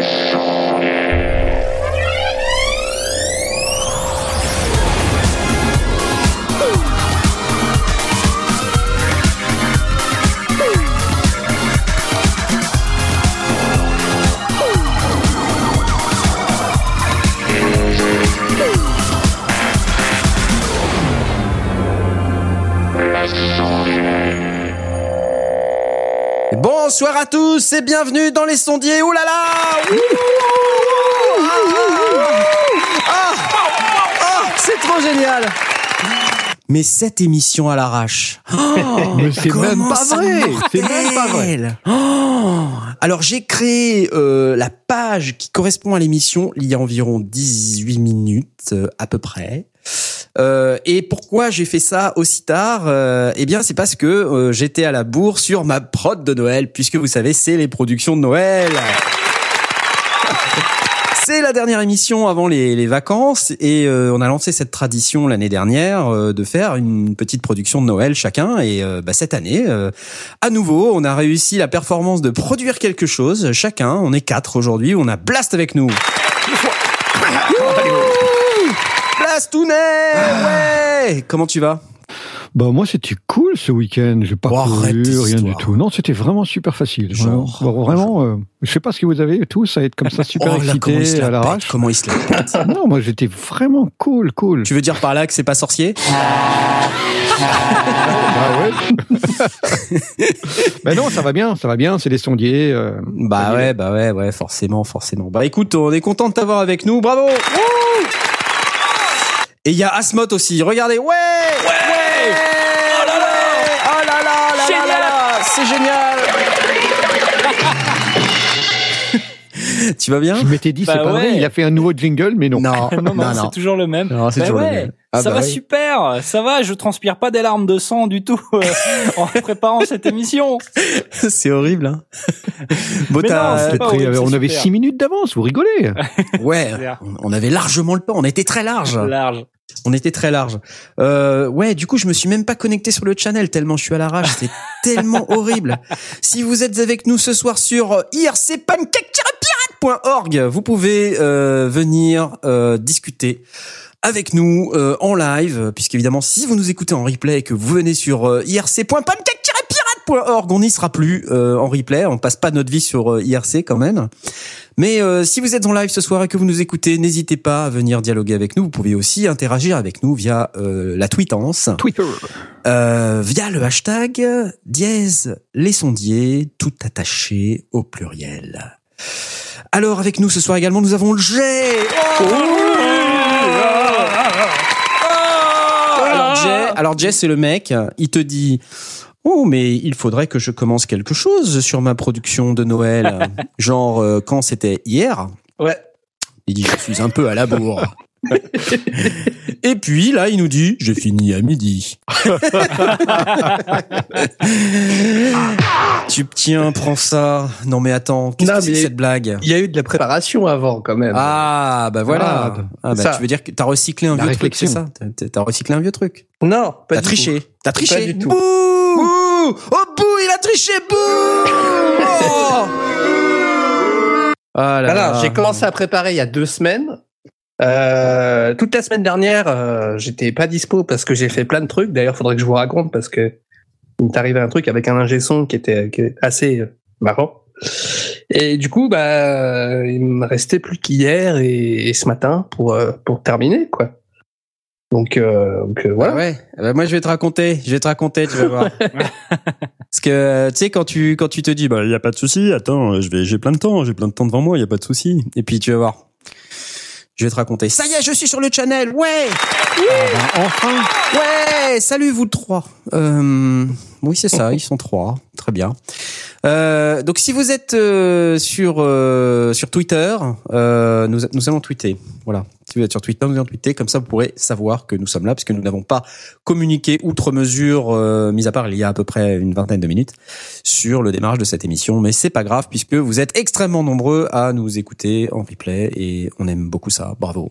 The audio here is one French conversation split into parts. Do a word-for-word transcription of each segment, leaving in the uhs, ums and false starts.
Bonsoir à tous et bienvenue dans les sondiers. Ouh là là, ah, ah, c'est trop génial. Mais cette émission à l'arrache, oh, mais c'est même pas vrai. C'est même pas vrai. Oh, alors j'ai créé euh, la page qui correspond à l'émission il y a environ dix-huit minutes euh, à peu près. Euh, et pourquoi j'ai fait ça aussi tard ? euh, Eh bien, c'est parce que euh, j'étais à la bourre sur ma prod de Noël, puisque vous savez, c'est les productions de Noël. C'est la dernière émission avant les, les vacances, et euh, on a lancé cette tradition l'année dernière euh, de faire une petite production de Noël chacun. Et euh, bah, cette année, euh, à nouveau, on a réussi la performance de produire quelque chose chacun. On est quatre aujourd'hui. On a Blast avec nous. Blastounet, ouais. Comment tu vas ? Bah moi c'était cool ce week-end, j'ai pas oh, couru, rien du tout. Non, c'était vraiment super facile. Genre, vraiment, vraiment euh, je sais pas ce que vous avez tous à être comme ça super oh, là, excités à l'arrache. Comment il se la pète ? Non, moi j'étais vraiment cool, cool. Tu veux dire par là que c'est pas sorcier ? Bah ouais. Bah non, ça va bien, ça va bien, c'est des sondiers. Euh, bah ouais, bah ouais, ouais, forcément, forcément. Bah écoute, on est content de t'avoir avec nous, bravo. Wouh. Et il y a Asmoth aussi, regardez, ouais, ouais, ouais. Oh là là, oh là là, là, là, là, là. C'est génial. Tu vas bien ? Je m'étais dit, bah c'est ouais. pas vrai, il a fait un nouveau jingle, mais non. Non, non, non, non, c'est toujours le même. Non, c'est bah toujours ouais, le même. Ah ça bah va ouais. super, ça va, je transpire pas des larmes de sang du tout euh, en préparant cette émission. C'est horrible, hein. Bon, mais non, c'est pas horrible, on c'est avait super. six minutes d'avance, vous rigolez. Ouais, on avait largement le temps, on était très large. Large. On était très large. Euh, ouais, du coup, je me suis même pas connecté sur le channel tellement je suis à l'arrache. C'est tellement horrible. Si vous êtes avec nous ce soir sur i r c pancake pirate point org, vous pouvez euh, venir euh, discuter avec nous euh, en live, puisqu'évidemment, si vous nous écoutez en replay et que vous venez sur euh, i r c point pancake pirate point org, on n'y sera plus euh, en replay. On passe pas notre vie sur euh, I R C quand même. Mais euh, si vous êtes en live ce soir et que vous nous écoutez, n'hésitez pas à venir dialoguer avec nous. Vous pouvez aussi interagir avec nous via euh, la tweetance. Twitter. Euh, via le hashtag dièse les sondiers, tout attaché au pluriel. Alors avec nous ce soir également, nous avons Jay. Oh alors Jay, alors Jay c'est le mec, il te dit... Oh, mais il faudrait que je commence quelque chose sur ma production de Noël. Genre, euh, quand c'était hier. Ouais. Il dit, je suis un peu à la bourre. Et puis, là, il nous dit, j'ai fini à midi. Tu tiens, prends ça. Non, mais attends, qu'est-ce non, que c'est que cette blague ? Il y a eu de la préparation avant, quand même. Ah, bah voilà. Ah, ah bah, tu veux dire que t'as recyclé un la vieux réflexion. Truc, c'est ça ? T'as, t'as recyclé un vieux truc ? Non, pas t'as du triché. tout. T'as triché. Pas du tout. Bouh ! Bouh ! Oh, bouh, il a triché, bouh ! Oh ! Ah là Alors, là. J'ai commencé à préparer il y a deux semaines. Euh, toute la semaine dernière, euh, j'étais pas dispo parce que j'ai fait plein de trucs. D'ailleurs, faudrait que je vous raconte parce que il m'est arrivé un truc avec un ingé son qui était, qui était assez marrant. Et du coup, bah, il me restait plus qu'hier et, et ce matin pour pour terminer, quoi. Donc, euh, donc euh, voilà. Ah ouais. Bah moi, je vais te raconter. Je vais te raconter. Tu vas voir. Parce que tu sais, quand tu quand tu te dis, bah, il y a pas de souci. Attends, je vais, j'ai plein de temps. J'ai plein de temps devant moi. Il y a pas de souci. Et puis tu vas voir. Je vais te raconter. Ça y est, je suis sur le channel. Ouais. Ah ben, enfin. Ouais. Salut vous trois. Euh, oui, c'est ça. Ils sont trois. Très bien. Euh, donc si vous êtes euh, sur euh, sur Twitter, euh, nous nous allons tweeter. Voilà. Si vous êtes sur Twitter, nous allons tweeter. Comme ça, vous pourrez savoir que nous sommes là, parce que nous n'avons pas communiqué outre mesure, euh, mis à part il y a à peu près une vingtaine de minutes, sur le démarrage de cette émission. Mais c'est pas grave, puisque vous êtes extrêmement nombreux à nous écouter en replay et on aime beaucoup ça. Bravo.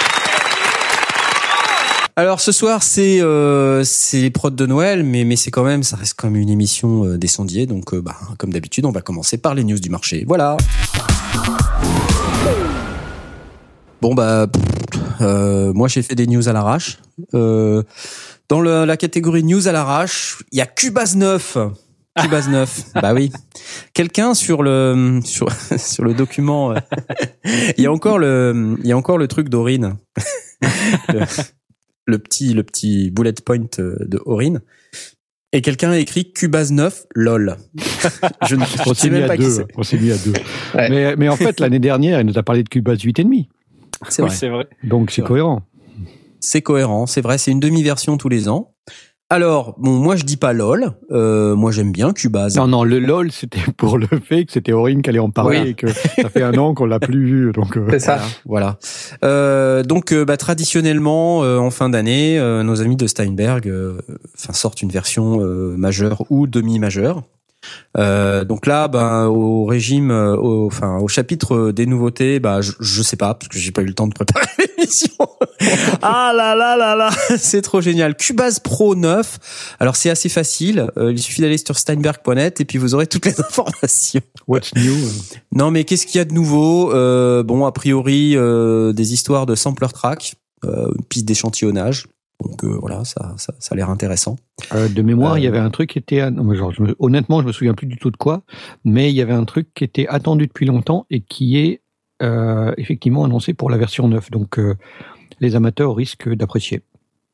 Alors ce soir c'est euh, c'est les prods de Noël, mais mais c'est quand même ça reste quand même une émission euh, des sondiers, donc euh, bah comme d'habitude on va commencer par les news du marché. Voilà. Bon bah, pff, euh, moi j'ai fait des news à l'arrache. Euh, dans le, la catégorie news à l'arrache, il y a Cubase neuf. Cubase neuf. Bah oui. Quelqu'un sur le sur sur le document, euh, il y a encore le il y a encore le truc d'Aurine. le, le petit le petit bullet point de Aurine. Et quelqu'un a écrit Cubase neuf lol. Je ne on sais même pas deux, qui c'est. On s'est mis à deux. Ouais. Mais mais en fait l'année dernière, il nous a parlé de Cubase huit virgule cinq. C'est Oui, vrai. c'est vrai. Donc c'est Ouais. cohérent. C'est cohérent, c'est vrai, c'est une demi-version tous les ans. Alors, bon, moi je dis pas lol, euh, moi j'aime bien Cubase. Non, non, le LOL, c'était pour le fait que c'était Aurine qui allait en parler Oui. et que ça fait un an qu'on l'a plus vu. Donc, euh, C'est ça. Voilà. Euh, donc, euh, bah, traditionnellement, euh, en fin d'année, euh, nos amis de Steinberg, euh, enfin, sortent une version euh, majeure ou demi-majeure. Euh, donc là, ben, au régime, euh, au, enfin, au chapitre des nouveautés, bah, je, je sais pas parce que j'ai pas eu le temps de préparer l'émission. Ah là là là là, c'est trop génial. Cubase Pro neuf. Alors c'est assez facile. Euh, il suffit d'aller sur steinberg point net et puis vous aurez toutes les informations. what's new? Non, mais qu'est-ce qu'il y a de nouveau? euh, Bon, a priori, euh, des histoires de sampler track, euh, une piste d'échantillonnage. Donc euh, voilà, ça, ça, ça a l'air intéressant. Euh, de mémoire, Euh, il y avait un truc qui était, non, mais genre, je me, honnêtement, je me souviens plus du tout de quoi, mais il y avait un truc qui était attendu depuis longtemps et qui est euh, effectivement annoncé pour la version neuf. Donc, euh, les amateurs risquent d'apprécier.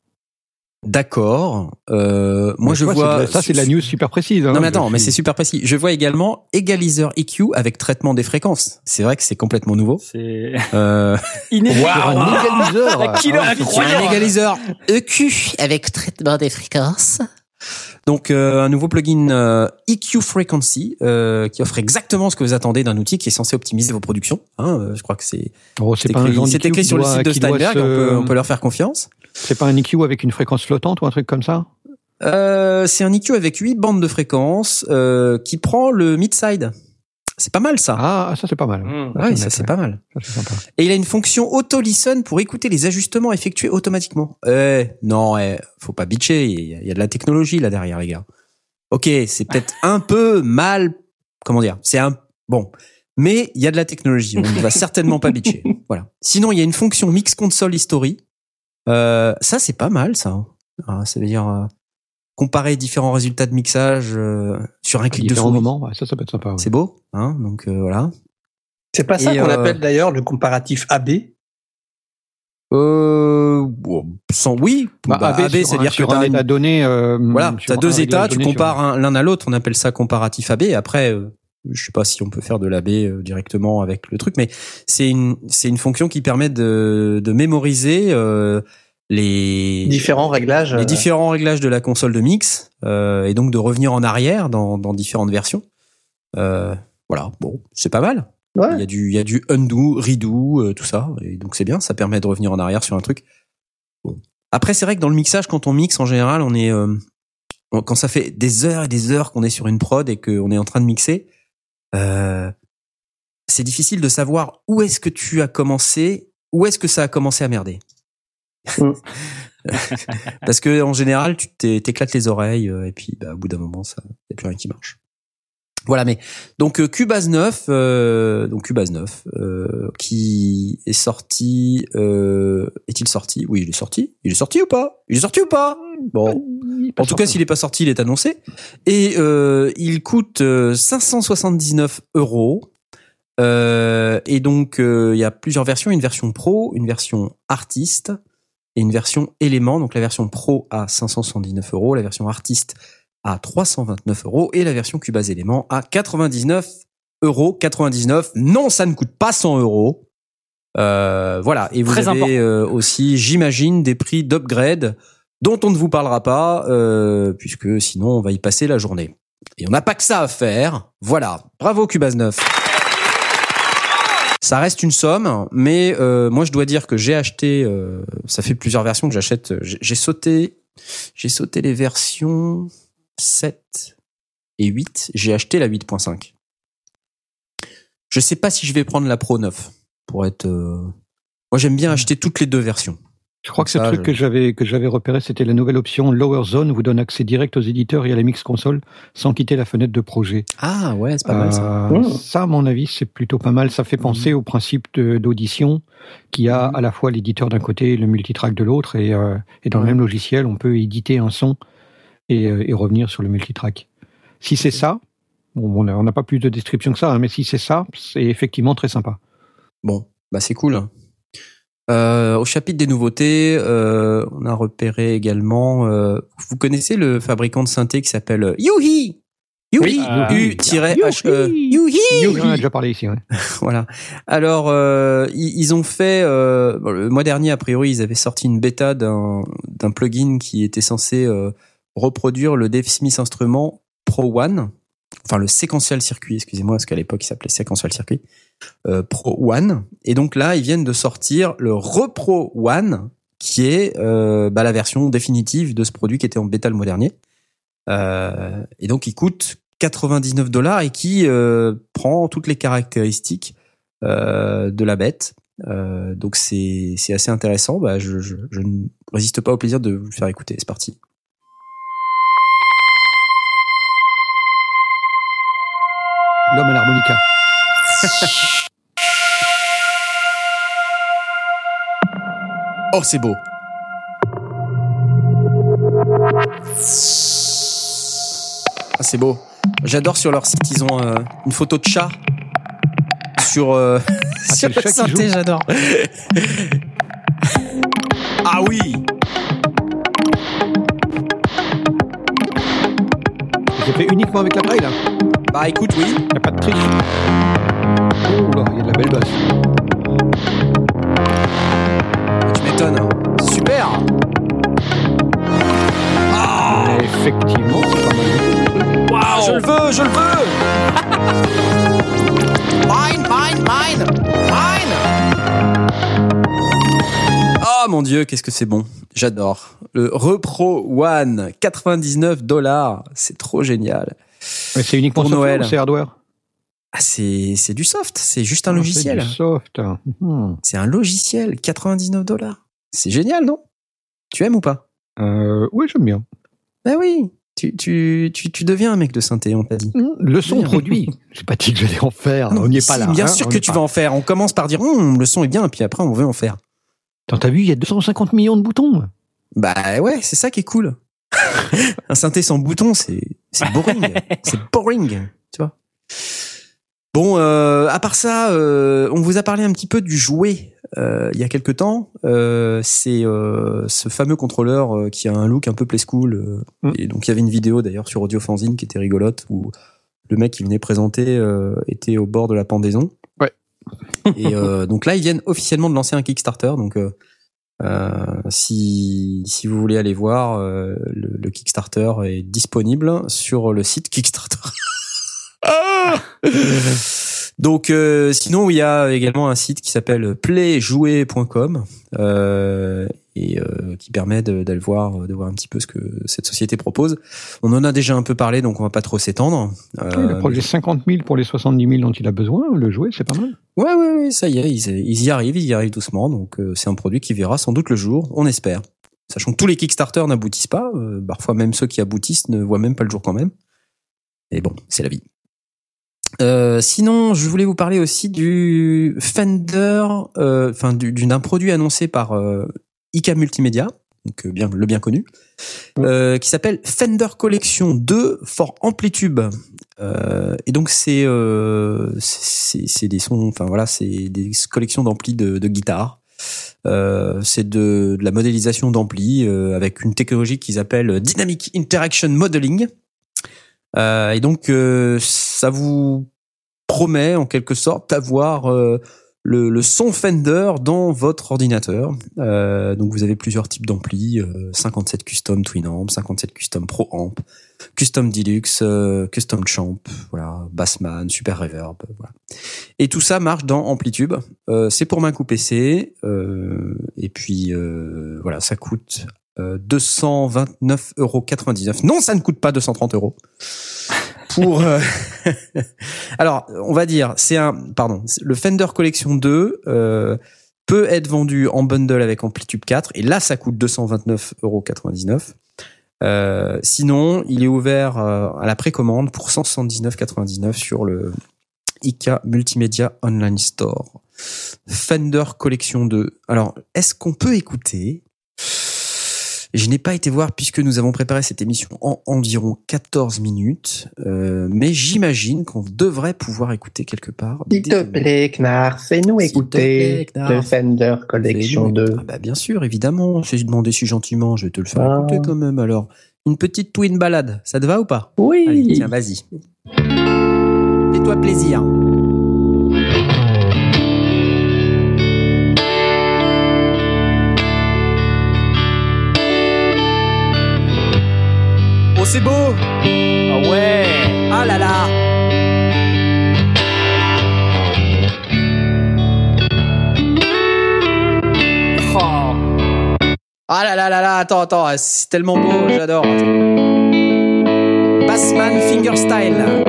D'accord. Euh, moi, Mais je toi, c'est vois. de la- ça, c'est de la news super précise. Hein, Non, mais Je attends, mais suis- c'est super précis. Je vois également égaliseur E Q avec traitement des fréquences. C'est vrai que c'est complètement nouveau. C'est Euh, inédit. Sur un égaliseur. La killer Ah, feature. un égaliseur E Q avec traitement des fréquences. Donc euh, un nouveau plugin euh, E Q Frequency euh, qui offre exactement ce que vous attendez d'un outil qui est censé optimiser vos productions. Hein, euh, je crois que c'est Oh, c'est c'est pas un écrit, genre c'est d'E Q écrit qui sur le doit- site de qui doit Steinberg. se- On, peut, on peut leur faire confiance. C'est pas un E Q avec une fréquence flottante ou un truc comme ça? Euh, c'est un E Q avec huit bandes de fréquences euh, qui prend le mid-side. C'est pas mal ça. Ah, ça c'est pas mal. Mmh. Ouais, ça c'est pas mal. Ça, c'est sympa. Et il a une fonction auto-listen pour écouter les ajustements effectués automatiquement. Eh, non, eh, faut pas bitcher. Il y, a- il y a de la technologie là derrière, les gars. Ok, c'est peut-être un peu mal. Comment dire? C'est un bon, mais il y a de la technologie. On ne va certainement pas bitcher. Voilà. Sinon, il y a une fonction Mix Console History. Euh, ça, c'est pas mal, ça. Ah, ça veut dire euh, comparer différents résultats de mixage euh, sur un À clic de différents souris. moments, ouais, ça, ça peut être sympa. Ouais. C'est beau, hein? Donc euh, voilà. C'est pas ça Et, qu'on euh, appelle d'ailleurs le comparatif A B. Euh, bon, sans oui. Bah, Bah, A B, A B, sur un- c'est-à-dire que sur un t'as une- état donné. Euh, voilà, sur t'as un deux réglage états, tu donné sur- compares un- l'un à l'autre, on appelle ça comparatif A B. Après, euh, je sais pas si on peut faire de l'A B euh, directement avec le truc, mais c'est une c'est une fonction qui permet de de mémoriser euh, les Différents réglages. les euh, différents réglages de la console de mix euh, et donc de revenir en arrière dans dans différentes versions. Euh, voilà, bon, c'est pas mal. Ouais. Il y a du il y a du undo, redo, euh, tout ça, et donc c'est bien, ça permet de revenir en arrière sur un truc. Bon. Après, c'est vrai que dans le mixage, quand on mixe en général, on est euh, on- quand ça fait des heures et des heures qu'on est sur une prod et qu'on est en train de mixer, euh, c'est difficile de savoir où est-ce que tu as commencé, où est-ce que ça a commencé à merder. Mm. Parce que en général, tu t'é- t'éclates les oreilles euh, et puis bah, au bout d'un moment, ça y a plus rien qui marche. Voilà, mais donc euh, Cubase neuf, euh, donc Cubase neuf, euh, qui est sorti, euh, est-il sorti? Oui, il est sorti. Il est sorti ou pas? Il est sorti ou pas? Bon, en tout cas, s'il est pas sorti, il est annoncé. Et euh, il coûte euh, cinq cent soixante-dix-neuf euros. Euh, et donc, euh, il y a plusieurs versions. Une version Pro, une version Artiste et une version Élément. Donc, la version Pro à cinq cent soixante-dix-neuf euros, la version Artiste à trois cent vingt-neuf euros et la version Cubase Élément à quatre-vingt-dix-neuf euros. quatre-vingt-dix-neuf. Non, ça ne coûte pas cent euros. Euh, voilà. Et vous Très avez euh, aussi, j'imagine, des prix d'upgrade dont on ne vous parlera pas, euh, puisque sinon on va y passer la journée. Et on n'a pas que ça à faire. Voilà. Bravo Cubase neuf. Ça reste une somme, mais euh, moi je dois dire que j'ai acheté, euh, ça fait plusieurs versions que j'achète, j'ai, j'ai sauté, j'ai sauté les versions sept et huit, j'ai acheté la huit point cinq. Je sais pas si je vais prendre la Pro neuf, pour être... Euh... Moi j'aime bien acheter toutes les deux versions. Je crois Donc que ce ça, truc je- que j'avais que j'avais repéré, c'était la nouvelle option Lower Zone, vous donne accès direct aux éditeurs et à la mix console sans quitter la fenêtre de projet. Ah ouais, c'est pas mal ça. Euh, Mmh. ça, à mon avis, c'est plutôt pas mal. Ça fait penser au principe de- d'audition qui a Mhm. à la fois l'éditeur d'un côté et le multitrack de l'autre, et, euh, et dans Ouais. le même logiciel, on peut éditer un son et, euh, et revenir sur le multitrack. Si c'est ça, bon, on n'a on n'a pas plus de description que ça, hein, mais si c'est ça, c'est effectivement très sympa. Bon, bah c'est cool. Euh, au chapitre des nouveautés, euh, on a repéré également. Euh, vous connaissez le fabricant de synthé qui s'appelle Yuhi. Yuhi. Ah, U-H E. Yuhi. On en a déjà parlé ici. Ouais. Voilà. Alors, euh, ils, ils ont fait euh, bon, le mois dernier, a priori, ils avaient sorti une bêta d'un d'un plugin qui était censé euh, reproduire le Dave Smith Instrument Pro One, enfin le Sequential Circuit, excusez-moi, parce qu'à l'époque il s'appelait Sequential Circuit euh, Pro One. Et donc là, ils viennent de sortir le Repro One, qui est euh, bah, la version définitive de ce produit qui était en bêta le mois dernier. Euh, et donc, il coûte quatre-vingt-dix-neuf dollars et qui euh, prend toutes les caractéristiques euh, de la bête. Euh, donc, c'est c'est assez intéressant. Bah, je, je, je ne résiste pas au plaisir de vous le faire écouter. C'est parti. L'homme à l'harmonica. Oh, c'est beau. Ah, c'est beau. J'adore sur leur site, ils ont euh, une photo de chat sur, euh, Ah, sur c'est le le chat qui synthé, joue. j'adore. Ah oui. C'est fait uniquement avec l'appareil, là. Bah écoute, oui. Il n'y a pas de triche. Oh là, il y a de la belle basse. Tu m'étonnes. C'est super. Et effectivement, c'est pas mal. Ah, je le veux, je le veux. Mine, mine, mine, mine. Oh mon Dieu, qu'est-ce que c'est bon. J'adore. Le Repro One, quatre-vingt-dix-neuf dollars. C'est trop génial. Mais c'est uniquement Pour software Noël. ou c'est hardware? Ah, c'est, c'est du soft. C'est juste un Ah, logiciel. C'est du soft. Hmm. C'est un logiciel. quatre-vingt-dix-neuf dollars. C'est génial, non? Tu aimes ou pas? Euh, oui, j'aime bien. Ben oui. Tu, tu, tu, tu deviens un mec de synthé, on t'a dit. Hmm, Le son Bien. produit. J'ai pas dit que j'allais en faire. Non, on n'y est si, pas là. Bien hein, sûr on que y est tu pas. vas en faire. On commence par dire, hum, le son est bien, et puis après, on veut en faire. Attends, t'as vu, il y a deux cent cinquante millions de boutons. Bah ouais, c'est ça qui est cool. Un synthé sans bouton, c'est c'est boring. C'est boring, tu vois. Bon, euh, à part ça, euh, on vous a parlé un petit peu du jouet euh, il y a quelque temps. Euh, c'est euh, ce fameux contrôleur euh, qui a un look un peu play school. Euh, Mm. Et donc il y avait une vidéo d'ailleurs sur Audio Fanzine qui était rigolote où le mec qui venait présenter euh, était au bord de la pendaison. Ouais. Et euh, donc là, ils viennent officiellement de lancer un Kickstarter. Donc euh, euh, si si vous voulez aller voir, euh, le, le Kickstarter est disponible sur le site Kickstarter. Ah donc euh, sinon il y a également un site qui s'appelle play jouer point com euh, et euh, qui permet de, d'aller voir de voir un petit peu ce que cette société propose. On en a déjà un peu parlé, donc on va pas trop s'étendre. Euh, Oui, le projet cinquante mille pour les soixante-dix mille dont il a besoin, le jouet, c'est pas mal. Ouais, ouais, ouais, ça y est, ils, ils y arrivent, ils y arrivent doucement. Donc, euh, c'est un produit qui verra sans doute le jour, on espère. Sachant que tous les Kickstarter n'aboutissent pas, euh, parfois même ceux qui aboutissent ne voient même pas le jour quand même. Et bon, c'est la vie. Euh, sinon, je voulais vous parler aussi du Fender, euh, enfin du, du- d'un produit annoncé par euh, I K Multimédia, donc euh, bien le bien connu, euh, qui s'appelle Fender Collection deux for Amplitube. Euh, et donc c'est euh, c'est c'est des sons, enfin voilà, c'est des collections d'amplis de, de guitare. Euh, c'est de, de la modélisation d'amplis euh, avec une technologie qu'ils appellent Dynamic Interaction Modeling. Euh, et donc euh, ça vous promet en quelque sorte d'avoir euh, le, le son Fender dans votre ordinateur. Euh, donc vous avez plusieurs types d'amplis, euh, cinquante-sept Custom Twin Amp, cinquante-sept Custom Pro Amp, Custom Deluxe, euh, Custom Champ, voilà, Bassman, Super Reverb, voilà. Et tout ça marche dans Amplitube. Euh, c'est pour Mac ou P C, euh, et puis euh, voilà, ça coûte euh, deux cent vingt-neuf euros quatre-vingt-dix-neuf. Non, ça ne coûte pas deux cent trente euros. Pour euh... alors, on va dire, c'est un, pardon, le Fender Collection deux. Euh, peut être vendu en bundle avec Amplitude quatre, et là, ça coûte deux cent vingt-neuf euros quatre-vingt-dix-neuf. Euh, sinon, il est ouvert euh, à la précommande pour cent soixante-dix-neuf euros quatre-vingt-dix-neuf sur le I K Multimedia Online Store. Fender Collection deux. Alors, est-ce qu'on peut écouter ? Je n'ai pas été voir puisque nous avons préparé cette émission en environ quatorze minutes, euh, mais j'imagine qu'on devrait pouvoir écouter quelque part. S'il te plaît, Knarr, fais-nous S'il te écouter plaît, Knarr. le Fender Collection Fais-nous- deux. Ah bah bien sûr, évidemment. J'ai demandé si gentiment, je vais te le faire Ah. écouter quand même. Alors, une petite twin balade, ça te va ou pas ? Oui. Allez, tiens, vas-y. Fais-toi plaisir. Oh, c'est beau! Ah ouais. Ah là là! Oh. Ah là là là là, attends, attends, c'est tellement beau, j'adore. Bassman Fingerstyle.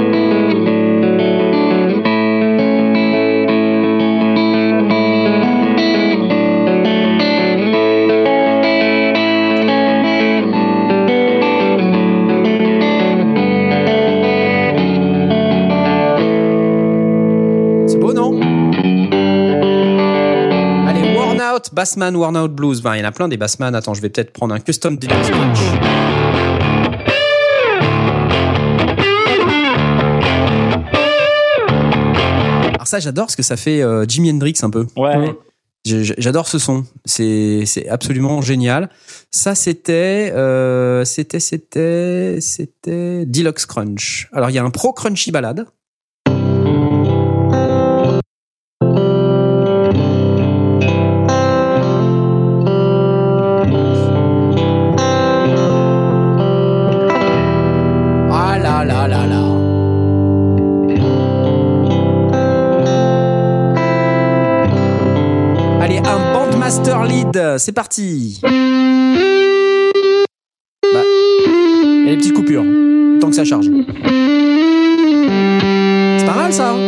C'est beau, non? Allez, Worn Out, Bassman, Worn Out Blues. Ben, il y en a plein des Bassman. Attends, je vais peut-être prendre un custom Deluxe Crunch. Alors ça, j'adore parce que ça fait euh, Jimi Hendrix un peu. Ouais. J'ai- J'adore ce son. C'est c'est absolument génial. Ça, c'était euh, c'était c'était c'était Deluxe Crunch. Alors, il y a un Pro Crunchy Ballade. Ah là là là là. Allez, un Bandmaster Lead, c'est parti. Bah, il y a des petites coupures, tant que ça charge. C'est pas mal ça.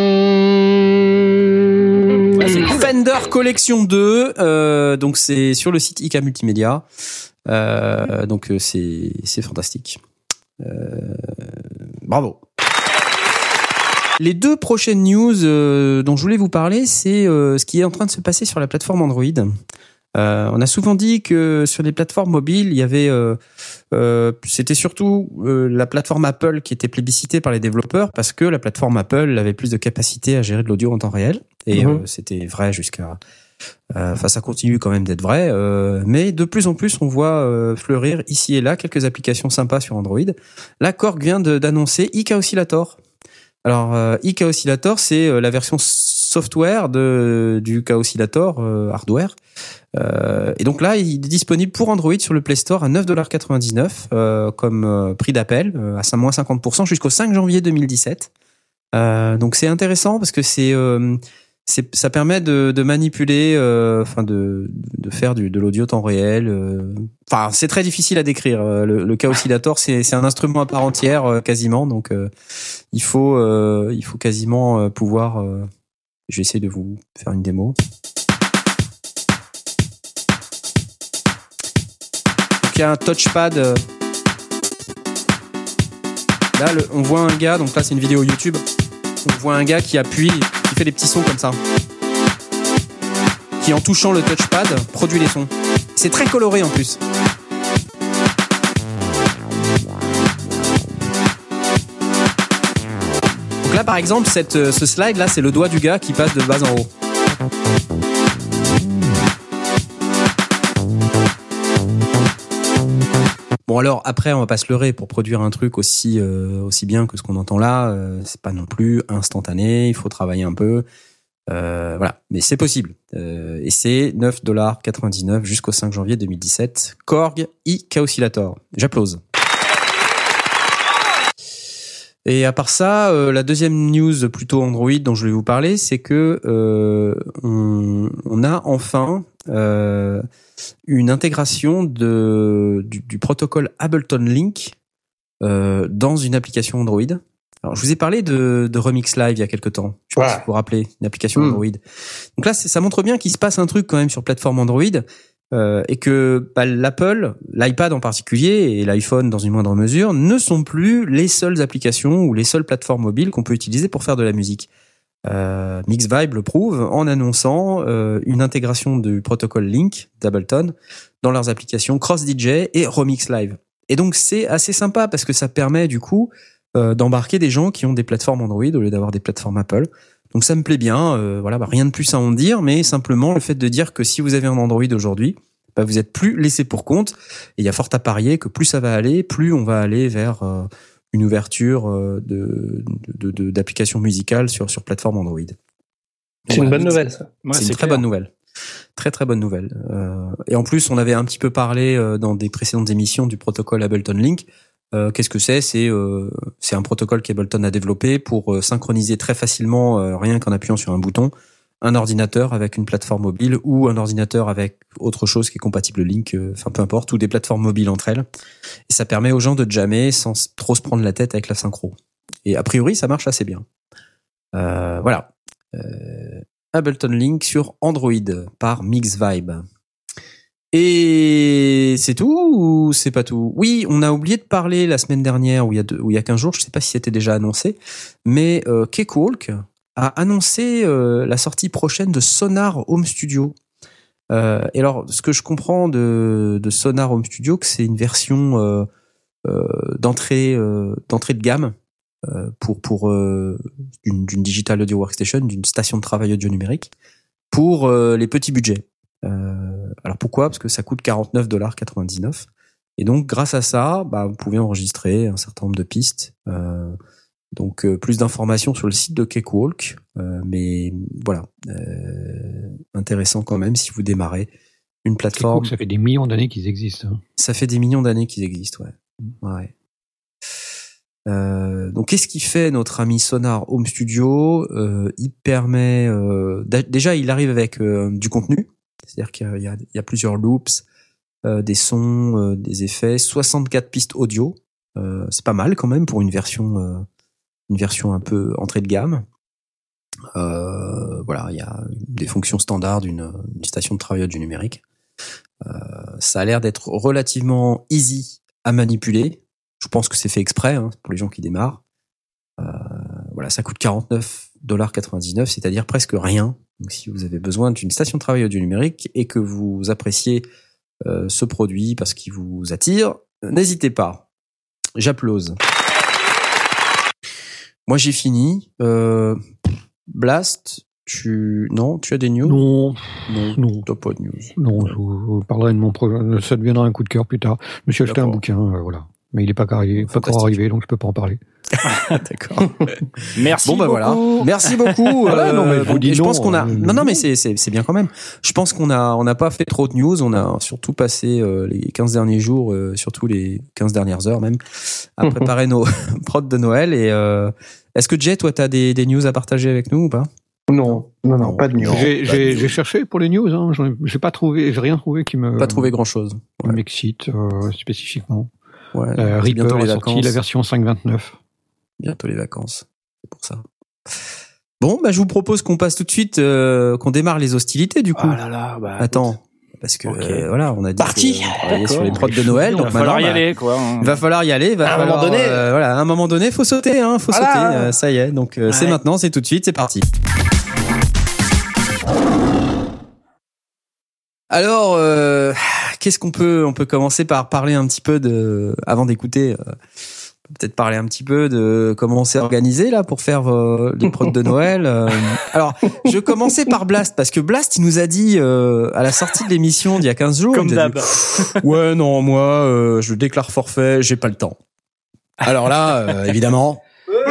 Ouais, c'est cool. Fender Collection deux, euh, donc c'est sur le site I K Multimédia. Euh, donc euh, c'est c'est fantastique. Euh, bravo. Les deux prochaines news euh, dont je voulais vous parler, c'est euh, ce qui est en train de se passer sur la plateforme Android. Euh, on a souvent dit que sur les plateformes mobiles, il y avait, euh, euh, c'était surtout euh, la plateforme Apple qui était plébiscitée par les développeurs parce que la plateforme Apple avait plus de capacité à gérer de l'audio en temps réel. Et Mhm. euh, c'était vrai jusqu'à... Euh, Enfin, ça continue quand même d'être vrai. Euh, mais de plus en plus, on voit euh, fleurir ici et là quelques applications sympas sur Android. La Korg vient de- d'annoncer I K Oscillator. Alors, euh, I K Oscillator, c'est euh, la version software de, du K Oscillator euh, hardware. Euh, et donc là, il est disponible pour Android sur le Play Store à neuf dollars quatre-vingt-dix-neuf euh, comme euh, prix d'appel, euh, à moins cinquante pour cent jusqu'au cinq janvier deux mille dix-sept. Euh, donc c'est intéressant parce que c'est, euh, c'est ça permet de, de manipuler, euh, enfin de, de faire du, de l'audio temps réel. euh. Enfin, c'est très difficile à décrire. Euh, Le, le K Oscillator, c'est, c'est un instrument à part entière euh, quasiment. Donc euh, il faut, euh, il faut quasiment euh, pouvoir. Euh, je vais essayer de vous faire une démo. Donc il y a un touchpad. euh. Là, le- on voit un gars. Donc là, c'est une vidéo YouTube. On voit un gars qui appuie, qui fait des petits sons comme ça, qui en touchant le touchpad produit les sons. C'est très coloré en plus. Donc là, par exemple, cette, euh, ce slide là, c'est le doigt du gars qui passe de bas en haut. Bon alors après on va pas se leurrer, pour produire un truc aussi euh, aussi bien que ce qu'on entend là, euh, c'est pas non plus instantané, il faut travailler un peu, euh, voilà, mais c'est possible. Euh, et c'est neuf dollars quatre-vingt-dix-neuf jusqu'au cinq janvier deux mille dix-sept. Korg I K Oscillator. J'applause. Et à part ça, euh, la deuxième news plutôt Android dont je voulais vous parler, c'est que euh, on, on a enfin euh, une intégration de, du, du protocole Ableton Link euh, dans une application Android. Alors, je vous ai parlé de, de Remix Live il y a quelque temps. Je sais Voilà. pas si vous vous rappelez, une application Mm. Android. Donc là, c'est, ça montre bien qu'il se passe un truc quand même sur plateforme Android euh, et que bah, l'Apple, l'iPad en particulier et l'iPhone dans une moindre mesure ne sont plus les seules applications ou les seules plateformes mobiles qu'on peut utiliser pour faire de la musique. Euh, Mixvibe le prouve en annonçant euh, une intégration du protocole Link d'Ableton dans leurs applications Cross D J et Remix Live. Et donc c'est assez sympa parce que ça permet du coup euh, d'embarquer des gens qui ont des plateformes Android au lieu d'avoir des plateformes Apple. Donc ça me plaît bien. Euh, voilà, bah, rien de plus à en dire, mais simplement le fait de dire que si vous avez un Android aujourd'hui, bah, vous êtes plus laissé pour compte. Et il y a fort à parier que plus ça va aller, plus on va aller vers euh, une ouverture euh, de, de, de d'applications musicales sur sur plateforme Android. C'est Voilà, une bonne Mix- nouvelle, ça. Ouais, c'est une très clair. bonne nouvelle. Très très bonne nouvelle. Euh, et en plus, on avait un petit peu parlé euh, dans des précédentes émissions du protocole Ableton Link. Euh, qu'est-ce que c'est ? C'est euh, c'est un protocole qu'Ableton a développé pour euh, synchroniser très facilement, euh, rien qu'en appuyant sur un bouton, un ordinateur avec une plateforme mobile ou un ordinateur avec autre chose qui est compatible Link, euh, enfin peu importe, ou des plateformes mobiles entre elles. Et ça permet aux gens de jammer sans s- trop se prendre la tête avec la synchro. Et a priori, ça marche assez bien. Euh, voilà. Euh, Ableton Link sur Android par Mixvibe. Et c'est tout ou c'est pas tout ? Oui, on a oublié de parler la semaine dernière ou il y a deux, ou il y a quinze jours, je sais pas si c'était déjà annoncé, mais euh, Cakewalk a annoncé euh, la sortie prochaine de Sonar Home Studio. Euh, et alors, ce que je comprends de, de Sonar Home Studio, que c'est une version euh, euh, d'entrée euh, d'entrée de gamme euh, pour pour euh, d'une, d'une digital audio workstation, d'une station de travail audio numérique pour euh, les petits budgets. Euh, alors pourquoi ? Parce que ça coûte quarante-neuf dollars quatre-vingt-dix-neuf. Et donc, grâce à ça, bah, vous pouvez enregistrer un certain nombre de pistes. Euh, donc, euh, plus d'informations sur le site de Cakewalk. Euh, mais voilà, euh, intéressant quand même si vous démarrez une plateforme. Ça fait des millions d'années qu'ils existent. Hein. Ça fait des millions d'années qu'ils existent, ouais. Ouais. Euh, donc, qu'est-ce qui fait notre ami Sonar Home Studio ? euh, Il permet... Euh, d'a- déjà, il arrive avec euh, du contenu. C'est-à-dire qu'il y a, il y a, il y a plusieurs loops, euh, des sons, euh, des effets, soixante-quatre pistes audio. Euh, c'est pas mal quand même pour une version, euh, une version un peu entrée de gamme. Euh, voilà, il y a des fonctions standards d'une, d'une station de travail du numérique. Euh, ça a l'air d'être relativement easy à manipuler. Je pense que c'est fait exprès hein, pour les gens qui démarrent. Euh, voilà, ça coûte quarante-neuf dollars quatre-vingt-dix-neuf, c'est-à-dire presque rien. Donc, si vous avez besoin d'une station de travail audio numérique et que vous appréciez euh, ce produit parce qu'il vous attire, n'hésitez pas. J'applause. Moi, j'ai fini. Euh, Blast, tu non, tu as des news ? Non, non, non. t'as pas de news. non, je vous parlerai de mon projet. Ça deviendra un coup de cœur plus tard. Je me suis acheté un D'accord. bouquin, euh, voilà. Mais il n'est pas, carré, pas encore Fantastique. arrivé, donc je peux pas en parler. D'accord. Merci Bon bah beaucoup. voilà. Merci beaucoup. Voilà, non, mais je vous bon, dis et je non, pense qu'on a. euh, Non non mais c'est c'est c'est bien quand même. Je pense qu'on a on n'a pas fait trop de news. On a surtout passé euh, les quinze derniers jours, euh, surtout les quinze dernières heures même, à préparer nos prods de Noël. Et euh, est-ce que Jay, toi, t'as des des news à partager avec nous ou pas ? Non, non, non, Non. pas de news. J'ai, pas de j'ai, news. j'ai cherché pour les news, hein. J'en ai- j'ai pas trouvé, j'ai rien trouvé qui me Pas trouvé grand chose. qui m'excite euh, spécifiquement. Ouais. Euh, c'est Reaper bientôt a les sorti vacances. la version cinq vingt-neuf. Bientôt les vacances. C'est pour ça. Bon bah je vous propose qu'on passe tout de suite, euh, qu'on démarre les hostilités du coup. Ah là là, bah, Attends. Parce que Ok. euh, voilà, on a dit Parti. qu'on travaillait D'accord. sur les prods de Il Noël, il donc va falloir maintenant, y bah, aller, quoi. hein. il va falloir y aller, va À un falloir, moment donné. euh, voilà, à un moment donné, faut sauter, hein, faut Voilà. sauter, euh, ça y est, donc euh, c'est Ouais. maintenant, c'est tout de suite, c'est parti. Alors, euh, qu'est-ce qu'on peut, on peut commencer par parler un petit peu de, avant d'écouter, euh, peut-être parler un petit peu de comment on s'est organisé là pour faire euh, les prods de Noël. Euh, alors, je commençais par Blast parce que Blast il nous a dit euh, à la sortie de l'émission d'il y a quinze jours, Comme il nous a dit, d'hab. ouais, non, moi, euh, je déclare forfait, j'ai pas le temps. Alors là, euh, évidemment,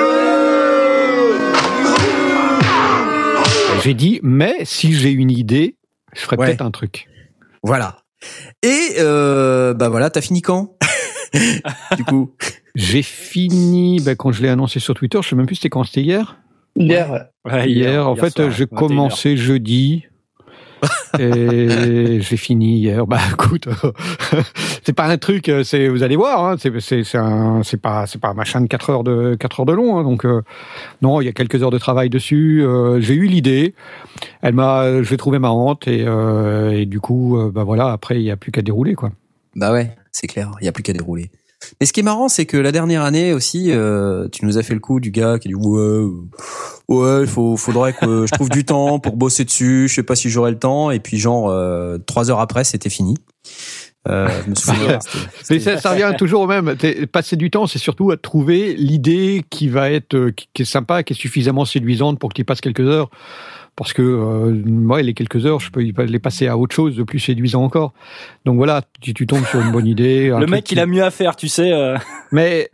J'ai dit, mais si j'ai une idée, je ferai Ouais. peut-être un truc. voilà. Et euh, bah voilà, t'as fini quand ? Du coup, J'ai fini, ben, quand je l'ai annoncé sur Twitter, je sais même plus c'était quand, c'était hier. Hier, ouais. Ouais, Hier, en fait, soir, j'ai vingt et une heures. commencé jeudi. Et j'ai fini hier. Bah écoute, c'est pas un truc, c'est vous allez voir, hein, c'est c'est c'est un c'est pas c'est pas un machin de quatre heures de quatre heures de long, hein, donc euh, non, il y a quelques heures de travail dessus. Euh, j'ai eu l'idée, elle m'a, je l'ai trouvée marrante et euh, et du coup, euh, bah voilà, après il y a plus qu'à dérouler quoi. Bah ouais, c'est clair, il y a plus qu'à dérouler. Mais ce qui est marrant, c'est que la dernière année aussi, euh, tu nous as fait le coup du gars qui dit ouais, ouais, il faut, faudrait que je trouve du temps pour bosser dessus. Je sais pas si j'aurai le temps. Et puis genre euh, trois heures après, c'était fini. Euh, je me souviens. c'était, c'était... Mais ça, ça revient toujours au même. T'es, passer du temps, c'est surtout à trouver l'idée qui va être, qui, qui est sympa, qui est suffisamment séduisante pour que tu y passes quelques heures. Parce que euh, moi, les quelques heures, je peux les passer à autre chose de plus séduisant encore. Donc voilà, tu, tu tombes sur une bonne idée. Le mec, qui... il a mieux à faire, tu sais. Euh... Mais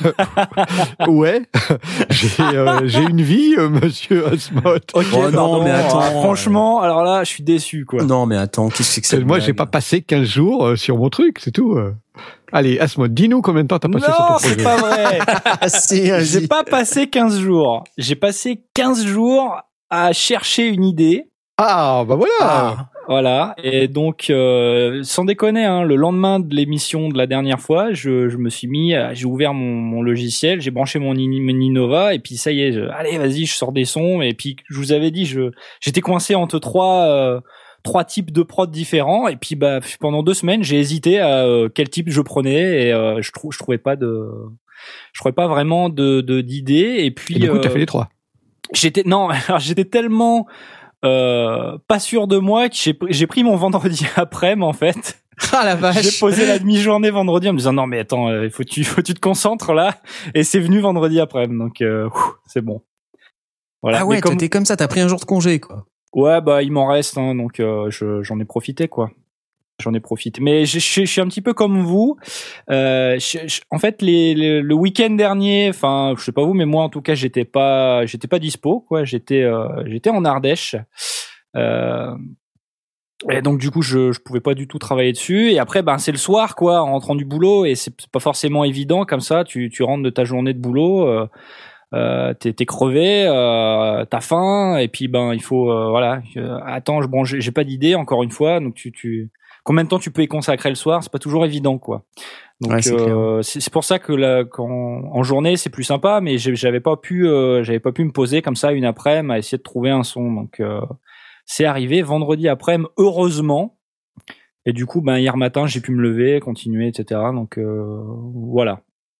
ouais, j'ai, euh, j'ai une vie, euh, monsieur Asmod. Ok, oh, non, mais attends. Euh, franchement, alors là, je suis déçu, quoi. Non, mais attends, qu'est-ce que c'est que ça? Moi, j'ai pas passé quinze jours euh, sur mon truc, c'est tout. Euh. Allez, Asmod, dis-nous combien de temps t'as passé non, sur ton projet. Non, c'est pas vrai. si, j'ai pas passé quinze jours. J'ai passé quinze jours à chercher une idée. Ah, bah voilà. Ah, voilà. Et donc, euh, sans déconner, hein, le lendemain de l'émission de la dernière fois, je, je me suis mis, à, j'ai ouvert mon, mon logiciel, j'ai branché mon, mon Innova, et puis ça y est, je, allez, vas-y, je sors des sons. Et puis, je vous avais dit, je, j'étais coincé entre trois, euh, trois types de prod différents. Et puis, bah, pendant deux semaines, j'ai hésité à euh, quel type je prenais, et euh, je trouve, je trouvais pas de, je trouvais pas vraiment de, de d'idées. Et puis, et du coup, euh, t'as fait les trois. J'étais non, alors j'étais tellement euh, pas sûr de moi que j'ai, j'ai pris mon vendredi après-midi en fait. Ah la vache. J'ai posé la demi-journée vendredi en me disant non mais attends, il faut que tu faut que tu te concentres là, et c'est venu vendredi après-midi, donc euh, ouf, c'est bon. Voilà. Ah ouais, comme... t'es comme ça, t'as pris un jour de congé quoi. Ouais bah il m'en reste, hein, donc euh, je, j'en ai profité quoi. J'en ai profité, mais je, je, je suis un petit peu comme vous. Euh, je, je, en fait, les, les, le week-end dernier, enfin, je sais pas vous, mais moi en tout cas, j'étais pas, j'étais pas dispo, quoi. J'étais, euh, j'étais en Ardèche, euh, et donc du coup, je, je pouvais pas du tout travailler dessus. Et après, ben c'est le soir, quoi, en rentrant du boulot, et c'est pas forcément évident comme ça. Tu, tu rentres de ta journée de boulot. Euh, Euh, t'es, t'es crevé, euh, t'as faim, et puis ben il faut, euh, voilà. Euh, attends, je bon, j'ai, j'ai pas d'idée encore une fois, donc tu, tu. Combien de temps tu peux y consacrer le soir, c'est pas toujours évident quoi. Donc ouais, c'est, euh, c'est, c'est pour ça que là, quand en journée c'est plus sympa, mais j'avais pas pu, euh, j'avais pas pu me poser comme ça une après-midi à essayer de trouver un son. Donc euh, c'est arrivé vendredi après-midi, heureusement. Et du coup, ben hier matin j'ai pu me lever, continuer, et cetera. Donc euh, voilà,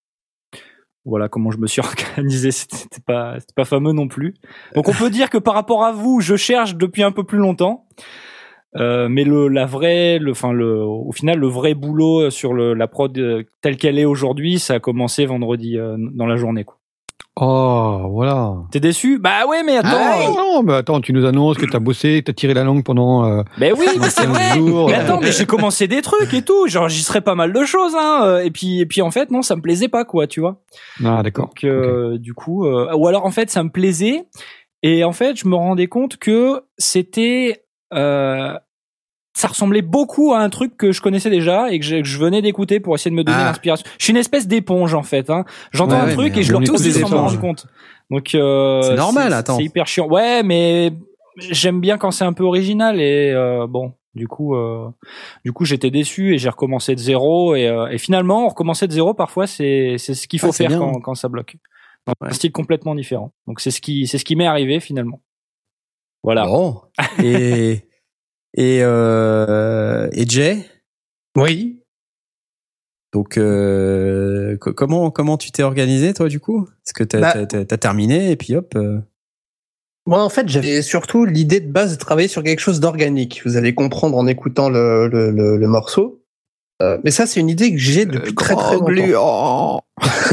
voilà comment je me suis organisé. C'était pas, c'était pas fameux non plus. Donc on peut dire que par rapport à vous, je cherche depuis un peu plus longtemps. Euh, mais le la vraie le enfin le au final le vrai boulot sur le la prod euh, telle qu'elle est aujourd'hui, ça a commencé vendredi euh, dans la journée quoi. Oh, voilà. T'es déçu? Bah ouais, mais attends. Ah, euh... non, mais attends, tu nous annonces que t'as bossé, que t'as tiré la langue pendant euh, Ben oui, mais c'est vrai. jours. Mais attends, mais j'ai commencé des trucs et tout, j'enregistrais pas mal de choses hein, et puis et puis en fait non, ça me plaisait pas quoi, tu vois. Ah d'accord. Donc euh, okay. Du coup euh, ou alors en fait ça me plaisait et en fait, je me rendais compte que c'était Euh, ça ressemblait beaucoup à un truc que je connaissais déjà et que je, que je venais d'écouter pour essayer de me donner ah. l'inspiration. Je suis une espèce d'éponge en fait. Hein. J'entends ouais, un truc et je le retrouve sans me rendre compte. Donc euh, c'est normal. C'est, attends. C'est hyper chiant. Ouais, mais j'aime bien quand c'est un peu original et euh, bon. Du coup, euh, du coup, j'étais déçu et j'ai recommencé de zéro et, euh, et finalement, recommencer de zéro parfois, c'est c'est ce qu'il faut ah, faire quand, quand ça bloque. Donc, ouais. Un style complètement différent. Donc c'est ce qui c'est ce qui m'est arrivé finalement. Voilà. Bon. Et et euh, et Jay. Oui. Donc euh, comment comment tu t'es organisé toi du coup? Est-ce que t'as, bah, t'as, t'as, t'as terminé et puis hop. Euh... Moi en fait j'avais surtout l'idée de base de travailler sur quelque chose d'organique. Vous allez comprendre en écoutant le le le, le morceau. Euh, mais ça c'est une idée que j'ai depuis euh, très très longtemps.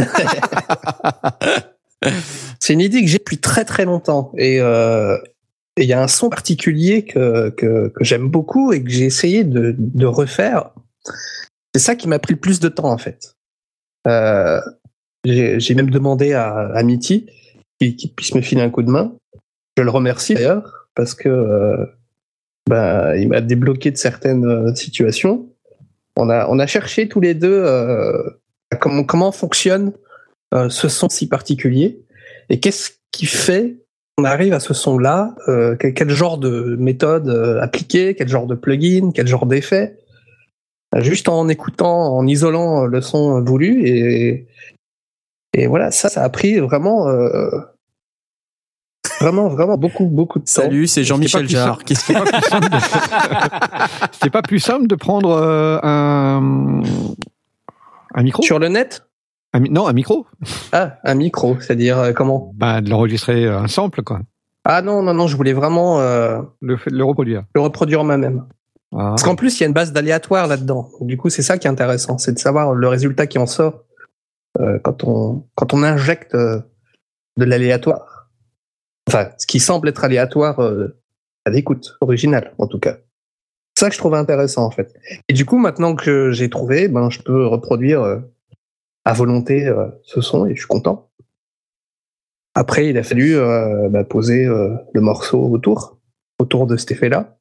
C'est une idée que j'ai depuis très très longtemps et euh, et il y a un son particulier que, que, que j'aime beaucoup et que j'ai essayé de, de refaire. C'est ça qui m'a pris le plus de temps, en fait. Euh, j'ai, j'ai même demandé à, à Mitty qu'il, qu'il puisse me filer un coup de main. Je le remercie d'ailleurs, parce que euh, ben, il m'a débloqué de certaines situations. On a, on a cherché tous les deux euh, comment, comment fonctionne euh, ce son si particulier et qu'est-ce qui fait on arrive à ce son-là, euh, quel, quel genre de méthode euh, appliquer, quel genre de plugin, quel genre d'effet, juste en écoutant, en isolant le son voulu. Et, et voilà, ça, ça a pris vraiment, euh, vraiment, vraiment beaucoup, beaucoup de temps. Salut, c'est Jean-Michel Jarre. Qu'est-ce qui est pas plus simple de... C'était pas plus simple de prendre euh, un, un micro sur le net? Un, non, un micro. Ah, un micro, c'est-à-dire euh, comment? Bah, de l'enregistrer un sample, quoi. Ah non, non, non, je voulais vraiment euh, le, le reproduire. Le reproduire moi-même. Ah. Parce qu'en plus, il y a une base d'aléatoire là-dedans. Du coup, c'est ça qui est intéressant, c'est de savoir le résultat qui en sort euh, quand on quand on injecte euh, de l'aléatoire. Enfin, ce qui semble être aléatoire euh, à l'écoute originale, en tout cas. C'est ça que je trouvais intéressant, en fait. Et du coup, maintenant que j'ai trouvé, ben, je peux reproduire euh, à volonté euh, ce son et je suis content. Après, il a fallu euh, bah, poser euh, le morceau autour, autour de cet effet-là.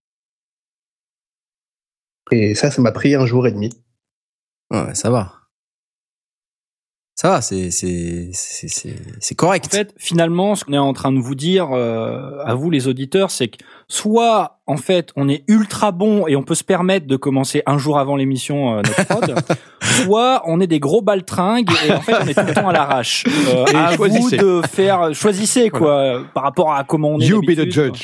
Et ça, ça m'a pris un jour et demi. Ouais, ça va. Ça va, c'est c'est c'est c'est c'est correct. En fait, finalement, ce qu'on est en train de vous dire euh, à vous les auditeurs, c'est que soit en fait, on est ultra bon et on peut se permettre de commencer un jour avant l'émission euh, notre prod, soit on est des gros baltringues et en fait, on est tout le temps à l'arrache. Euh, à vous de faire, choisissez quoi, voilà. Par rapport à comment on est. You be the judge.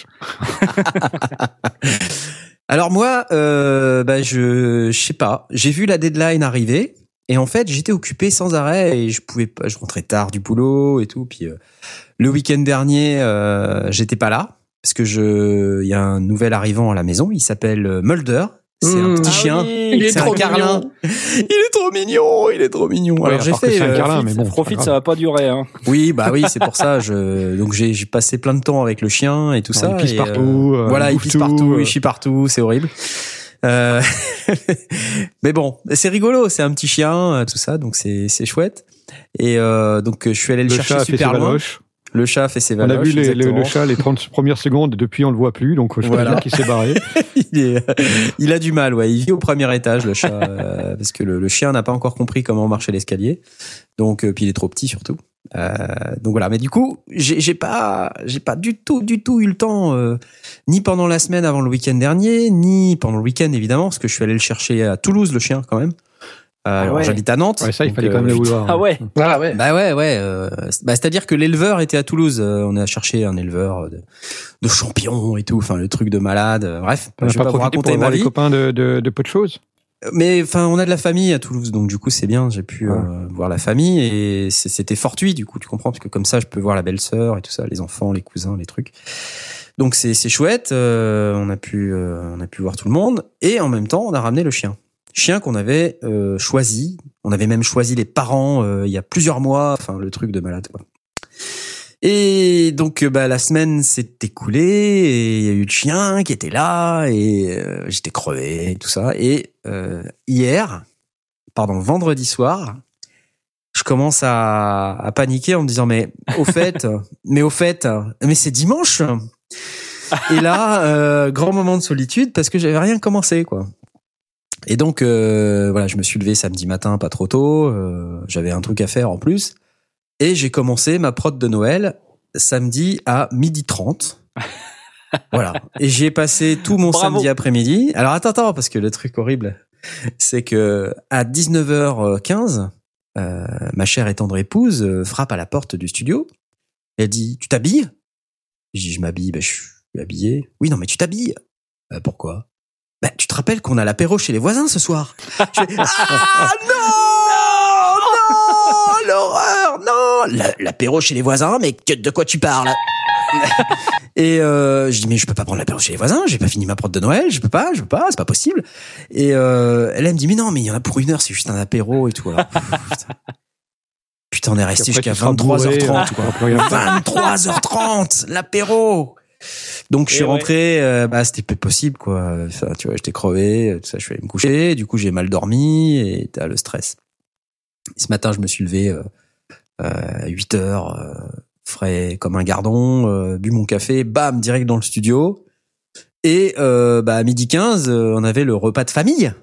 Alors moi, euh, bah je, je sais pas. J'ai vu la deadline arriver. Et en fait, j'étais occupé sans arrêt et je pouvais pas, je rentrais tard du boulot et tout. Puis euh, le week-end dernier, euh, j'étais pas là parce que je, il y a un nouvel arrivant à la maison. Il s'appelle Mulder. C'est mmh. un petit ah chien. Oui, il est c'est trop un carlin. Il est trop mignon. Il est trop mignon. Ouais, alors j'ai fait. C'est un carlin, mais bon. Profite, ça va pas durer. Hein. Oui, bah oui, c'est pour ça. Je, donc j'ai, j'ai passé plein de temps avec le chien et tout non, ça. Il pisse et, partout. Euh, euh, voilà, il il pisse partout, euh... il chie partout. C'est horrible. Euh... mais bon, c'est rigolo, c'est un petit chien, tout ça, donc c'est c'est chouette. Et euh, donc je suis allé le, le chercher super loin. Le chat fait ses valoches. On a vu les, le, le chat les trente premières secondes et depuis on le voit plus, donc je voilà. Peux dire qu'il s'est barré. il, est, il a du mal, ouais. Il vit au premier étage, le chat, euh, parce que le, le chien n'a pas encore compris comment marcher l'escalier. Donc euh, puis il est trop petit surtout. Euh, donc voilà, mais du coup, j'ai, j'ai pas, j'ai pas du tout, du tout eu le temps, euh, ni pendant la semaine avant le week-end dernier, ni pendant le week-end évidemment, parce que je suis allé le chercher à Toulouse, le chien quand même. Euh, ah ouais. Alors, j'habite à Nantes. Ouais, ça, il donc, fallait quand même euh, le vouloir. Ah ouais. Ah ouais. Bah ouais, ouais. Euh, bah c'est-à-dire que l'éleveur était à Toulouse. Euh, on a cherché un éleveur de, de champignons et tout. Enfin, le truc de malade. Euh, bref, on je n'a vais pas, pas vous raconter ma vie. Les copains de, de, de peu de choses. Mais enfin, on a de la famille à Toulouse, donc du coup c'est bien. J'ai pu ouais. euh, voir la famille et c'était fortuit. Du coup, tu comprends, parce que comme ça, je peux voir la belle-sœur et tout ça, les enfants, les cousins, les trucs. Donc c'est c'est chouette. Euh, on a pu euh, on a pu voir tout le monde et en même temps, on a ramené le chien. Chien qu'on avait euh, choisi. On avait même choisi les parents euh, il y a plusieurs mois. Enfin, le truc de malade, quoi. Et donc, bah, la semaine s'est écoulée et il y a eu le chien qui était là et euh, j'étais crevé et tout ça. Et euh, hier, pardon, vendredi soir, je commence à, à paniquer en me disant mais au fait, mais au fait, mais c'est dimanche. Et là, euh, grand moment de solitude parce que j'avais rien commencé, quoi. Et donc, euh, voilà, je me suis levé samedi matin, pas trop tôt. Euh, j'avais un truc à faire en plus. Et j'ai commencé ma prod de Noël samedi à midi trente. Voilà. Et j'y ai passé tout mon Bravo. samedi après-midi. Alors attends, attends, parce que le truc horrible, c'est que à dix-neuf heures quinze, euh, ma chère et tendre épouse euh, frappe à la porte du studio. Elle dit, tu t'habilles? Je dis, je m'habille, ben, je suis habillé. Oui, non, mais tu t'habilles. Euh, pourquoi? Ben, tu te rappelles qu'on a l'apéro chez les voisins ce soir? Je fais, ah non! Non, l'horreur, non, l'apéro chez les voisins, mais de quoi tu parles? Et euh, je dis mais je peux pas prendre l'apéro chez les voisins, j'ai pas fini ma prod de Noël, je peux pas, je peux pas, c'est pas possible. Et euh, elle, elle me dit mais non, mais il y en a pour une heure, c'est juste un apéro et tout. Alors, putain. Putain, on est resté jusqu'à vingt-trois heures trente, quoi. vingt-trois heures trente, l'apéro. Donc je suis et rentré, ouais. euh, bah c'était plus possible, quoi. Enfin, tu vois, j'étais crevé, tout ça, je suis allé me coucher. Du coup, j'ai mal dormi et t'as le stress. Et ce matin, je me suis levé euh, euh, à huit heures, euh, frais comme un gardon, euh, bu mon café, bam, direct dans le studio. Et euh, bah à midi quinze, euh, on avait le repas de famille.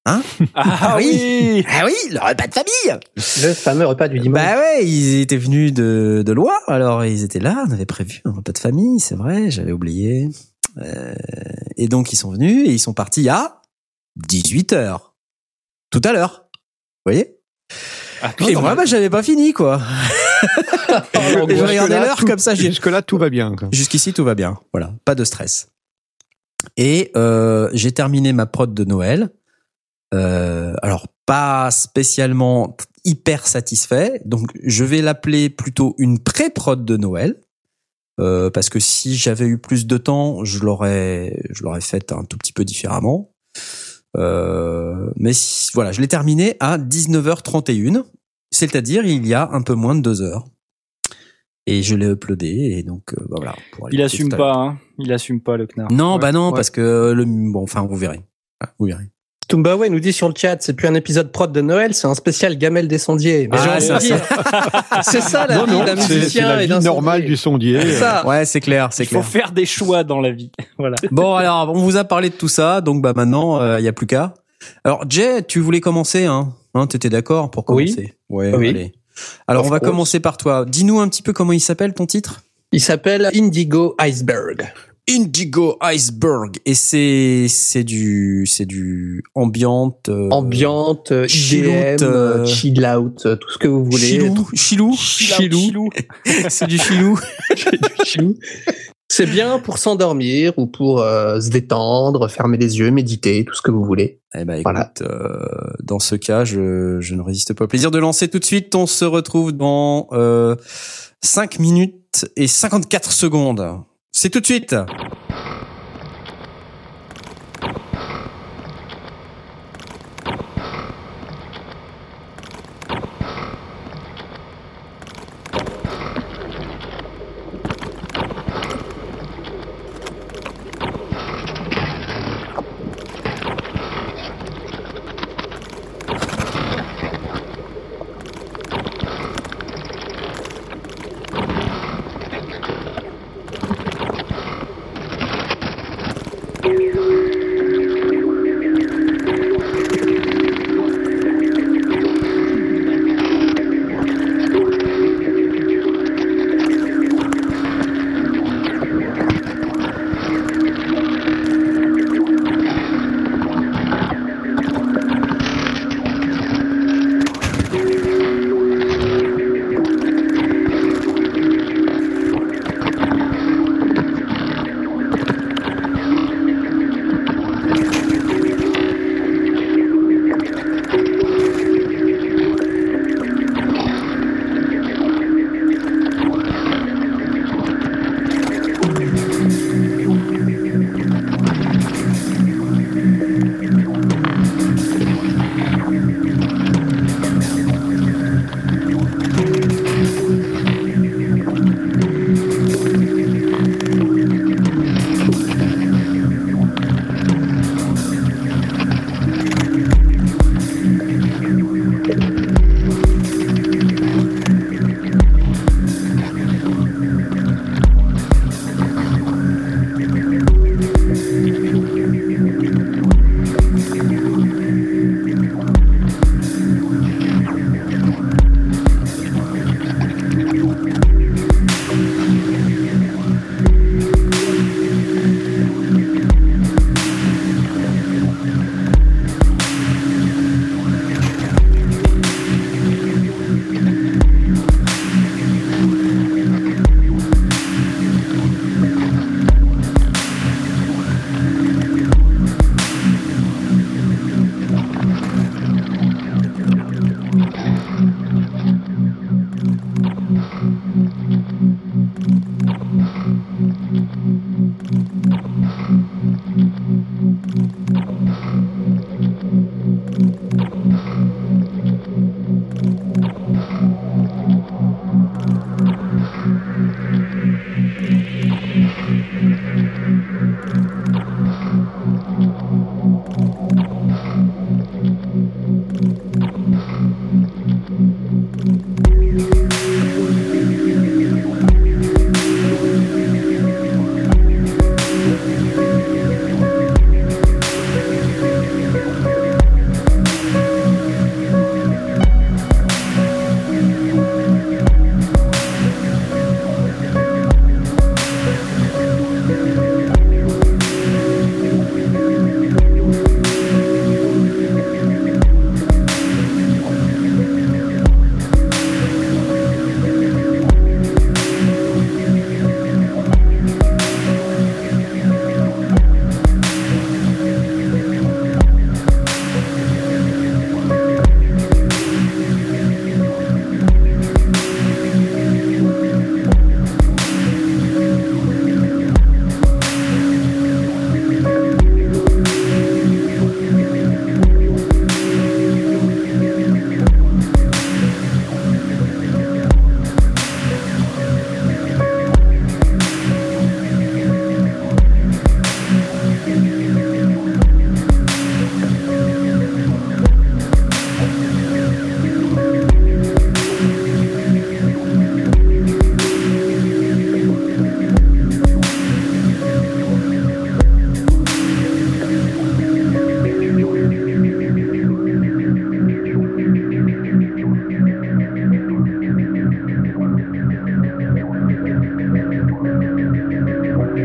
Hein? Ah oui. Ah oui, le repas de famille. Le fameux repas du dimanche. Bah ouais, ils étaient venus de, de Loire, alors ils étaient là, on avait prévu un repas de famille, c'est vrai, j'avais oublié. Euh, et donc ils sont venus et ils sont partis à dix-huit heures. Tout à l'heure. Vous voyez? Ah, Et moi, bah, j'avais pas fini, quoi. Donc, Et je regardais jusque-là, l'heure tout- comme ça, j'ai- Jusque-là, tout va bien. quoi. Jusqu'ici, tout va bien. Voilà, pas de stress. Et euh, j'ai terminé ma prod de Noël. Euh, alors, pas spécialement hyper satisfait. Donc, je vais l'appeler plutôt une pré-prod de Noël. Euh, parce que si j'avais eu plus de temps, je l'aurais, je l'aurais faite un tout petit peu différemment. Euh, mais si- voilà, je l'ai terminé à dix-neuf heures trente et une. C'est-à-dire, il y a un peu moins de deux heures. Et je l'ai uploadé, et donc, euh, bah voilà. pour Il aller assume tout à l'heure. pas, hein. Il assume pas, le knarr. Non, Ouais. bah non, Ouais. parce que le, bon, enfin, vous verrez. Ah, vous verrez. Toombawe nous dit sur le chat, c'est plus un épisode prod de Noël, c'est un spécial Gamelle des sondiers. Mais Ah, j'ai c'est envie de dire, c'est ça la Non, vie non, d'un c'est c'est musicien la et d'un vie normale sondier. du sondier. C'est ça. Ouais, c'est clair, c'est Il faut clair. faire des choix dans la vie. Voilà. Bon, alors, on vous a parlé de tout ça, donc bah maintenant, il y a plus qu'à. Alors, Jay, tu voulais commencer, hein? Hein, t'étais d'accord pour Oui. commencer? Ouais, Oui. allez. Alors, Of on va course. commencer par toi. Dis-nous un petit peu comment il s'appelle ton titre? Il s'appelle Indigo Iceberg. Indigo Iceberg. Et c'est, c'est du, c'est du ambiante, euh, Ambiante, euh, chill I D M, out, euh, euh, chill out, euh, tout ce que vous voulez. chilou, chilou, Chilou. Chilou. c'est du chilou. Chilou. C'est bien pour s'endormir ou pour euh, se détendre, fermer les yeux, méditer, tout ce que vous voulez. Eh ben, écoute, Voilà. euh, dans ce cas, je, je ne résiste pas au plaisir de lancer tout de suite. On se retrouve dans euh, cinq minutes et cinquante-quatre secondes. C'est tout de suite.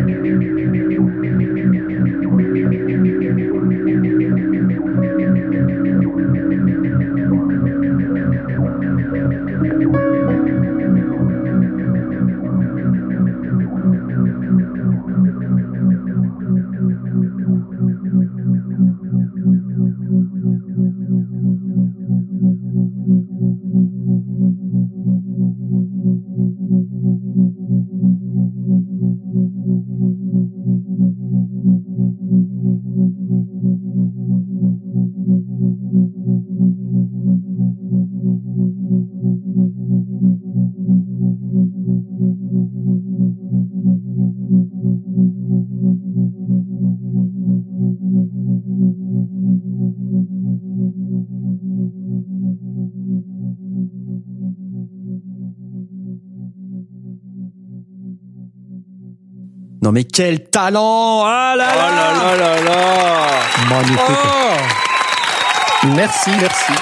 Non mais quel talent! Ah là Oh là! là là là là! Magnifique. Oh, Merci, merci.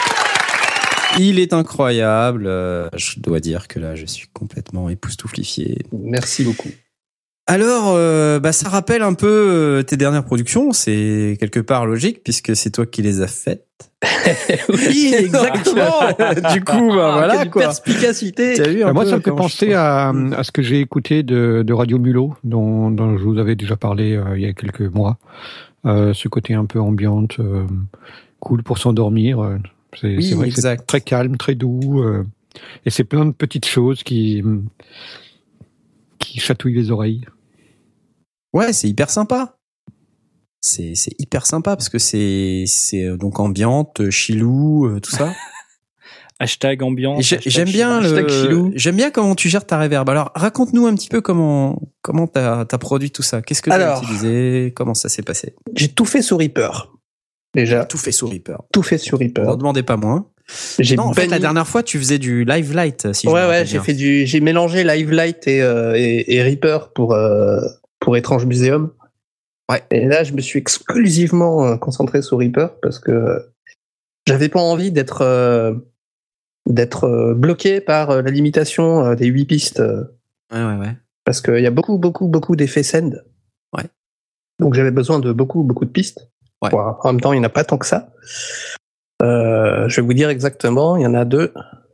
il est incroyable. Euh, je dois dire que là, je suis complètement époustouflifié. Merci beaucoup. Alors, euh, bah, ça rappelle un peu euh, tes dernières productions. C'est quelque part logique puisque c'est toi qui les as faites. Oui, exactement. Du coup, bah, voilà Quelle quoi. perspicacité. T'as vu un Bah, moi, peu ça me fait comment je penser pense. à, à ce que j'ai écouté de, de Radio Mulot, dont, dont je vous avais déjà parlé euh, il y a quelques mois. Euh, ce côté un peu ambiante, euh, cool pour s'endormir. euh, C'est Oui, c'est vrai que c'est exact. très calme, très doux. euh, et c'est plein de petites choses qui, qui chatouillent les oreilles. Ouais, c'est hyper sympa. C'est c'est hyper sympa parce que c'est c'est euh, donc ambiante, chilou, euh, tout ça. Hashtag ambiance. Et j'ai- hashtag j'aime bien chilou. Hashtag chilou. le j'aime bien comment tu gères ta reverb. Alors raconte-nous un petit peu comment comment t'as t'as produit tout ça. Qu'est-ce que t'as Alors. utilisé? Comment ça s'est passé? J'ai tout fait sur Reaper. Déjà, Tout fait sous Reaper. tout fait sur On Reaper. n'en demandait pas moins. J'ai Non, en fait, la banni- dernière fois, tu faisais du Live Light, si je me ouais, ouais, rappelle j'ai bien. fait du, j'ai mélangé Live Light et, euh, et, et Reaper pour, euh, pour Étrange Museum. Ouais. Et là, je me suis exclusivement euh, concentré sur Reaper parce que j'avais pas envie d'être, euh, d'être euh, bloqué par euh, la limitation euh, des huit pistes. euh, Ouais, ouais, ouais. parce qu'il y a beaucoup, beaucoup, beaucoup d'effets send. Ouais. Donc j'avais besoin de beaucoup, beaucoup de pistes. Ouais. Bon, en même temps, il n'y en a pas tant que ça. Euh, je vais vous dire exactement, il y en a deux,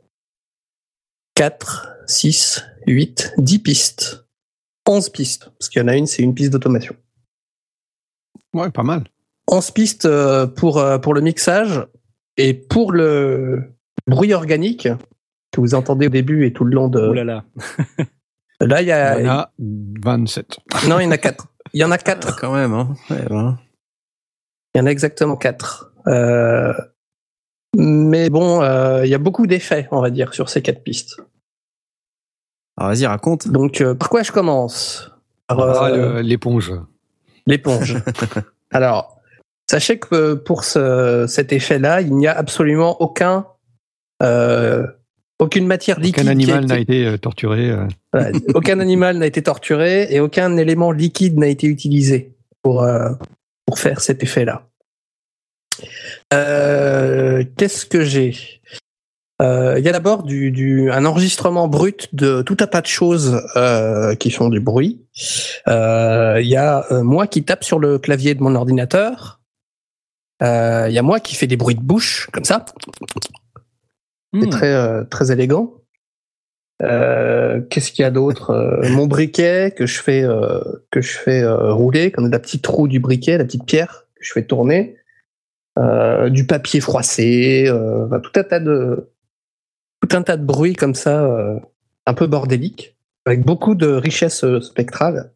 quatre, six, huit, dix pistes. onze pistes, parce qu'il y en a une, c'est une piste d'automation. Ouais, pas mal. onze pistes euh, pour, euh, pour le mixage et pour le bruit organique que vous entendez au début et tout le long de... Ouh là là. Là, il y a... Il y en a vingt-sept. Non, il y en a quatre. Il y en a Ah, quatre. quand même, hein. Ouais, ben. Il y en a exactement quatre. Euh, mais bon, euh, il y a beaucoup d'effets, on va dire, sur ces quatre pistes. Alors vas-y, raconte. Donc, euh, par quoi je commence? Par, Ah, euh, le- l'éponge. l'éponge. Alors, sachez que pour ce, cet effet-là, il n'y a absolument aucun, euh, aucune matière liquide. Aucun qui a animal été- n'a été euh, torturé. euh. Voilà, aucun animal n'a été torturé et aucun élément liquide n'a été utilisé pour, euh, pour faire cet effet-là. Euh, qu'est-ce que j'ai? Euh, Il y a d'abord du, du, un enregistrement brut de tout un tas de choses euh, qui font du bruit. Euh, Il y a euh, moi qui tape sur le clavier de mon ordinateur. Euh, Il y a moi qui fais des bruits de bouche, comme ça. C'est Hmm. très, euh, très élégant. Euh, qu'est-ce qu'il y a d'autre? Euh, Mon briquet que je fais, euh, que je fais euh, rouler, comme la petite roue du briquet, la petite pierre que je fais tourner. Euh, du papier froissé, euh, enfin, tout un tas de tout un tas de bruits comme ça, euh, un peu bordélique, avec beaucoup de richesse euh, spectrale.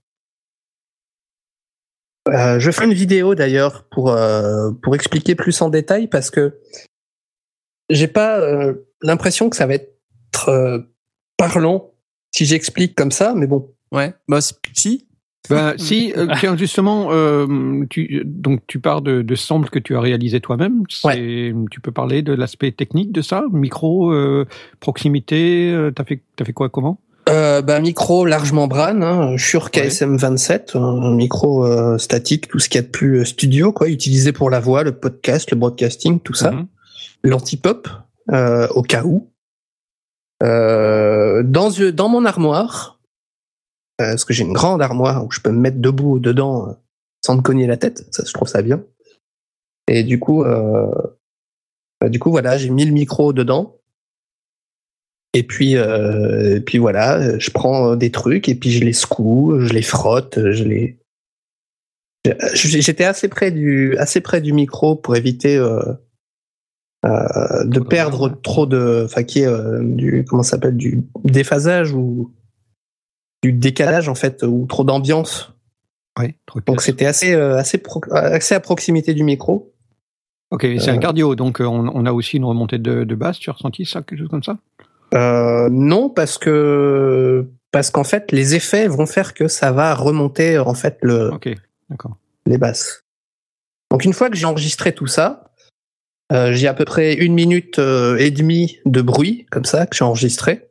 Euh, je ferai une vidéo d'ailleurs pour euh, pour expliquer plus en détail parce que j'ai pas euh, l'impression que ça va être euh, parlant si j'explique comme ça, mais bon. Ouais. Bah c'est- si. Ben, si, euh, tiens, justement, euh, tu, donc tu pars de, de samples que tu as réalisés toi-même. C'est- Tu peux parler de l'aspect technique de ça? Micro, euh, proximité, euh, t'as fait, t'as fait quoi, comment? Euh, bah, micro large membrane, hein, Shure K S M vingt-sept, un micro euh, statique, tout ce qu'il y a de plus euh, studio, quoi, utilisé pour la voix, le podcast, le broadcasting, tout ça. Mhm. L'anti-pop, euh, au cas où. Euh, dans, dans mon armoire, euh, parce que j'ai une grande armoire où je peux me mettre debout dedans euh, sans me cogner la tête. Ça, je trouve ça bien. Et du coup, euh, bah, du coup, voilà, j'ai mis le micro dedans. Et puis, euh, et puis voilà, je prends des trucs et puis je les secoue, je les frotte, je les. J'étais assez près du, assez près du micro pour éviter euh, euh, de perdre trop de, enfin qui est euh, du, comment ça s'appelle, du déphasage ou du décalage en fait, ou trop d'ambiance. Oui, trop de Donc pièces. c'était assez, euh, assez, pro, assez à proximité du micro. Ok, c'est Euh, un cardio, donc euh, on, on a aussi une remontée de, de basse. Tu as ressenti ça, quelque chose comme ça? Euh, non, parce que parce qu'en fait, les effets vont faire que ça va remonter en fait le, Ok, d'accord. les basses. Donc une fois que j'ai enregistré tout ça, euh, j'ai à peu près une minute euh, et demie de bruit comme ça que j'ai enregistré.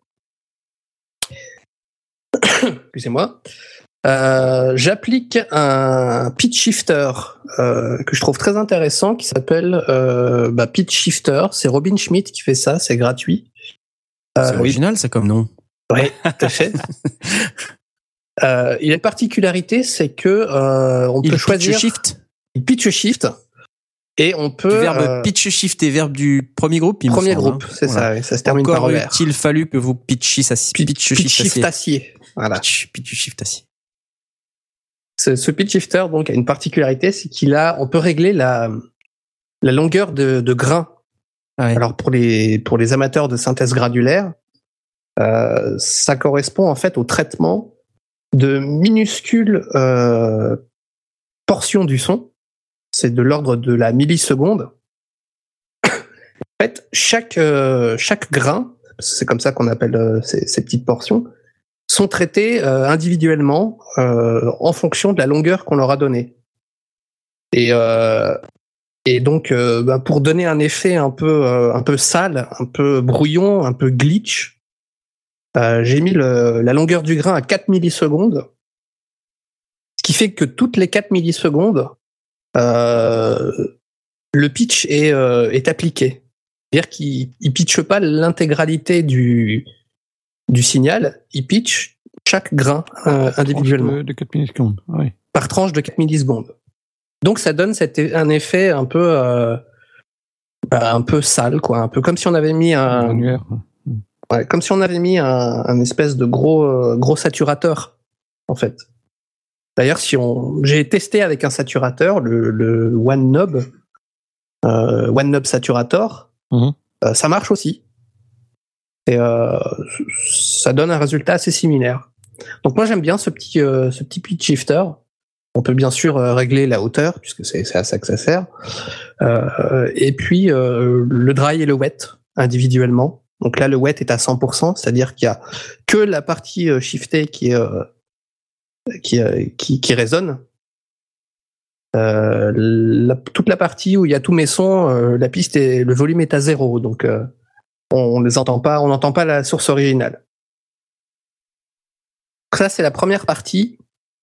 Excusez-moi. Euh, j'applique un pitch shifter euh, que je trouve très intéressant qui s'appelle euh, bah, Pitch Shifter. C'est Robin Schmidt qui fait ça, c'est gratuit. C'est Euh, original, ça, comme nom. Oui, tout à fait. euh, il a une particularité, c'est que euh, on Il peut pitch choisir shift. il pitch shift et on peut Du verbe euh, pitch shift et verbe du premier groupe. Il me premier semble, groupe, hein. c'est Voilà. ça, oui, ça se termine Encore par E R. eût-il fallu que vous pitchiez ça, Pitch, pitch pitch shift shift acier. acier. Voilà. Pitch, pitch shift acier. Ce, ce pitch shifter donc a une particularité, c'est qu'il a, on peut régler la la longueur de, de grain. Ah ouais. Alors pour les pour les amateurs de synthèse gradulaire, euh, ça correspond en fait au traitement de minuscules euh, portions du son. C'est de l'ordre de la milliseconde. En fait, chaque euh, chaque grain, c'est comme ça qu'on appelle euh, ces, ces petites portions, sont traitées euh, individuellement euh, en fonction de la longueur qu'on leur a donnée. Et euh, et donc, euh, bah, pour donner un effet un peu euh, un peu sale, un peu brouillon, un peu glitch, euh, j'ai mis le, la longueur du grain à quatre millisecondes, ce qui fait que toutes les quatre millisecondes, euh, le pitch est, euh, est appliqué. C'est-à-dire qu'il ne pitche pas l'intégralité du, du signal, il pitch chaque grain euh, individuellement, De, de quatre millisecondes, oui. par tranche de quatre millisecondes. Donc ça donne cet, un effet un peu, euh, bah, un peu sale, quoi, un peu comme si on avait mis un, Granulaire. ouais, comme si on avait mis un, un espèce de gros, euh, gros saturateur, en fait. D'ailleurs, si on, j'ai testé avec un saturateur, le, le One Knob, euh, One Knob Saturator, Mhm. euh, ça marche aussi. Et euh, ça donne un résultat assez similaire. Donc moi j'aime bien ce petit, euh, ce petit pitch shifter. On peut bien sûr euh, régler la hauteur puisque c'est, c'est à ça que ça sert. Euh, et puis euh, le dry et le wet individuellement. Donc là le wet est à cent pour cent, c'est-à-dire qu'il y a que la partie euh, shiftée qui est euh, qui, euh, qui qui résonne. Euh, la, toute la partie où il y a tous mes sons, euh, la piste et le volume est à zéro, donc euh, on, on les entend pas, on n'entend pas la source originale. Donc ça c'est la première partie.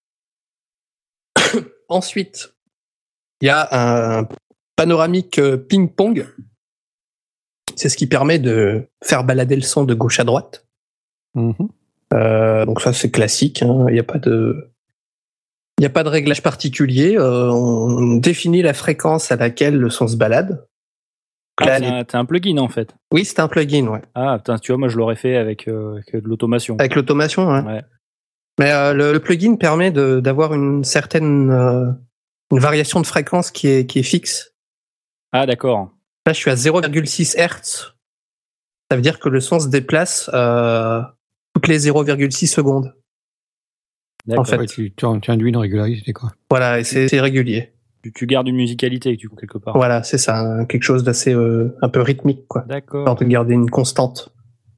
Ensuite, il y a un panoramique ping-pong. C'est ce qui permet de faire balader le son de gauche à droite. Mhm. Euh, donc ça c'est classique, hein. Il n'y a pas de, il n'y a pas de réglage particulier. Euh, on définit la fréquence à laquelle le son se balade. Ah, Là, t'es, les- un, t'es un plugin en fait. Oui, c'est un plugin, ouais. Ah putain, tu vois, moi je l'aurais fait avec, euh, avec de l'automation. Avec l'automation, ouais. Ouais. Mais euh, le, le plugin permet de, d'avoir une certaine euh, une variation de fréquence qui est, qui est fixe. Ah d'accord. Là, je suis à zéro virgule six hertz. Ça veut dire que le son se déplace euh, toutes les zéro virgule six secondes. D'accord. En fait. Ouais, tu, tu, tu induis une régularité, quoi. Voilà, et c'est, c'est régulier. Tu, tu gardes une musicalité du coup quelque part. Voilà, c'est ça, hein, quelque chose d'assez euh, un peu rythmique, quoi. D'accord. Histoire de garder une constante.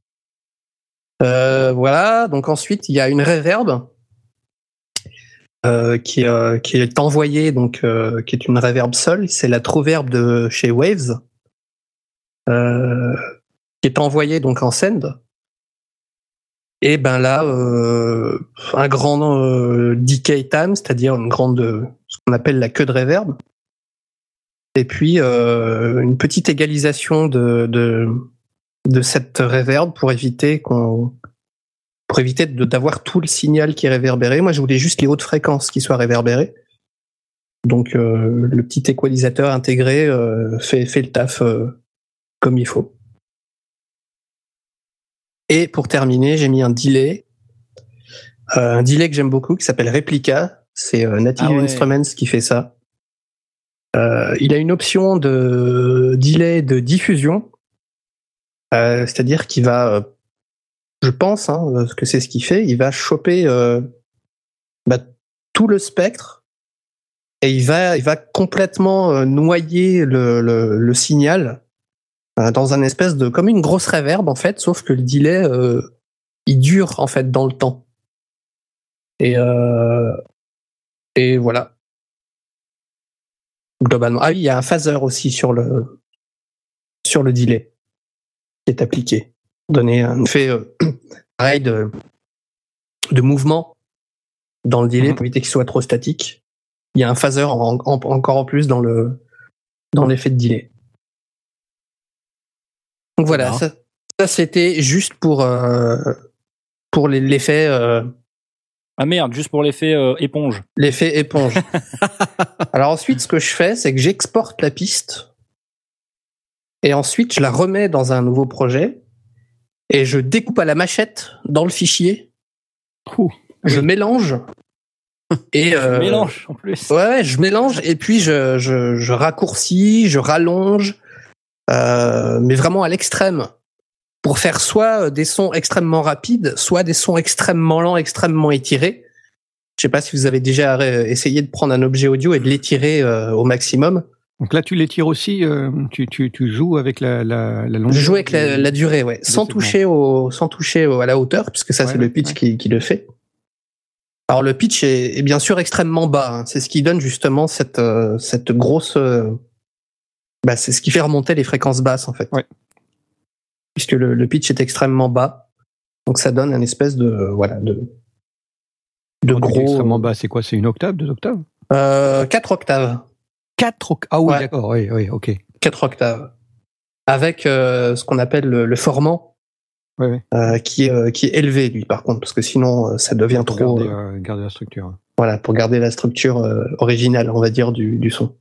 Euh, voilà, donc ensuite il y a une reverb euh, qui, euh, qui est envoyée, donc euh, qui est une reverb seule. C'est la Troverb de chez Waves, euh, qui est envoyée donc en send. Et ben là, euh, un grand euh, decay time, c'est-à-dire une grande, ce qu'on appelle la queue de reverb. Et puis euh, une petite égalisation de, de de cette reverb pour éviter qu'on pour éviter de, d'avoir tout le signal qui est réverbéré. Moi, je voulais juste les hautes fréquences qui soient réverbérées. Donc, euh, le petit équalisateur intégré euh, fait, fait le taf euh, comme il faut. Et pour terminer, j'ai mis un delay. Euh, un delay que j'aime beaucoup, qui s'appelle Replica. C'est euh, Native Ah ouais. Instruments qui fait ça. Euh, il a une option de delay de diffusion. Euh, c'est-à-dire qu'il va, euh, je pense hein, que c'est ce qu'il fait, il va choper euh, bah, tout le spectre et il va, il va complètement euh, noyer le, le, le signal euh, dans un espèce de, comme une grosse reverb en fait, sauf que le delay, euh, il dure en fait dans le temps. Et, euh, et voilà. Globalement. Ah oui, il y a un phaser aussi sur le, sur le delay qui est appliqué. Donner un effet euh, pareil de, de mouvement dans le delay pour éviter qu'il soit trop statique. Il y a un phaser en, en, encore en plus dans le dans l'effet de delay. Donc voilà, ça, ça c'était juste pour euh, pour les, l'effet euh, Ah merde, juste pour l'effet euh, éponge. l'effet éponge. Alors ensuite, ce que je fais, c'est que j'exporte la piste et ensuite je la remets dans un nouveau projet et je découpe à la machette dans le fichier. Ouh, je oui. mélange et euh, Mélange en plus. ouais, je mélange et puis je je, je raccourcis, je rallonge, euh, mais vraiment à l'extrême pour faire soit des sons extrêmement rapides, soit des sons extrêmement lents, extrêmement étirés. Je sais pas si vous avez déjà essayé de prendre un objet audio et de l'étirer euh, au maximum. Donc là, tu l'étires aussi, euh, tu, tu, tu joues avec la, la, la longueur. Je joue avec la, la durée, ouais, sans segments. toucher au, sans toucher au, à la hauteur, puisque ça Ouais, c'est le pitch ouais. qui, qui le fait. Alors le pitch est, est bien sûr extrêmement bas. Hein. C'est ce qui donne justement cette, euh, cette grosse. Euh, bah, c'est ce qui fait remonter les fréquences basses en fait. Ouais. Puisque le, le pitch est extrêmement bas, donc ça donne un espèce de euh, voilà de de Quand tu dis gros. extrêmement bas, c'est quoi? C'est une octave, deux octaves? Euh, quatre octaves. Quatre octaves. Ah oui, Ouais. d'accord, oui, oui, ok. Quatre octaves. Avec euh, ce qu'on appelle le, le formant, Ouais, ouais. euh, qui est euh, qui est élevé lui par contre, parce que sinon euh, ça devient Pour trop. garder, euh, euh, garder la structure. Voilà, pour garder la structure euh, originale, on va dire, du, du son.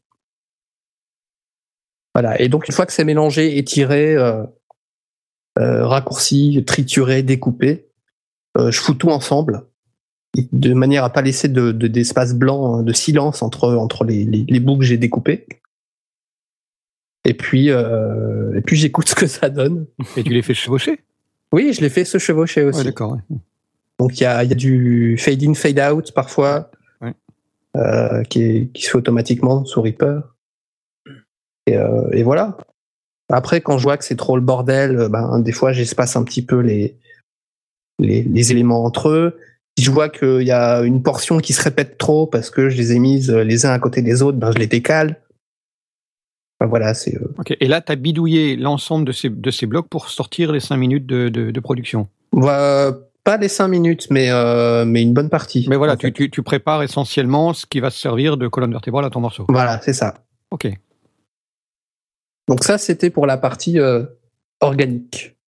Voilà, et donc une fois que c'est mélangé, étiré, euh, euh, raccourci, trituré, découpé, euh, je fous tout ensemble, de manière à pas laisser de, de, d'espace blanc, de silence entre, entre les, les, les bouts que j'ai découpés. Et puis, euh, et puis j'écoute ce que ça donne. Et tu les fais chevaucher? Oui, je l'ai fait se chevaucher aussi. Ouais, d'accord. Ouais. Donc il y a, y a du fade in, fade out parfois, Ouais. euh, qui, est, qui se fait automatiquement sous Reaper. Et, euh, et voilà. Après, quand je vois que c'est trop le bordel, ben des fois j'espace un petit peu les les, les éléments entre eux. Si je vois qu'il y a une portion qui se répète trop parce que je les ai mises les uns à côté des autres, ben je les décale. Enfin, voilà, c'est. Euh... Ok. Et là, tu as bidouillé l'ensemble de ces, de ces blocs pour sortir les cinq minutes de, de, de production. Euh, pas les cinq minutes, mais, euh, mais une bonne partie. Mais voilà, tu, tu, tu prépares essentiellement ce qui va se servir de colonne vertébrale à ton morceau. Voilà, c'est ça. Ok. Donc ça, c'était pour la partie euh, organique.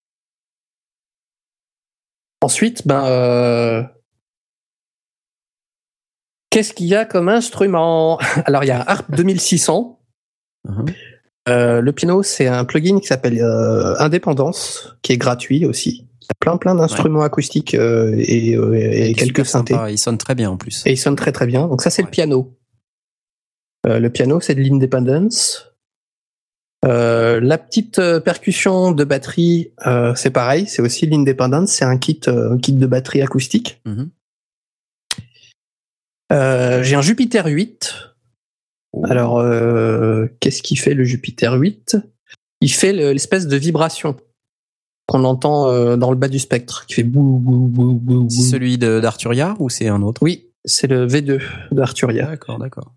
Ensuite, ben, euh... qu'est-ce qu'il y a comme instrument? Alors, il y a un Harp deux mille six cents. Uh-huh. Euh, le piano, c'est un plugin qui s'appelle euh, Indépendance, qui est gratuit aussi. Il y a plein plein d'instruments ouais. acoustiques euh, et, euh, et, et quelques synthés. Sympa. Il sonne très bien en plus. Et il sonne très très bien. Donc ça, c'est ouais. le piano. Euh, le piano, c'est de l'Independence. Euh, la petite euh, percussion de batterie, euh, c'est pareil, c'est aussi l'Independence. C'est un kit, euh, un kit de batterie acoustique. Mm-hmm. Euh, j'ai un Jupiter huit. Oh. Alors, euh, qu'est-ce qu'il fait le Jupiter huit? Il fait le, l'espèce de vibration qu'on entend euh, dans le bas du spectre, qui fait bou bou bou bou. C'est celui de, d'Arturia ou c'est un autre? Oui, c'est le V deux d'Arturia. D'accord, d'accord.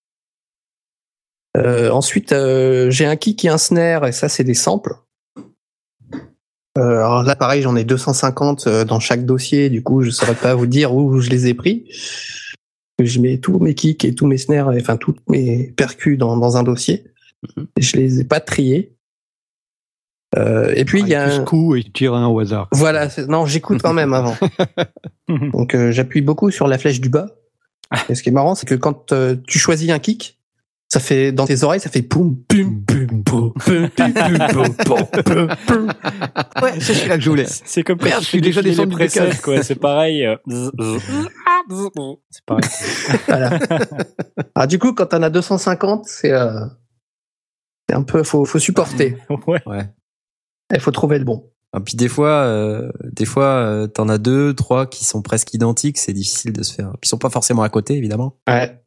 Euh, ensuite, euh, j'ai un kick et un snare, et ça, c'est des samples. Euh, alors là, pareil, j'en ai deux cent cinquante dans chaque dossier, du coup, je ne saurais pas vous dire où je les ai pris. Je mets tous mes kicks et tous mes snares, enfin tous mes percus dans, dans un dossier. Mm-hmm. Je les ai pas triés. Euh, et puis il y a tu un... secoues et tu tires un au hasard. Voilà, c'est... non, j'écoute quand même avant. Donc euh, j'appuie beaucoup sur la flèche du bas. Et ce qui est marrant, c'est que quand euh, tu choisis un kick, ça fait dans tes oreilles, ça fait poum pum pum pum pum pum pum pum pum. Ouais, c'est celui-là que je voulais. C'est comme quand Merde, tu je suis fais déjà défiler descendu les des cases. presets, quoi. C'est pareil. euh, C'est pareil. Voilà. Alors du coup, quand t'en as deux cent cinquante, c'est, euh, c'est un peu, faut, faut supporter. Ouais. Ouais. Il faut trouver le bon. Et puis des fois, euh, des fois, euh, t'en as deux, trois qui sont presque identiques. C'est difficile de se faire. Puis ils sont pas forcément à côté, évidemment. Ouais.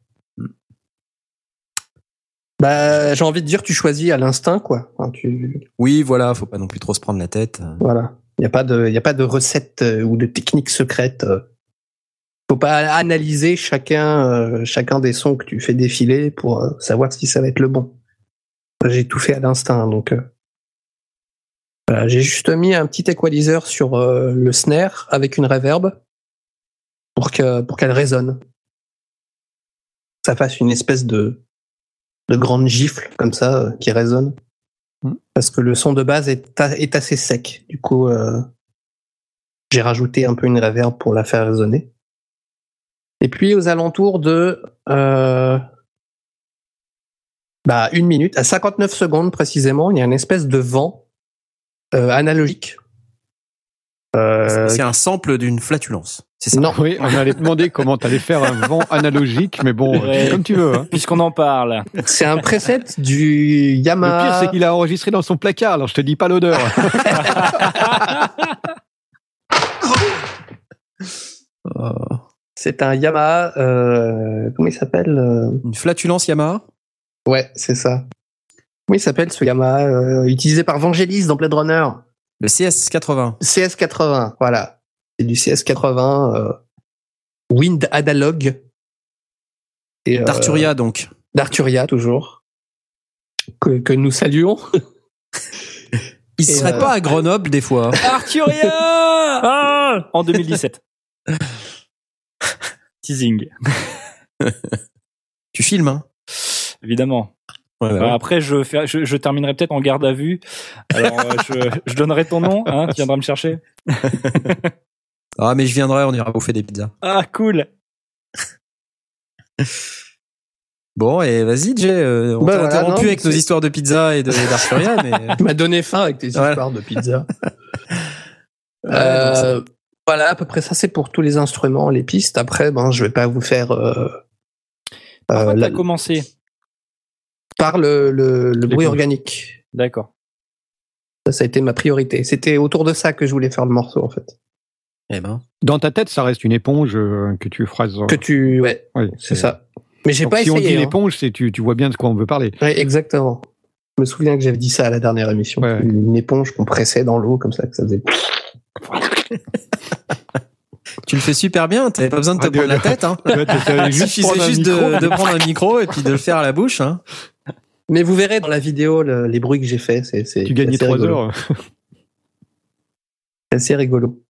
Bah, j'ai envie de dire, tu choisis à l'instinct, quoi. Enfin, tu, Oui, voilà, faut pas non plus trop se prendre la tête. voilà. Il y a pas de, il y a pas de recette euh, ou de technique secrète. euh. Faut pas analyser chacun, euh, chacun des sons que tu fais défiler pour euh, savoir si ça va être le bon. J'ai tout fait à l'instinct, donc. Euh, voilà, j'ai juste mis un petit equalizer sur euh, le snare avec une reverb pour que, pour qu'elle résonne. Ça fasse une espèce de, de grande gifle comme ça euh, qui résonne. Mm. Parce que le son de base est, a- est assez sec. Du coup, euh, j'ai rajouté un peu une reverb pour la faire résonner. Et puis aux alentours de euh, bah, une minute, à cinquante-neuf secondes précisément, il y a une espèce de vent euh, analogique. Euh, C'est un sample d'une flatulence. C'est ça. non, Oui, on allait te demander comment t'allais faire un vent analogique, mais bon, Ouais. c'est comme tu veux. Hein. Puisqu'on en parle. c'est un preset du Le Yamaha. pire, c'est qu'il a enregistré dans son placard, alors je te dis pas l'odeur. Oh. C'est un Yamaha. Euh, comment il s'appelle euh, Une flatulence Yamaha. Ouais, c'est ça. Comment il s'appelle ce Yamaha euh, utilisé par Vangelis dans Blade Runner? Le C S quatre-vingts. C S quatre-vingts, voilà. C'est du C S quatre-vingts. Euh, Wind Analog. Et, euh, D'Arturia, donc. D'Arturia, toujours. Que, que nous saluons. Il Et, serait euh, pas à Grenoble, des fois. Arturia ah En deux mille dix-sept. Teasing. Tu filmes, hein? Évidemment. Ouais, ouais, Euh, ouais. Après, je, fais, je, je terminerai peut-être en garde à vue. Alors, euh, je, je donnerai ton nom, hein, tu viendras me chercher. Ah, mais je viendrai, on ira bouffer des pizzas. Ah, cool. Bon, et vas-y, Jay, euh, on Bah t'a voilà, interrompu non, avec nos c'est- histoires de pizza et de d'Arturia, mais... Tu m'as donné faim avec tes Voilà. histoires de pizza. Ouais, Euh, donc voilà, à peu près ça, c'est pour tous les instruments, les pistes. Après, ben, je vais pas vous faire euh, Par euh, quoi la- t'as commencé? par le, le, le bruit couches. organique. D'accord. Ça, ça a été ma priorité. C'était autour de ça que je voulais faire le morceau, en fait. Eh ben, Dans ta tête, ça reste une éponge euh, que tu phrases. Que tu, ouais, Oui, c'est ça. Mais j'ai Donc, pas si on essayé. dit hein. l'éponge, c'est tu, tu vois bien de quoi on veut parler. Ouais, exactement. Je me souviens que j'avais dit ça à la dernière émission. Ouais. Une éponge qu'on pressait dans l'eau comme ça, que ça faisait. tu le fais super bien, t'avais pas besoin de te Ah, prendre de- la tête, hein. Ouais, t'essayes Il juste suffisait prendre un juste micro. de, de prendre un micro et puis de le faire à la bouche, hein. Mais vous verrez dans la vidéo le- les bruits que j'ai fait. C'est, c'est Tu gagnais assez trois rigolo. heures. C'est assez rigolo.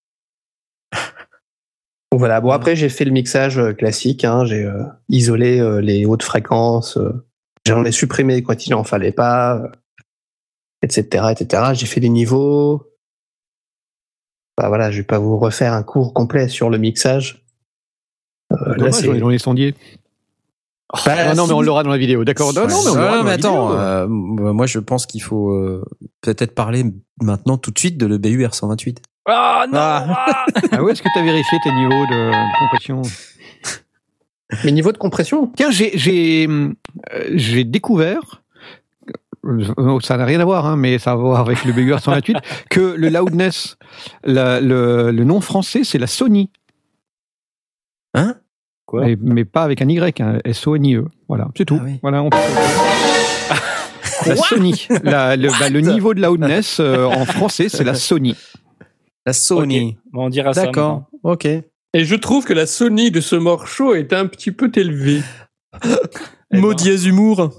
Donc voilà. Bon, après, j'ai fait le mixage euh, classique. Hein. J'ai euh, isolé euh, les hautes fréquences. Euh, j'en ai supprimé quand il en fallait pas, euh, et cetera, et cetera. J'ai fait des niveaux. Bah voilà, je vais pas vous refaire un cours complet sur le mixage. Euh, là, Dommage, c'est- on est dans les sondiers. Bah, Ah non, si mais on vous- l'aura dans la vidéo. D'accord. Non, non, mais on Ouais, l'aura dans mais la attends, vidéo. euh, moi je pense qu'il faut euh, peut-être parler maintenant tout de suite de l'E B U R cent vingt-huit. Ah, non Ah. Ah ouais, est-ce que tu as vérifié tes niveaux de, de compression? Mes niveaux de compression. Tiens, j'ai j'ai euh, j'ai découvert, euh, ça n'a rien à voir, hein, mais ça a à voir avec le B U R cent vingt-huit, que le loudness, la- le, le nom français, c'est la Sony, Hein? Quoi? mais, mais pas avec un Y, hein, S O N I E. Voilà, c'est tout. Ah oui. Voilà, on peut... La Sony, la- le, bah, le niveau de loudness euh, en français, c'est la Sony. La Sony. Bon, on dira ça. D'accord, ok. Et je trouve que la Sony de ce morceau est un petit peu élevée. Eh Mot ben. dièse humour.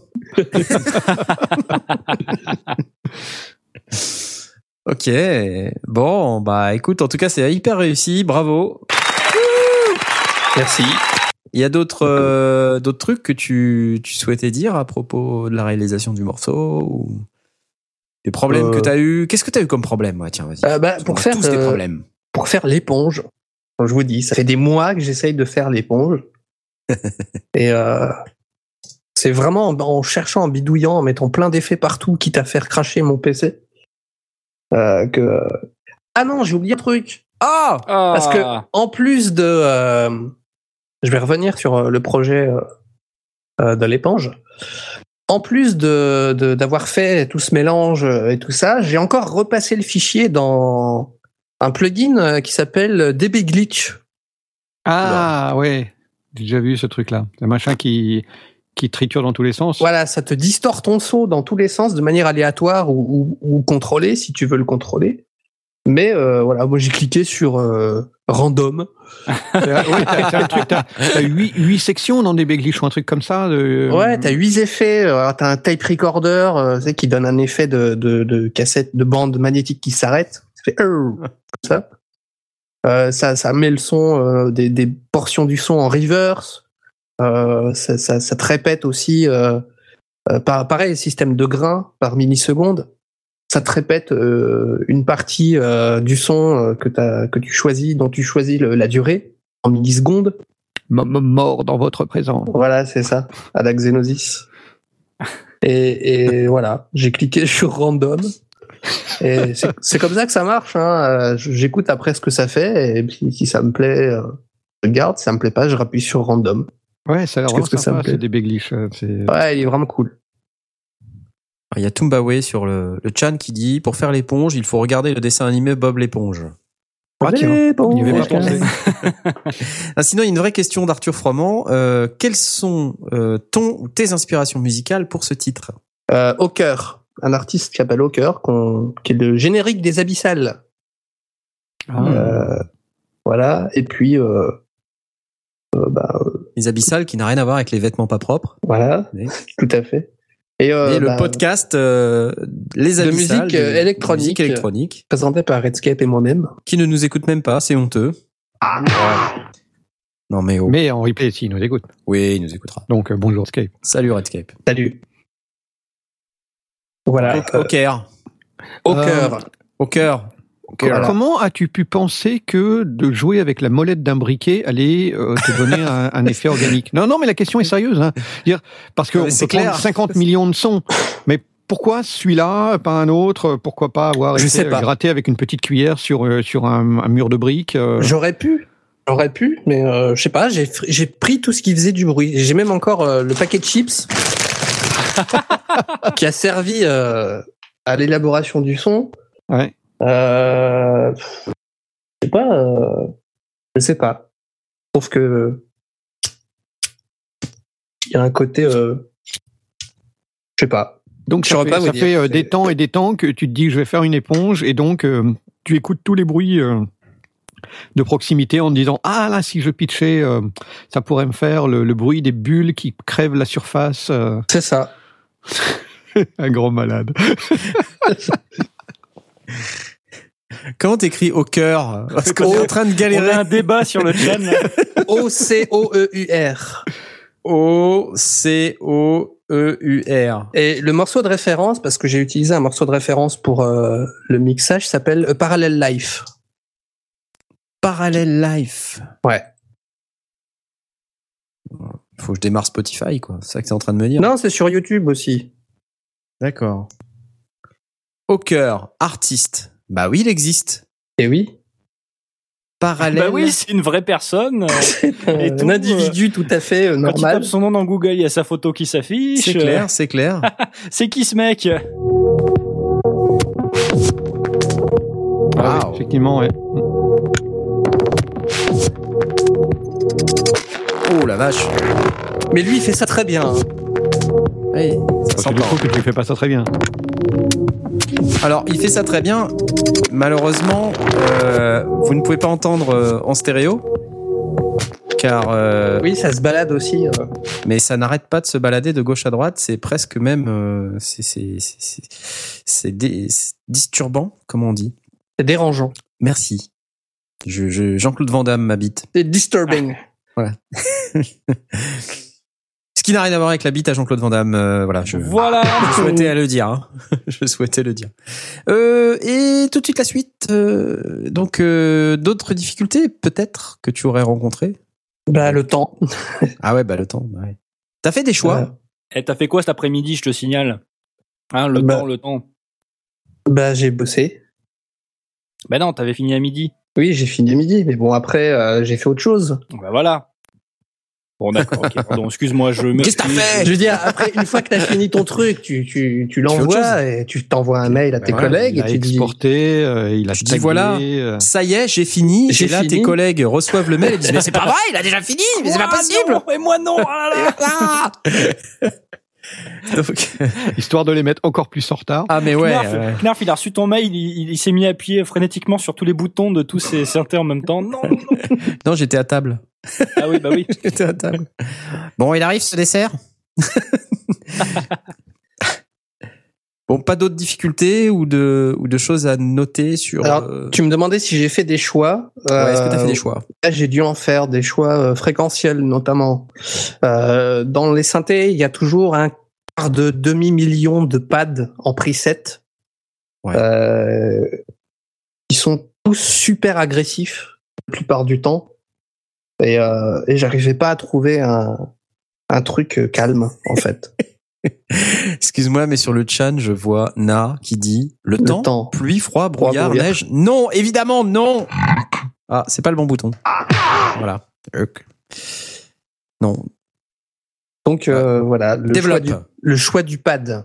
Ok, bon, bah écoute, en tout cas c'est hyper réussi, bravo. Merci. Il y a d'autres euh, d'autres trucs que tu, tu souhaitais dire à propos de la réalisation du morceau ou... Des problèmes Euh. que t'as eu. Qu'est-ce que t'as eu comme problème? Ouais, tiens, vas-y. Euh, bah, On pour a faire tous des euh, problèmes. pour faire l'éponge, comme je vous dis, ça fait des mois que j'essaye de faire l'éponge. Et euh, c'est vraiment en, en cherchant, en bidouillant, en mettant plein d'effets partout, quitte à faire cracher mon P C. Euh, que ah non, j'ai oublié un truc. Ah! Ah. Parce que en plus de, euh, je vais revenir sur euh, le projet euh, euh, de l'éponge. En plus de, de d'avoir fait tout ce mélange euh, et tout ça, j'ai encore repassé le fichier dans un plugin euh, qui s'appelle D B Glitch. Ah ouais, j'ai déjà vu ce truc-là. C'est un machin qui qui triture dans tous les sens. Voilà, ça te distord ton son dans tous les sens de manière aléatoire ou, ou, ou contrôlée si tu veux le contrôler. Mais euh, voilà, moi j'ai cliqué sur euh, random. Euh, ouais, t'as, t'as un truc, t'as, t'as huit, huit sections dans des Glitch ou un truc comme ça. De... Ouais, t'as huit effets. Alors, t'as un tape recorder euh, tu sais, qui donne un effet de, de, de cassette, de bande magnétique qui s'arrête. Ça fait euh, comme ça. Euh, ça. Ça met le son, euh, des, des portions du son en reverse. Euh, ça, ça, ça te répète aussi, euh, euh, par, pareil, système de grains par milliseconde. Ça te répète euh, une partie euh, du son euh, que, t'as, que tu choisis, dont tu choisis le, la durée en millisecondes. M- m- mort dans votre présence. Voilà, c'est ça, à la Xenosis. Et, et voilà, j'ai cliqué sur random. Et c'est, c'est comme ça que ça marche. Hein. J'écoute après ce que ça fait, et puis si ça me plaît, euh, je garde. Si ça me plaît pas, je rappuie sur random. Ouais, ça a l'air Qu'est-ce vraiment que ça sympa, me plaît. c'est des Glitch. C'est... Ouais, il est vraiment cool. Il y a Tumbawe sur le, le chan qui dit, pour faire l'éponge, il faut regarder le dessin animé Bob l'éponge. Ah tiens, Mais bon, on n'y avait pas je- pensé. Ah, sinon, il y a une vraie question d'Arthur Froment. Euh, quelles sont euh, ton ou tes inspirations musicales pour ce titre? Euh, Hawker, un artiste qui s'appelle Hawker, qu'on, qui est le générique des Abyssales. Ah. Euh, voilà, et puis, euh, euh, bah, euh, Les abyssales qui n'a rien à voir avec les vêtements pas propres. voilà, Mais- tout à fait. Et, euh, Et le bah, podcast euh, Les de Abyssales. musique, euh, de- électronique. de musique électronique. présenté par Redscape et moi-même. Qui ne nous écoute même pas, c'est honteux. Ah, Non mais oh. Mais en replay, si, il nous écoute. Oui, il nous écoutera. Donc, euh, bonjour Skype. Salut Redscape. salut. Voilà. Au, au cœur. Au Euh, cœur. Au cœur. Au cœur. Voilà. Comment as-tu pu penser que de jouer avec la molette d'un briquet allait euh, te donner un, un effet organique? Non, non, mais la question est sérieuse. Hein. Dire, parce Non, qu'on mais peut c'est prendre clair. cinquante millions de sons, mais pourquoi celui-là, pas un autre? Pourquoi pas avoir Je été sais pas. gratté avec une petite cuillère sur, euh, sur un, un mur de briques euh, J'aurais pu. J'aurais pu, mais euh, je sais pas, j'ai, fr- j'ai pris tout ce qui faisait du bruit. J'ai même encore euh, le paquet de chips qui a servi euh, à l'élaboration du son. Ouais. Euh, je sais pas. Euh, je sais pas. Je trouve que il y a un côté. Euh, je sais pas. Donc Je ça saurais fait, pas vous ça dire. fait, euh, C'est- des temps et des temps que tu te dis je vais faire une éponge et donc euh, tu écoutes tous les bruits euh, de proximité en te disant ah là si je pitchais euh, ça pourrait me faire le, le bruit des bulles qui crèvent la surface. euh. C'est ça. Un grand malade. Comment t'écris au cœur? Parce qu'on Oh. est en train de On a galérer. un débat sur le chat. là. O C O E U R. O C O E U R. Et le morceau de référence, parce que j'ai utilisé un morceau de référence pour euh, le mixage, s'appelle A Parallel Life. Parallel Life. Ouais. Faut que je démarre Spotify, quoi. C'est ça que t'es en train de me dire. Non, c'est sur YouTube aussi. D'accord. Au cœur, artiste. Bah oui, il existe. Et oui. Parallèle. Bah oui, c'est une vraie personne. C'est un, Et tout, individu tout à fait euh, Quand tu normal. tapes son nom dans Google, il y a sa photo qui s'affiche. C'est clair, c'est clair. C'est qui ce mec? Ah, Wow. effectivement, ouais. Oh la vache. Mais lui, il fait ça très bien. Oui, ça Parce que s'entend. du coup, que tu fais pas ça très bien. Alors, il fait ça très bien. Malheureusement, euh, vous ne pouvez pas entendre euh, en stéréo. Car, euh, Oui, ça se balade aussi. euh. mais ça n'arrête pas de se balader de gauche à droite. C'est presque même, euh, c'est, c'est, c'est, c'est, c'est dé- c'est disturbant, comme on dit. C'est dérangeant. Merci. Je, je, Jean-Claude Van Damme m'habite. C'est disturbing. Ce qui n'a rien à voir avec la bite à Jean-Claude Van Damme. Euh, voilà, je, Voilà. je souhaitais le dire. Hein. Je souhaitais le dire. Euh, et tout de suite la suite. Euh, donc, euh, d'autres difficultés peut-être que tu aurais rencontrées. Bah, le temps. Ah ouais, bah le temps. Ouais. T'as fait des choix. Euh, Et t'as fait quoi cet après-midi, je te signale? Hein, le Bah. temps, le temps. Bah, j'ai bossé. Ben non, t'avais fini à midi. Oui, j'ai fini à midi, mais bon, après, euh, j'ai fait autre chose. Ben voilà. Bon, d'accord, ok. Pardon, excuse-moi, je me. Qu'est-ce que t'as fait? Je veux dire, après, une fois que t'as fini ton truc, tu, tu, tu fais autre l'envoies et tu t'envoies un mail à tes Voilà, collègues il a et tu dis, exporté, euh, il a Tu dis, tagué, voilà. euh, Ça y est, j'ai fini. J'ai et là, fini. tes collègues reçoivent le mail et disent mais c'est pas vrai, il a déjà fini, mais c'est pas possible. Et moi non. Ah là là. Donc, histoire de les mettre encore plus en retard. ah mais ouais. Knarf, euh, Knarf, il a reçu ton mail, il, il, il s'est mis à appuyer frénétiquement sur tous les boutons de tous ses synthés en même temps. Non, non, non. Non, j'étais à table. Ah oui, bah oui. J'étais à table. Bon, il arrive ce dessert. Bon, pas d'autres difficultés ou de ou de choses à noter sur. alors, euh, tu me demandais si j'ai fait des choix. Ouais, est-ce que t'as fait Euh, des choix? Là, j'ai dû en faire des choix euh, fréquentiels, notamment. Euh, dans les synthés, il y a toujours un quart de demi-million de pads en preset. Ouais. Euh, qui sont tous super agressifs la plupart du temps. Et, euh, et j'arrivais pas à trouver un, un truc calme, en fait. Excuse-moi, mais sur le chat, je vois Na qui dit le, Le temps, temps. pluie, froid, brouillard, brouillard. neige. Non, évidemment, non. Ah, c'est pas le bon bouton. Voilà. Huc. Non. Donc euh, voilà, le choix, Développe. du, le choix du pad.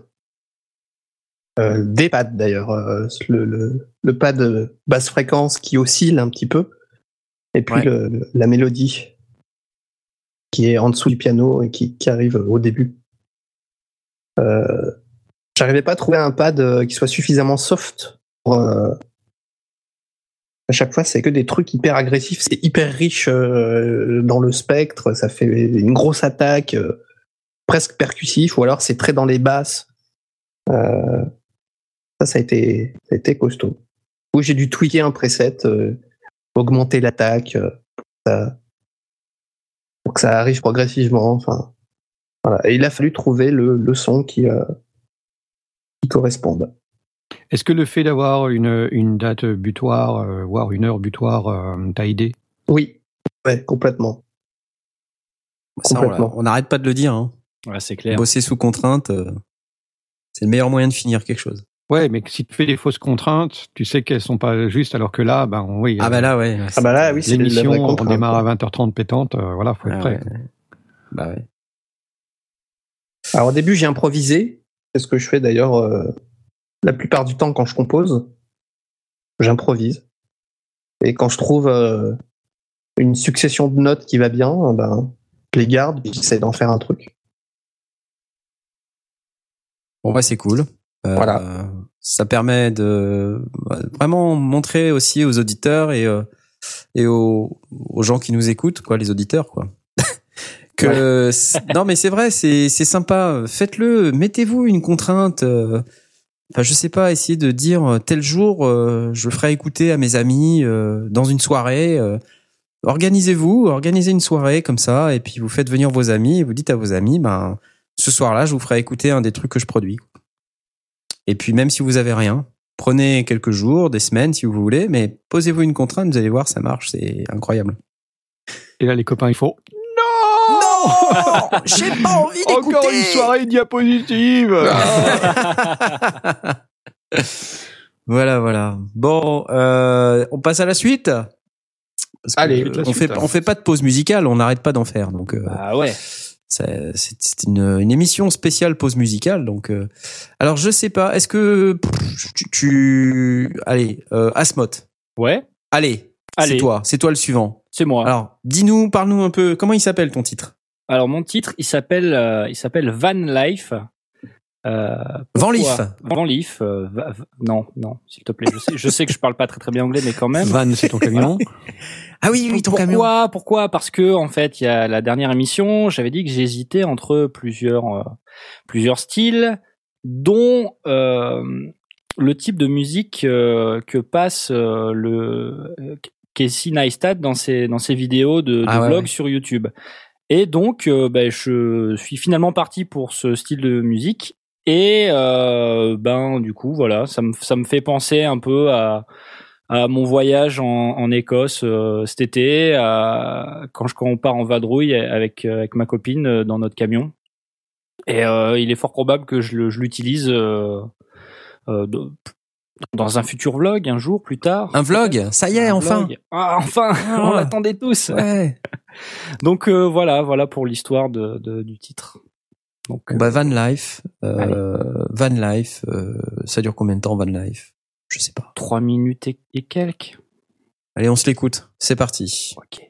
Euh, des pads d'ailleurs. Euh, le, le, le pad basse fréquence qui oscille un petit peu. Et puis Ouais. le, le- la mélodie qui est en dessous du piano et qui, qui arrive au début. Euh, J'arrivais pas à trouver un pad euh, qui soit suffisamment soft pour, euh, à chaque fois, c'est que des trucs hyper agressifs, c'est hyper riche euh, dans le spectre, ça fait une grosse attaque, euh, presque percussif, ou alors c'est très dans les basses. Euh, ça, ça a été, ça a été costaud. Où j'ai dû tweaker un preset, euh, augmenter l'attaque, euh, ça- pour que ça arrive progressivement. Enfin, voilà. Et il a fallu trouver le, le son qui, euh, qui corresponde. Est-ce que le fait d'avoir une, une date butoir, euh, voire une heure butoir, euh, t'a aidé? Oui, ouais, complètement. Ça, on Complètement. l'a- on n'arrête pas de le dire. Hein. Ouais, c'est clair. Bosser sous contrainte, euh, c'est le meilleur moyen de finir quelque chose. Ouais, mais si tu fais des fausses contraintes, tu sais qu'elles sont pas justes, alors que là, ben oui. Ah bah là, ouais. Ah bah là, oui, c'est l'émission, la vraie on contrainte, démarre quoi. à vingt heures trente pétante, euh, voilà, faut être Ah prêt. ouais. Bah ouais. Alors au début, j'ai improvisé. C'est ce que je fais d'ailleurs euh, la plupart du temps quand je compose. J'improvise. Et quand je trouve euh, une succession de notes qui va bien, euh, ben, je les garde et j'essaie d'en faire un truc. Bon bah c'est cool. Euh, Voilà. Ça permet de bah, vraiment montrer aussi aux auditeurs et euh, et aux, aux gens qui nous écoutent, quoi, les auditeurs, quoi. que c'est- non mais c'est vrai, c'est c'est sympa. Faites-le. Mettez-vous une contrainte. euh, Enfin, je sais pas, essayez de dire euh, tel jour, euh, je le ferai écouter à mes amis euh, dans une soirée. euh, Organisez-vous, organisez une soirée comme ça, et puis vous faites venir vos amis et vous dites à vos amis, ben ce soir-là, je vous ferai écouter un des trucs que je produis. Et puis même si vous avez rien, prenez quelques jours, des semaines si vous voulez, mais posez-vous une contrainte, vous allez voir, ça marche, c'est incroyable. Et là, les copains, il faut Non, j'ai pas envie d'écouter. encore une soirée diapositive. Voilà, voilà. Bon, euh, on passe à la suite. Parce que, Allez, euh, la on suite, fait hein. on fait pas de pause musicale, on n'arrête pas d'en faire. Donc euh, Ah ouais. c'est c'est une, une émission spéciale pause musicale. Donc euh, alors je sais pas, est-ce que pff, tu, tu... allez euh, Asmoth, Ouais. allez, Allez. c'est toi, c'est toi le suivant. C'est moi. Alors dis-nous, parle-nous un peu, comment il s'appelle ton titre? Alors mon titre, il s'appelle, euh, il s'appelle Van Life. Euh, Van pourquoi Leaf. Van Leaf. euh, va- va- non, non, s'il te plaît. Je sais, je sais que je parle pas très très bien anglais, mais quand même. Van, c'est ton camion. Ah oui, oui, ton Pourquoi camion. Pourquoi Parce que en fait, il y a la dernière émission, j'avais dit que j'hésitais entre plusieurs euh, plusieurs styles, dont euh, le type de musique euh, que passe euh, le euh, Casey Neistat dans ses dans ses vidéos de, de Ah ouais, vlogs ouais. sur YouTube. Et donc, euh, ben, je suis finalement parti pour ce style de musique. Et euh, ben, du coup, voilà, ça me ça me fait penser un peu à à mon voyage en, en Écosse euh, cet été, à, quand je quand on part en vadrouille avec avec ma copine euh, dans notre camion. Et euh, il est fort probable que je, le, je l'utilise euh, euh, de, dans un futur vlog, un jour plus tard. Un vlog, ça y est, un enfin. vlog. Ah, enfin, Ah. on l'attendait tous. Ouais. Donc euh, voilà, voilà pour l'histoire de, de du titre. Donc Bon, bah, Van Life, Allez. euh, Van Life, euh, ça dure combien de temps Van Life? Je sais pas. trois minutes et, et quelques. Allez, on se l'écoute. C'est parti. Ok.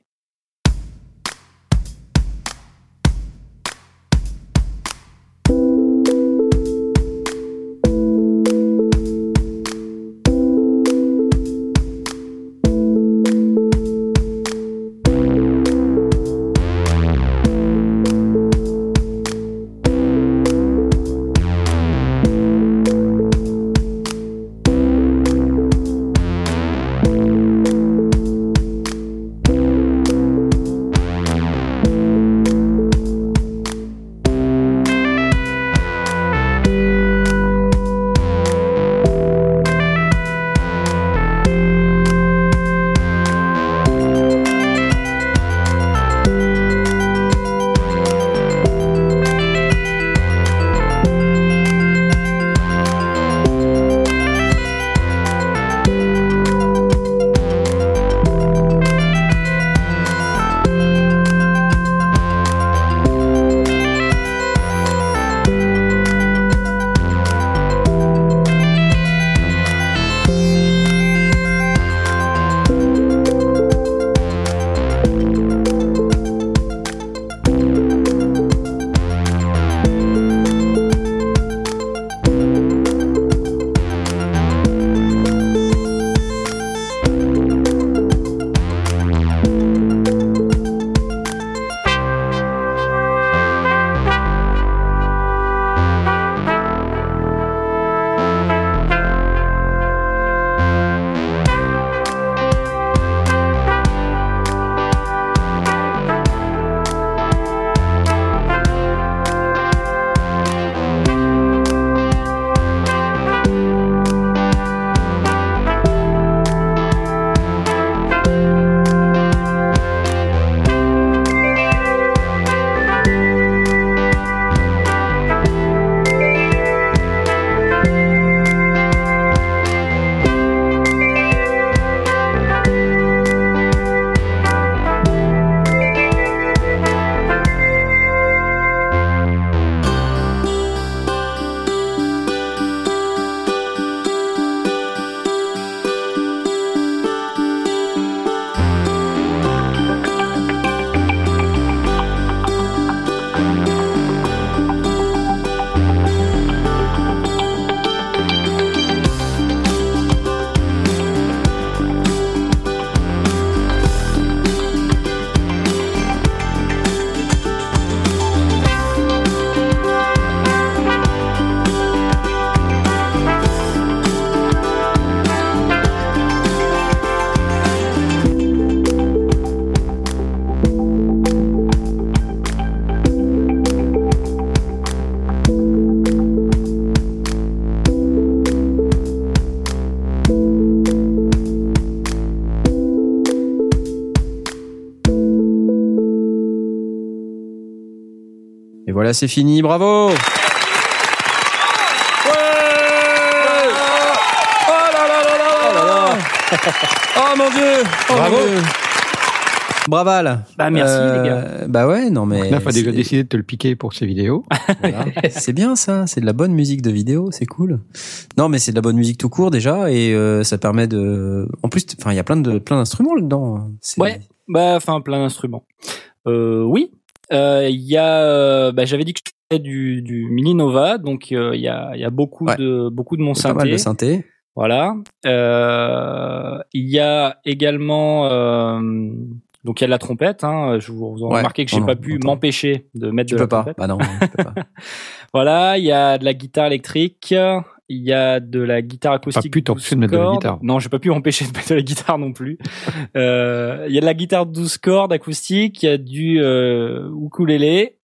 Et voilà, c'est fini. Bravo. Ouais. Oh là là là là là là. Oh mon Dieu. Oh Bravo. mon Dieu. Braval. Bah merci Euh, les gars. Bah ouais, non mais. Knaf a déjà c'est- décidé de te le piquer pour ses vidéos. Voilà. C'est bien ça, c'est de la bonne musique de vidéo, c'est cool. Non mais c'est de la bonne musique tout court déjà et euh, ça permet de. En plus, enfin il y a plein de plein d'instruments là-dedans. C'est- Ouais. Bah enfin plein d'instruments. Euh, oui. Il euh, y a. euh, Bah j'avais dit que je faisais du du Mini Nova, donc il euh, y a il y a beaucoup Ouais. de beaucoup de mon Pas mal de synthé. synthé. Voilà. Euh, Il y a également. Euh, Donc il y a de la trompette, hein. Je vous vous en Ouais, remarquez que j'ai non, non, pas pu attends. m'empêcher de mettre Tu de peux la pas. trompette. Bah non, tu peux pas. Voilà, il y a de la guitare électrique il y a de la guitare acoustique. Pas pu t'empêcher de mettre de la guitare. Non, j'ai pas pu m'empêcher de mettre de la guitare non plus. euh, il y a de la guitare douze cordes acoustique, il y a du euh, ukulélé,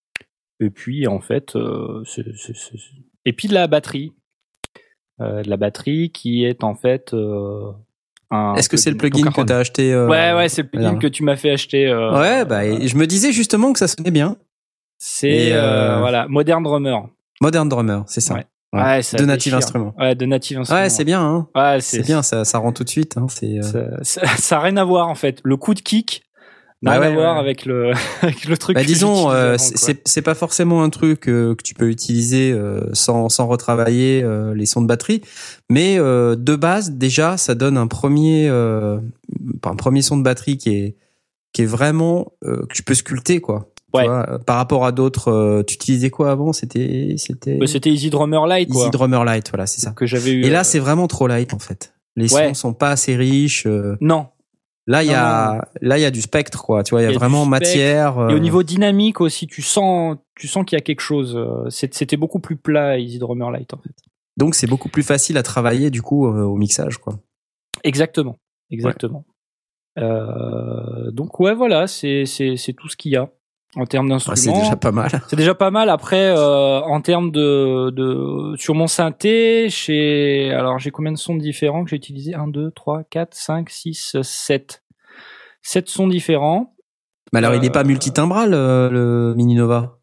et puis en fait, euh, c'est, c'est, c'est... et puis de la batterie, euh, de la batterie qui est en fait. Euh, un Est-ce que c'est le plugin que t'as acheté euh... Ouais, ouais, c'est le plugin voilà. que tu m'as fait acheter. Euh, ouais, bah, et je me disais justement que ça sonnait bien. C'est et euh, euh... voilà, Modern Drummer. Modern Drummer, c'est ça. Ouais. Ouais. Ouais, ça de déchire. Native Instruments. Ouais, de Native Instruments. Ouais, c'est bien. Hein. Ouais, c'est, c'est bien, ça, ça rend tout de suite. Hein. C'est, euh... ça, ça, ça a rien à voir en fait. Le coup de kick n'a bah rien ouais, à voir ouais. avec le avec le truc. Bah que disons, euh, avant, c'est, c'est c'est pas forcément un truc euh, que tu peux utiliser euh, sans sans retravailler euh, les sons de batterie, mais euh, de base déjà, ça donne un premier euh, un premier son de batterie qui est qui est vraiment euh, que tu peux sculpter quoi. Ouais. Tu vois, par rapport à d'autres, euh, tu utilisais quoi avant? C'était c'était. Bah, c'était Easy Drummer Lite quoi. Easy Drummer Lite, voilà, c'est ça. Que j'avais eu. Et là, euh... c'est vraiment trop light en fait. Les ouais. sons sont pas assez riches. Euh... Non. Là, il y non, a, non. là, il y a du spectre, quoi. Tu vois, il y a, y a vraiment matière. Euh... Et au niveau dynamique aussi, tu sens, tu sens qu'il y a quelque chose. C'était beaucoup plus plat, Easy Drummer Lite, en fait. Donc, c'est beaucoup plus facile à travailler, du coup, euh, au mixage, quoi. Exactement. Exactement. Ouais. Euh, donc, ouais, voilà, c'est, c'est, c'est tout ce qu'il y a en termes d'instruments. Ouais, c'est déjà pas mal. C'est déjà pas mal. Après, euh, en termes de, de, sur mon synthé, j'ai, alors, j'ai combien de sons différents que j'ai utilisés? un, deux, trois, quatre, cinq, six, sept. sept sons différents. Mais alors, euh, il est pas multitimbral, euh, le Mini Nova?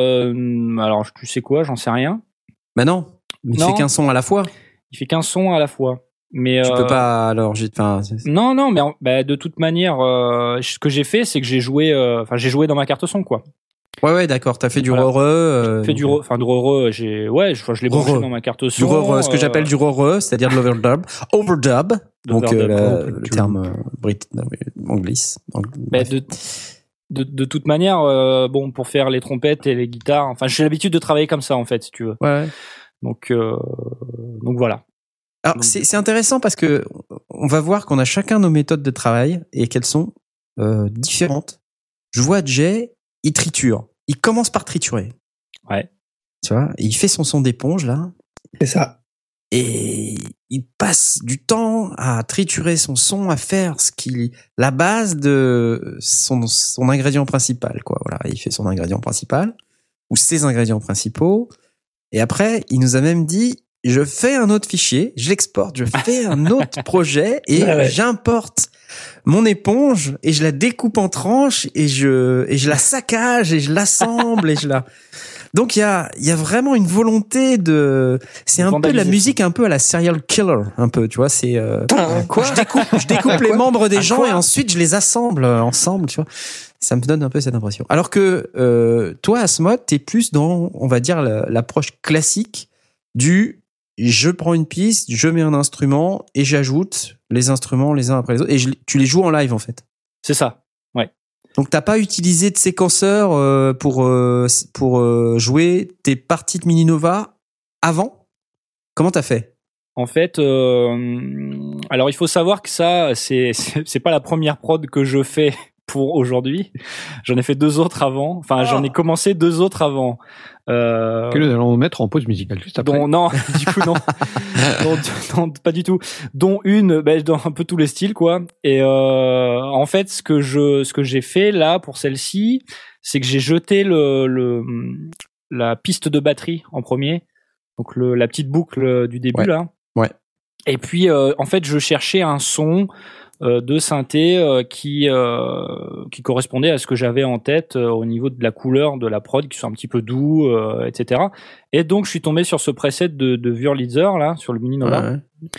Euh, alors, tu sais quoi? J'en sais rien. Bah non. Il non. fait qu'un son à la fois. Il fait qu'un son à la fois. Mais tu euh... peux pas, alors, j'ai, enfin. Non, non, mais bah, de toute manière, euh, ce que j'ai fait, c'est que j'ai joué, enfin, euh, j'ai joué dans ma carte son, quoi. Ouais, ouais, d'accord. T'as fait du voilà. re-re. Euh, j'ai fait du re, enfin, du re-re, j'ai, ouais, je, je l'ai branché dans ma carte son. Du re-re, ce que j'appelle euh... du re-re, c'est-à-dire de l'overdub. Overdub. Donc, euh, la, le terme euh, brit, anglais. Bah, de, de, de toute manière, euh, bon, pour faire les trompettes et les guitares, enfin, j'ai l'habitude de travailler comme ça, en fait, si tu veux. Ouais. Donc, euh, donc voilà. Alors, c'est, c'est intéressant parce que on va voir qu'on a chacun nos méthodes de travail et qu'elles sont euh, différentes. Je vois Jay, il triture. Il commence par triturer. Ouais. Tu vois, il fait son son d'éponge, là. C'est ça. Et il passe du temps à triturer son son, à faire ce qu'il, la base de son, son ingrédient principal, quoi. Voilà. Il fait son ingrédient principal ou ses ingrédients principaux. Et après, il nous a même dit, je fais un autre fichier, je l'exporte, je fais un autre projet et ah ouais. j'importe mon éponge et je la découpe en tranches et je et je la saccage et je l'assemble et je la. Donc il y a il y a vraiment une volonté de c'est un peu la musique un peu à la serial killer un peu, tu vois, c'est euh, quoi je découpe je découpe les membres des gens et ensuite je les assemble ensemble, tu vois. Ça me donne un peu cette impression. Alors que euh, toi Asmod, t'es plus dans, on va dire, la, l'approche classique du je prends une piste, je mets un instrument et j'ajoute les instruments les uns après les autres et je, tu les joues en live en fait. C'est ça, ouais. Donc t'as pas utilisé de séquenceur euh, pour euh, pour euh, jouer tes parties de Mini Nova avant? Comment t'as fait? En fait, euh, alors il faut savoir que ça, c'est, c'est c'est pas la première prod que je fais pour aujourd'hui. J'en ai fait deux autres avant. Enfin, oh. j'en ai commencé deux autres avant. Euh, que nous allons mettre en pause musicale juste après. Dont, non, du coup non. non, non, pas du tout. Dont une, ben, dans un peu tous les styles, quoi. Et euh, en fait, ce que je, ce que j'ai fait là pour celle-ci, c'est que j'ai jeté le, le, la piste de batterie en premier, donc le, la petite boucle du début ouais. là. Ouais. Et puis, euh, en fait, je cherchais un son euh, de synthé euh, qui euh, qui correspondait à ce que j'avais en tête euh, au niveau de la couleur de la prod, qui soit un petit peu doux, euh, et cetera. Et donc, je suis tombé sur ce preset de, de Wurlitzer là, sur le Mini Nova. Ouais.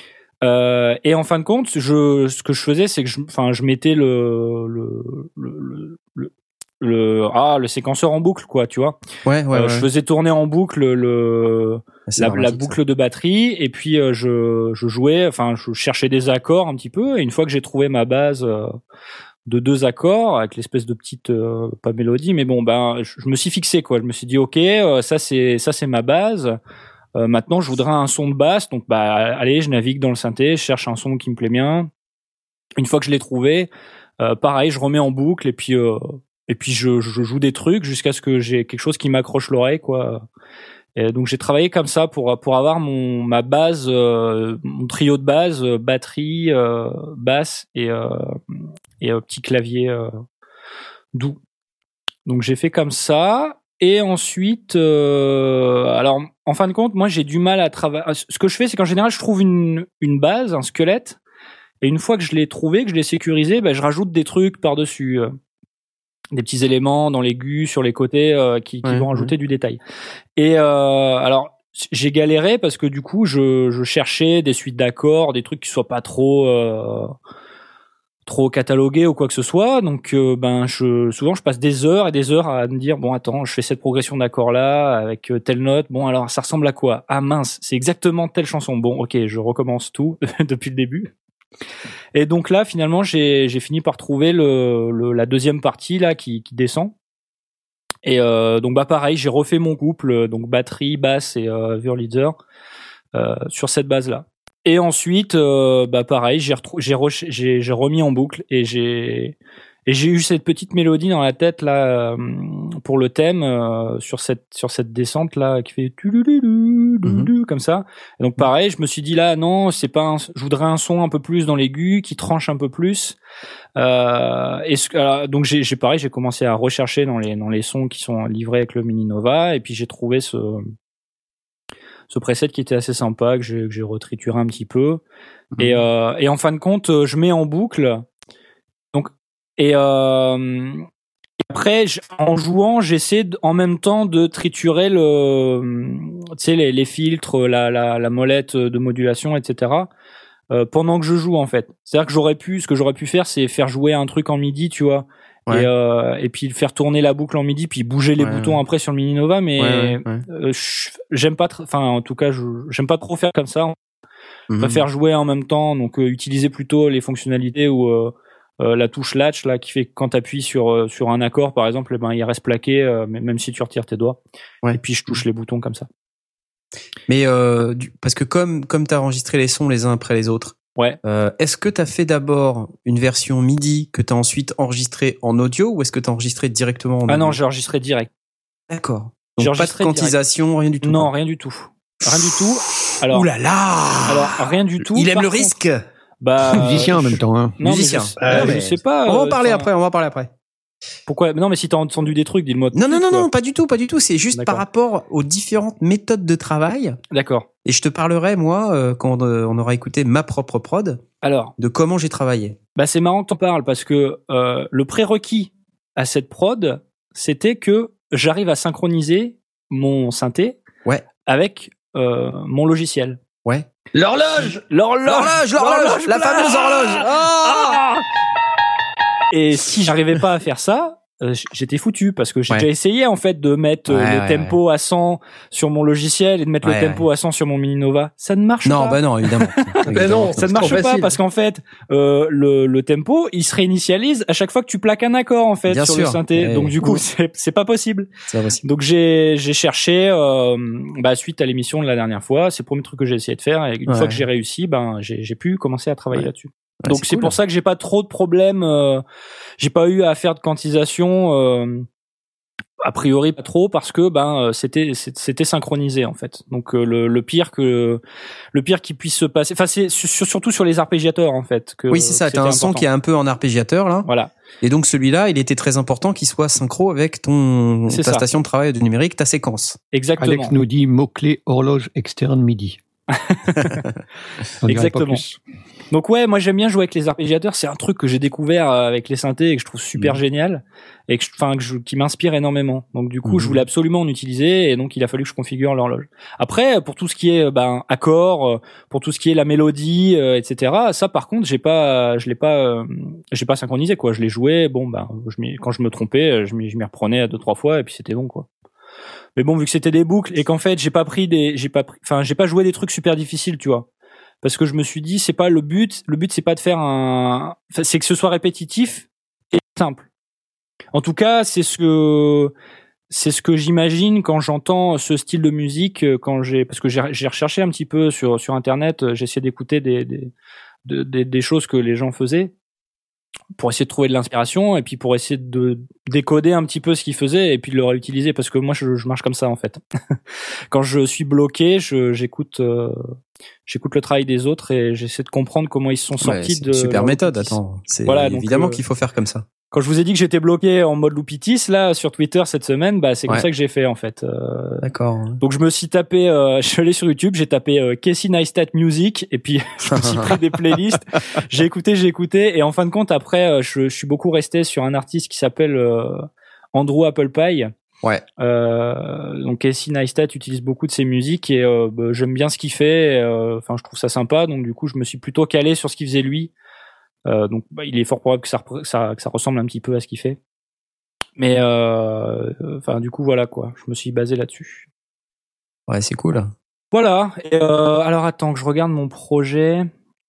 Euh, et en fin de compte, je, ce que je faisais, c'est que je, enfin, je mettais le le le, le le ah le séquenceur en boucle, quoi, tu vois. Ouais, ouais, euh, ouais. Je faisais tourner en boucle le la, la boucle ça. de batterie et puis euh, je je jouais, enfin je cherchais des accords un petit peu et une fois que j'ai trouvé ma base euh, de deux accords avec l'espèce de petite euh, pas mélodie, mais bon ben je, je me suis fixé, quoi. Je me suis dit ok, euh, ça c'est ça c'est ma base. Euh, maintenant je voudrais un son de basse, donc bah allez, je navigue dans le synthé, je cherche un son qui me plaît bien. Une fois que je l'ai trouvé, euh, pareil, je remets en boucle et puis euh, et puis je, je joue des trucs jusqu'à ce que j'ai quelque chose qui m'accroche l'oreille, quoi. Et donc j'ai travaillé comme ça pour pour avoir mon ma base, euh, mon trio de base, euh, batterie, euh, basse et euh, et euh, petit clavier euh, doux. Donc j'ai fait comme ça. Et ensuite, euh, alors en fin de compte, moi j'ai du mal à travailler. Ce que je fais, c'est qu'en général, je trouve une une base, un squelette, et une fois que je l'ai trouvé, que je l'ai sécurisé, ben je rajoute des trucs par dessus, euh, des petits éléments dans l'aigu, sur les côtés, euh, qui, qui Ouais, vont rajouter ouais. du détail. Et euh, alors j'ai galéré parce que du coup, je je cherchais des suites d'accords, des trucs qui soient pas trop euh, trop catalogué ou quoi que ce soit, donc euh, ben je souvent je passe des heures et des heures à me dire bon attends, je fais cette progression d'accords là avec euh, telle note, bon alors ça ressemble à quoi? Ah mince, c'est exactement telle chanson. Bon OK, je recommence tout depuis le début. Et donc là finalement j'ai j'ai fini par trouver le, le la deuxième partie là qui qui descend. Et euh, donc bah pareil, j'ai refait mon couple donc batterie, basse et euh, Wurlitzer euh, sur cette base là. Et ensuite, euh, bah pareil, j'ai, retrou- j'ai, re- j'ai, j'ai remis en boucle et j'ai et j'ai eu cette petite mélodie dans la tête là euh, pour le thème euh, sur cette sur cette descente là qui fait mm-hmm. comme ça. Et donc pareil, je me suis dit là non, c'est pas, un, je voudrais un son un peu plus dans l'aigu qui tranche un peu plus. Euh, et ce, alors, donc j'ai, j'ai pareil, j'ai commencé à rechercher dans les dans les sons qui sont livrés avec le Mini Nova et puis j'ai trouvé ce ce preset qui était assez sympa, que j'ai, que j'ai retrituré un petit peu. Mmh. Et, euh, et en fin de compte, je mets en boucle. Donc, et, euh, et après, en jouant, j'essaie de, en même temps de triturer le, tu sais, les, les filtres, la, la, la molette de modulation, et cetera. Euh, pendant que je joue, en fait. C'est-à-dire que j'aurais pu, ce que j'aurais pu faire, c'est faire jouer un truc en MIDI, tu vois. Ouais. Et, euh, et puis faire tourner la boucle en MIDI, puis bouger les ouais, boutons ouais. après sur le Mini Nova, mais ouais, ouais, ouais. Euh, j'aime pas, enfin en tout cas, je, j'aime pas trop faire comme ça. Mm-hmm. Je préfère jouer en même temps, donc euh, utiliser plutôt les fonctionnalités ou euh, euh, la touche latch là qui fait que quand t'appuies sur euh, sur un accord, par exemple, eh ben il reste plaqué, euh, même si tu retires tes doigts. Ouais. Et puis je touche les boutons comme ça. Mais euh, du, parce que comme comme t'as enregistré les sons les uns après les autres. Ouais. Euh, est-ce que tu as fait d'abord une version MIDI que tu as ensuite enregistrée en audio ou est-ce que tu as enregistré directement en audio? Ah non, j'ai enregistré direct. D'accord. Donc j'ai pas de quantisation, direct. Rien du tout. Non, quoi. rien du tout. Rien du tout. Alors. Ouh là là. Alors rien du tout. Il aime le contre, risque. Bah. Musicien en même temps. Hein. Non, Musicien. Mais je, euh, non, mais je sais pas. On va en parler euh, après. On va en parler après. Pourquoi? Non, mais si t'as entendu des trucs, dis-le moi. Non, non, non, quoi. non, pas du tout, pas du tout. C'est juste D'accord. par rapport aux différentes méthodes de travail. D'accord. Et je te parlerai, moi, euh, quand on aura écouté ma propre prod, alors, de comment j'ai travaillé. Bah, c'est marrant que t'en parles parce que euh, le prérequis à cette prod, c'était que j'arrive à synchroniser mon synthé ouais. avec euh, mon logiciel. Ouais. L'horloge, l'horloge, l'horloge, l'horloge, la fameuse horloge. Ah Et si j'arrivais pas à faire ça, euh, j'étais foutu parce que j'ai ouais. déjà essayé en fait de mettre ouais, le ouais, tempo ouais. à cent sur mon logiciel et de mettre ouais, le tempo ouais. à cent sur mon Mini Nova. Ça ne marche non, pas. Non, bah non, évidemment. Mais non, ça ne marche pas facile. Parce qu'en fait, euh, le, le tempo, il se réinitialise à chaque fois que tu plaques un accord en fait Bien sur sûr. le synthé. Ouais, Donc du coup, ouais. c'est c'est pas possible. C'est pas possible. Donc j'ai j'ai cherché, euh, bah suite à l'émission de la dernière fois, c'est le premier truc que j'ai essayé de faire. Et une ouais. fois que j'ai réussi, ben j'ai j'ai pu commencer à travailler ouais. là-dessus. Ouais, Donc c'est, c'est cool. pour ça que j'ai pas trop de problèmes. Euh, j'ai pas eu à faire de quantisation. Euh, a priori pas trop parce que ben c'était c'était synchronisé en fait. Donc le, le pire que le pire qui puisse se passer. Enfin c'est surtout sur les arpégiateurs en fait. Que, oui c'est ça. T'as un important. Son qui est un peu en arpégiateur là. Voilà. Et donc celui-là, il était très important qu'il soit synchro avec ton c'est ta ça. station de travail du numérique, ta séquence. Exactement. Alex nous dit mot clé horloge externe MIDI. Exactement. Donc ouais, moi j'aime bien jouer avec les arpégiateurs. C'est un truc que j'ai découvert avec les synthés et que je trouve super mmh. génial et que, enfin, que je, qui m'inspire énormément. Donc du coup, mmh. je voulais absolument en utiliser et donc il a fallu que je configure l'horloge. Après, pour tout ce qui est ben accord, pour tout ce qui est la mélodie, euh, et cetera. Ça, par contre, j'ai pas, je l'ai pas, euh, j'ai pas synchronisé quoi. Je l'ai joué. Bon ben, je quand je me trompais, je m'y, je m'y reprenais à deux trois fois et puis c'était bon quoi. Mais bon, vu que c'était des boucles et qu'en fait j'ai pas pris des, j'ai pas pris, enfin j'ai pas joué des trucs super difficiles, tu vois. Parce que je me suis dit, c'est pas le but. Le but, c'est pas de faire un, c'est que ce soit répétitif et simple. En tout cas, c'est ce que, c'est ce que j'imagine quand j'entends ce style de musique, quand j'ai, parce que j'ai, j'ai recherché un petit peu sur, sur Internet, j'ai essayé d'écouter des, des, des, des choses que les gens faisaient. pour essayer de trouver de l'inspiration et puis pour essayer de décoder un petit peu ce qu'il faisait et puis de le réutiliser parce que moi je, je marche comme ça en fait. Quand je suis bloqué, je, j'écoute euh, j'écoute le travail des autres et j'essaie de comprendre comment ils se sont sortis ouais, c'est de une super leur méthode. loupitis. Attends, c'est Voilà, donc, évidemment euh, qu'il faut faire comme ça. Quand je vous ai dit que j'étais bloqué en mode loupitis là sur Twitter cette semaine, bah c'est comme Ouais. ça que j'ai fait en fait. Euh, D'accord. donc je me suis tapé, euh, je suis allé sur YouTube, j'ai tapé euh, Casey Neistat Music et puis je me suis pris des playlists. J'ai écouté, j'ai écouté et en fin de compte après euh, je, je suis beaucoup resté sur un artiste qui s'appelle euh, Andrew Applepie. Ouais. Euh, donc Casey Neistat utilise beaucoup de ses musiques et euh, bah, j'aime bien ce qu'il fait. Enfin, euh, je trouve ça sympa. Donc du coup, je me suis plutôt calé sur ce qu'il faisait lui. Euh, donc bah, il est fort probable que ça, ça, que ça ressemble un petit peu à ce qu'il fait. Mais enfin, euh, du coup, voilà quoi. Je me suis basé là-dessus. Ouais, c'est cool. Voilà. Et, euh, alors attends que je regarde mon projet.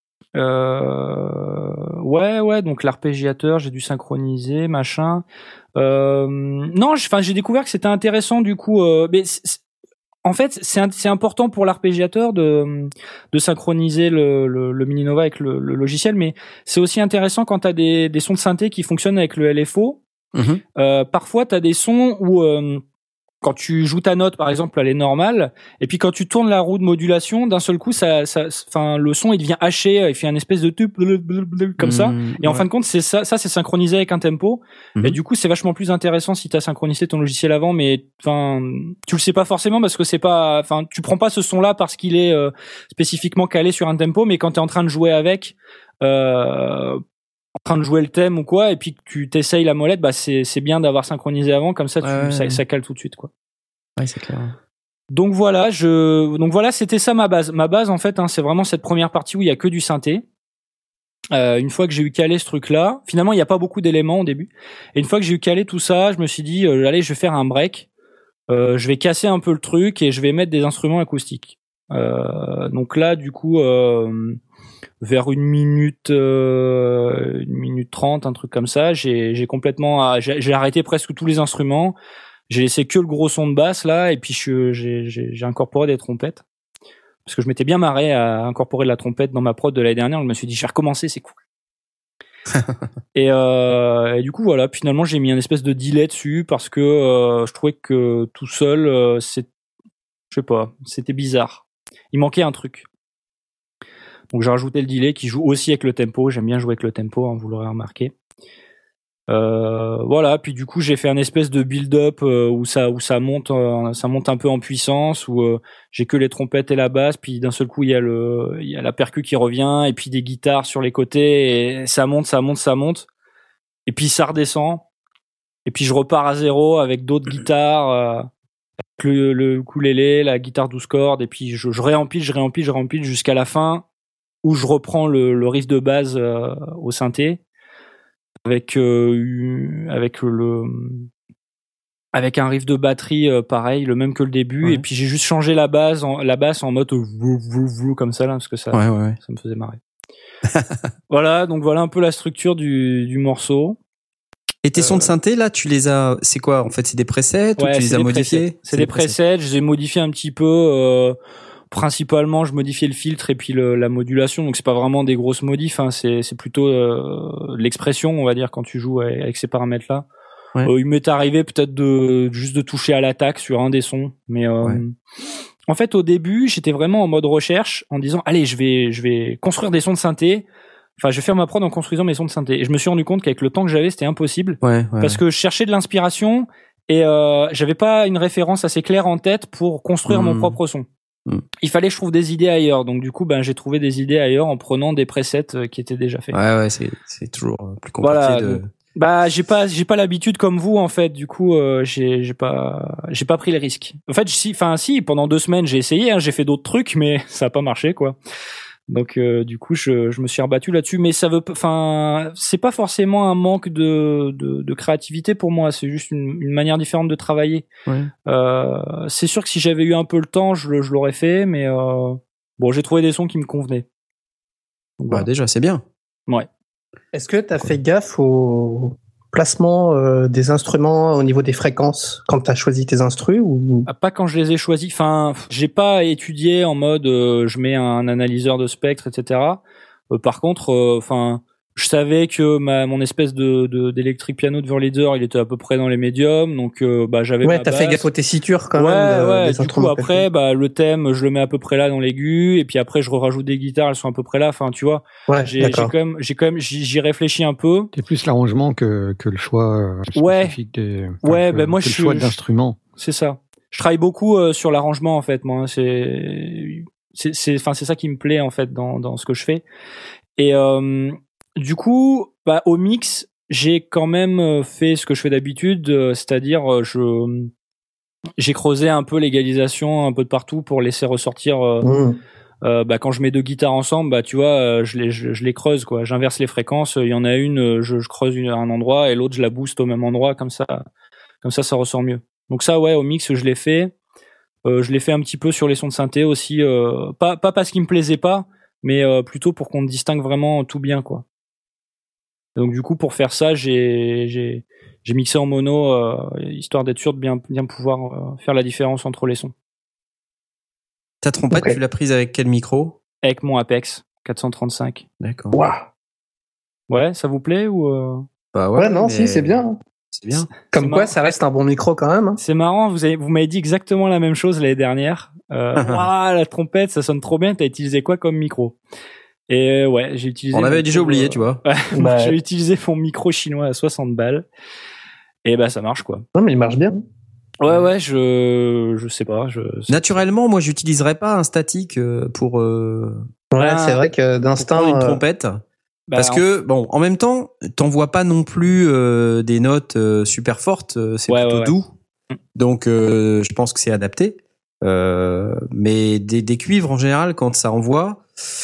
Euh, ouais, ouais. Donc l'arpégiateur, j'ai dû synchroniser, machin. Euh, non, enfin, j'ai découvert que c'était intéressant du coup. Euh, mais c'est, en fait, c'est, c'est important pour l'arpégiateur de, de synchroniser le, le, le Mini Nova avec le, le logiciel, mais c'est aussi intéressant quand t'as des, des sons de synthé qui fonctionnent avec le L F O. Mm-hmm. Euh, parfois, t'as des sons où euh, quand tu joues ta note, par exemple, elle est normale, et puis quand tu tournes la roue de modulation, d'un seul coup, ça, ça, enfin, le son il devient haché, il fait un espèce de tube comme ça. Mmh, et en ouais. fin de compte, c'est ça, ça c'est synchronisé avec un tempo. Mmh. Et du coup, c'est vachement plus intéressant si t'as synchronisé ton logiciel avant, mais enfin, tu le sais pas forcément parce que c'est pas, enfin, tu prends pas ce son-là parce qu'il est euh, spécifiquement calé sur un tempo, mais quand t'es en train de jouer avec. Euh, en train de jouer le thème ou quoi et puis que tu t'essayes la molette, bah c'est c'est bien d'avoir synchronisé avant, comme ça tu ouais, ça, ouais. ça cale tout de suite quoi. Ouais, c'est clair. Donc voilà, je donc voilà, c'était ça ma base. Ma base en fait hein, c'est vraiment cette première partie où il y a que du synthé. Euh, une fois que j'ai eu calé ce truc là, finalement il y a pas beaucoup d'éléments au début. Et une fois que j'ai eu calé tout ça, je me suis dit euh, allez, je vais faire un break. Euh, je vais casser un peu le truc et je vais mettre des instruments acoustiques. Euh, donc là du coup euh, vers une minute, euh, une minute trente, un truc comme ça, j'ai, j'ai complètement, j'ai, j'ai arrêté presque tous les instruments. J'ai laissé que le gros son de basse là, et puis je, j'ai, j'ai, j'ai incorporé des trompettes parce que je m'étais bien marré à incorporer de la trompette dans ma prod de l'année dernière. Je me suis dit, je vais recommencer, c'est cool. et, euh, et du coup voilà, finalement j'ai mis un espèce de delay dessus parce que euh, je trouvais que tout seul, euh, c'est, je sais pas, c'était bizarre. Il manquait un truc. Donc j'ai rajouté le delay qui joue aussi avec le tempo. J'aime bien jouer avec le tempo, hein, vous l'aurez remarqué. Euh, voilà. Puis du coup j'ai fait un espèce de build-up euh, où ça où ça monte, euh, ça monte un peu en puissance. Où euh, j'ai que les trompettes et la basse. Puis d'un seul coup il y a le il y a la percu qui revient et puis des guitares sur les côtés et ça monte, ça monte, ça monte. Et puis ça redescend. Et puis je repars à zéro avec d'autres guitares. Euh, le, le ukulélé, la guitare douze cordes. Et puis je, je réempile, je réempile, je réempile jusqu'à la fin. Où je reprends le, le riff de base euh, au synthé avec euh, avec le avec un riff de batterie euh, pareil, le même que le début, ouais. Et puis j'ai juste changé la base en, la basse en mode vou, vou, vou, comme ça là parce que ça ouais, ouais, ouais. ça me faisait marrer. Voilà, donc voilà un peu la structure du du morceau. Et tes euh, sons de synthé là, tu les as, c'est quoi en fait, c'est des presets ouais, ou tu les as modifiés? C'est, c'est des presets. presets, je les ai modifiés un petit peu. Euh, Principalement, je modifiais le filtre et puis le, la modulation, donc c'est pas vraiment des grosses modifs, hein, c'est, c'est plutôt euh, l'expression, on va dire, quand tu joues avec, avec ces paramètres-là. Ouais. Euh, il m'est arrivé peut-être de juste de toucher à l'attaque sur un des sons, mais euh, ouais. En fait, au début, j'étais vraiment en mode recherche, en disant, allez, je vais, je vais construire des sons de synthé. Enfin, je vais faire ma prod en construisant mes sons de synthé. Et je me suis rendu compte qu'avec le temps que j'avais, c'était impossible, ouais, ouais, parce ouais. que je cherchais de l'inspiration et euh, j'avais pas une référence assez claire en tête pour construire mmh. mon propre son. Il fallait que je trouve des idées ailleurs, donc du coup, ben j'ai trouvé des idées ailleurs en prenant des presets qui étaient déjà faits. Ouais, ouais, c'est c'est toujours plus compliqué voilà, de. Donc, bah j'ai pas j'ai pas l'habitude comme vous en fait. Du coup, euh, j'ai j'ai pas j'ai pas pris le risque. En fait, si, enfin si, pendant deux semaines j'ai essayé, hein, j'ai fait d'autres trucs, mais ça a pas marché quoi. Donc euh, du coup, je je me suis rebattu là-dessus, mais ça veut, enfin, c'est pas forcément un manque de de, de créativité pour moi. C'est juste une, une manière différente de travailler. Ouais. Euh, c'est sûr que si j'avais eu un peu le temps, je, je l'aurais fait, mais euh, bon, j'ai trouvé des sons qui me convenaient. Donc, bah voilà. Déjà, c'est bien. Ouais. Est-ce que t'as fait gaffe au placement euh, des instruments au niveau des fréquences quand t'as choisi tes instrus ou pas quand je les ai choisis. Enfin, j'ai pas étudié en mode euh, je mets un analyseur de spectre, et cetera. Euh, par contre, enfin, euh, je savais que ma mon espèce de, de d'électrique piano de Leader, il était à peu près dans les médiums, donc euh, bah j'avais Ouais, ma t'as basse. fait gaffe aux tessitures quand ouais, même. Ouais, ouais. Du coup après, bah le thème, je le mets à peu près là dans l'aigu, et puis après je rajoute des guitares, elles sont à peu près là. Enfin, tu vois, ouais, j'ai, j'ai quand même, j'ai quand même, j'y, j'y réfléchis un peu. C'est plus l'arrangement que que le choix euh, spécifique ouais. des. Enfin, ouais, que, ben moi que je le choix je, d'instruments. C'est ça. Je travaille beaucoup euh, sur l'arrangement en fait. Moi, c'est, c'est, c'est, enfin c'est ça qui me plaît en fait dans dans ce que je fais. Et euh, du coup, bah, au mix, j'ai quand même fait ce que je fais d'habitude, euh, c'est-à-dire je j'ai creusé un peu l'égalisation un peu de partout pour laisser ressortir. Euh, mmh. euh, bah, quand je mets deux guitares ensemble, bah tu vois, euh, je les je, je les creuse quoi. J'inverse les fréquences. Il y en a une, je, je creuse une, un endroit et l'autre je la booste au même endroit, comme ça, comme ça, ça ressort mieux. Donc ça, ouais, au mix, je l'ai fait. Euh, je l'ai fait un petit peu sur les sons de synthé aussi, euh, pas pas parce qu'il me plaisait pas, mais euh, plutôt pour qu'on distingue vraiment tout bien quoi. Donc du coup pour faire ça j'ai j'ai j'ai mixé en mono euh, histoire d'être sûr de bien bien pouvoir euh, faire la différence entre les sons. Ta trompette okay. Tu l'as prise avec quel micro? Avec mon Apex quatre cent trente-cinq. D'accord. Wow. Ouais, ça vous plaît ou euh... Bah ouais, ouais non, mais... si c'est bien. C'est bien. Comme c'est quoi, marrant. Ça reste un bon micro quand même. Hein. C'est marrant, vous avez vous m'avez dit exactement la même chose l'année dernière. Euh, wow, la trompette, ça sonne trop bien. T'as utilisé quoi comme micro? Et ouais, j'ai utilisé. On avait déjà oublié, euh... tu vois. bah... J'ai utilisé mon micro chinois à soixante balles. Et bah ça marche quoi. Non mais il marche bien. Ouais ouais, je je sais pas. Je... Naturellement, moi, j'utiliserais pas un statique pour. Euh... Ouais, ah, c'est vrai que d'instinct une trompette. Euh... Bah, Parce que en... bon, en même temps, t'envoies pas non plus euh, des notes euh, super fortes. C'est ouais, plutôt ouais, doux. Ouais. Donc, euh, je pense que c'est adapté. Euh, mais des, des cuivres en général, quand ça envoie.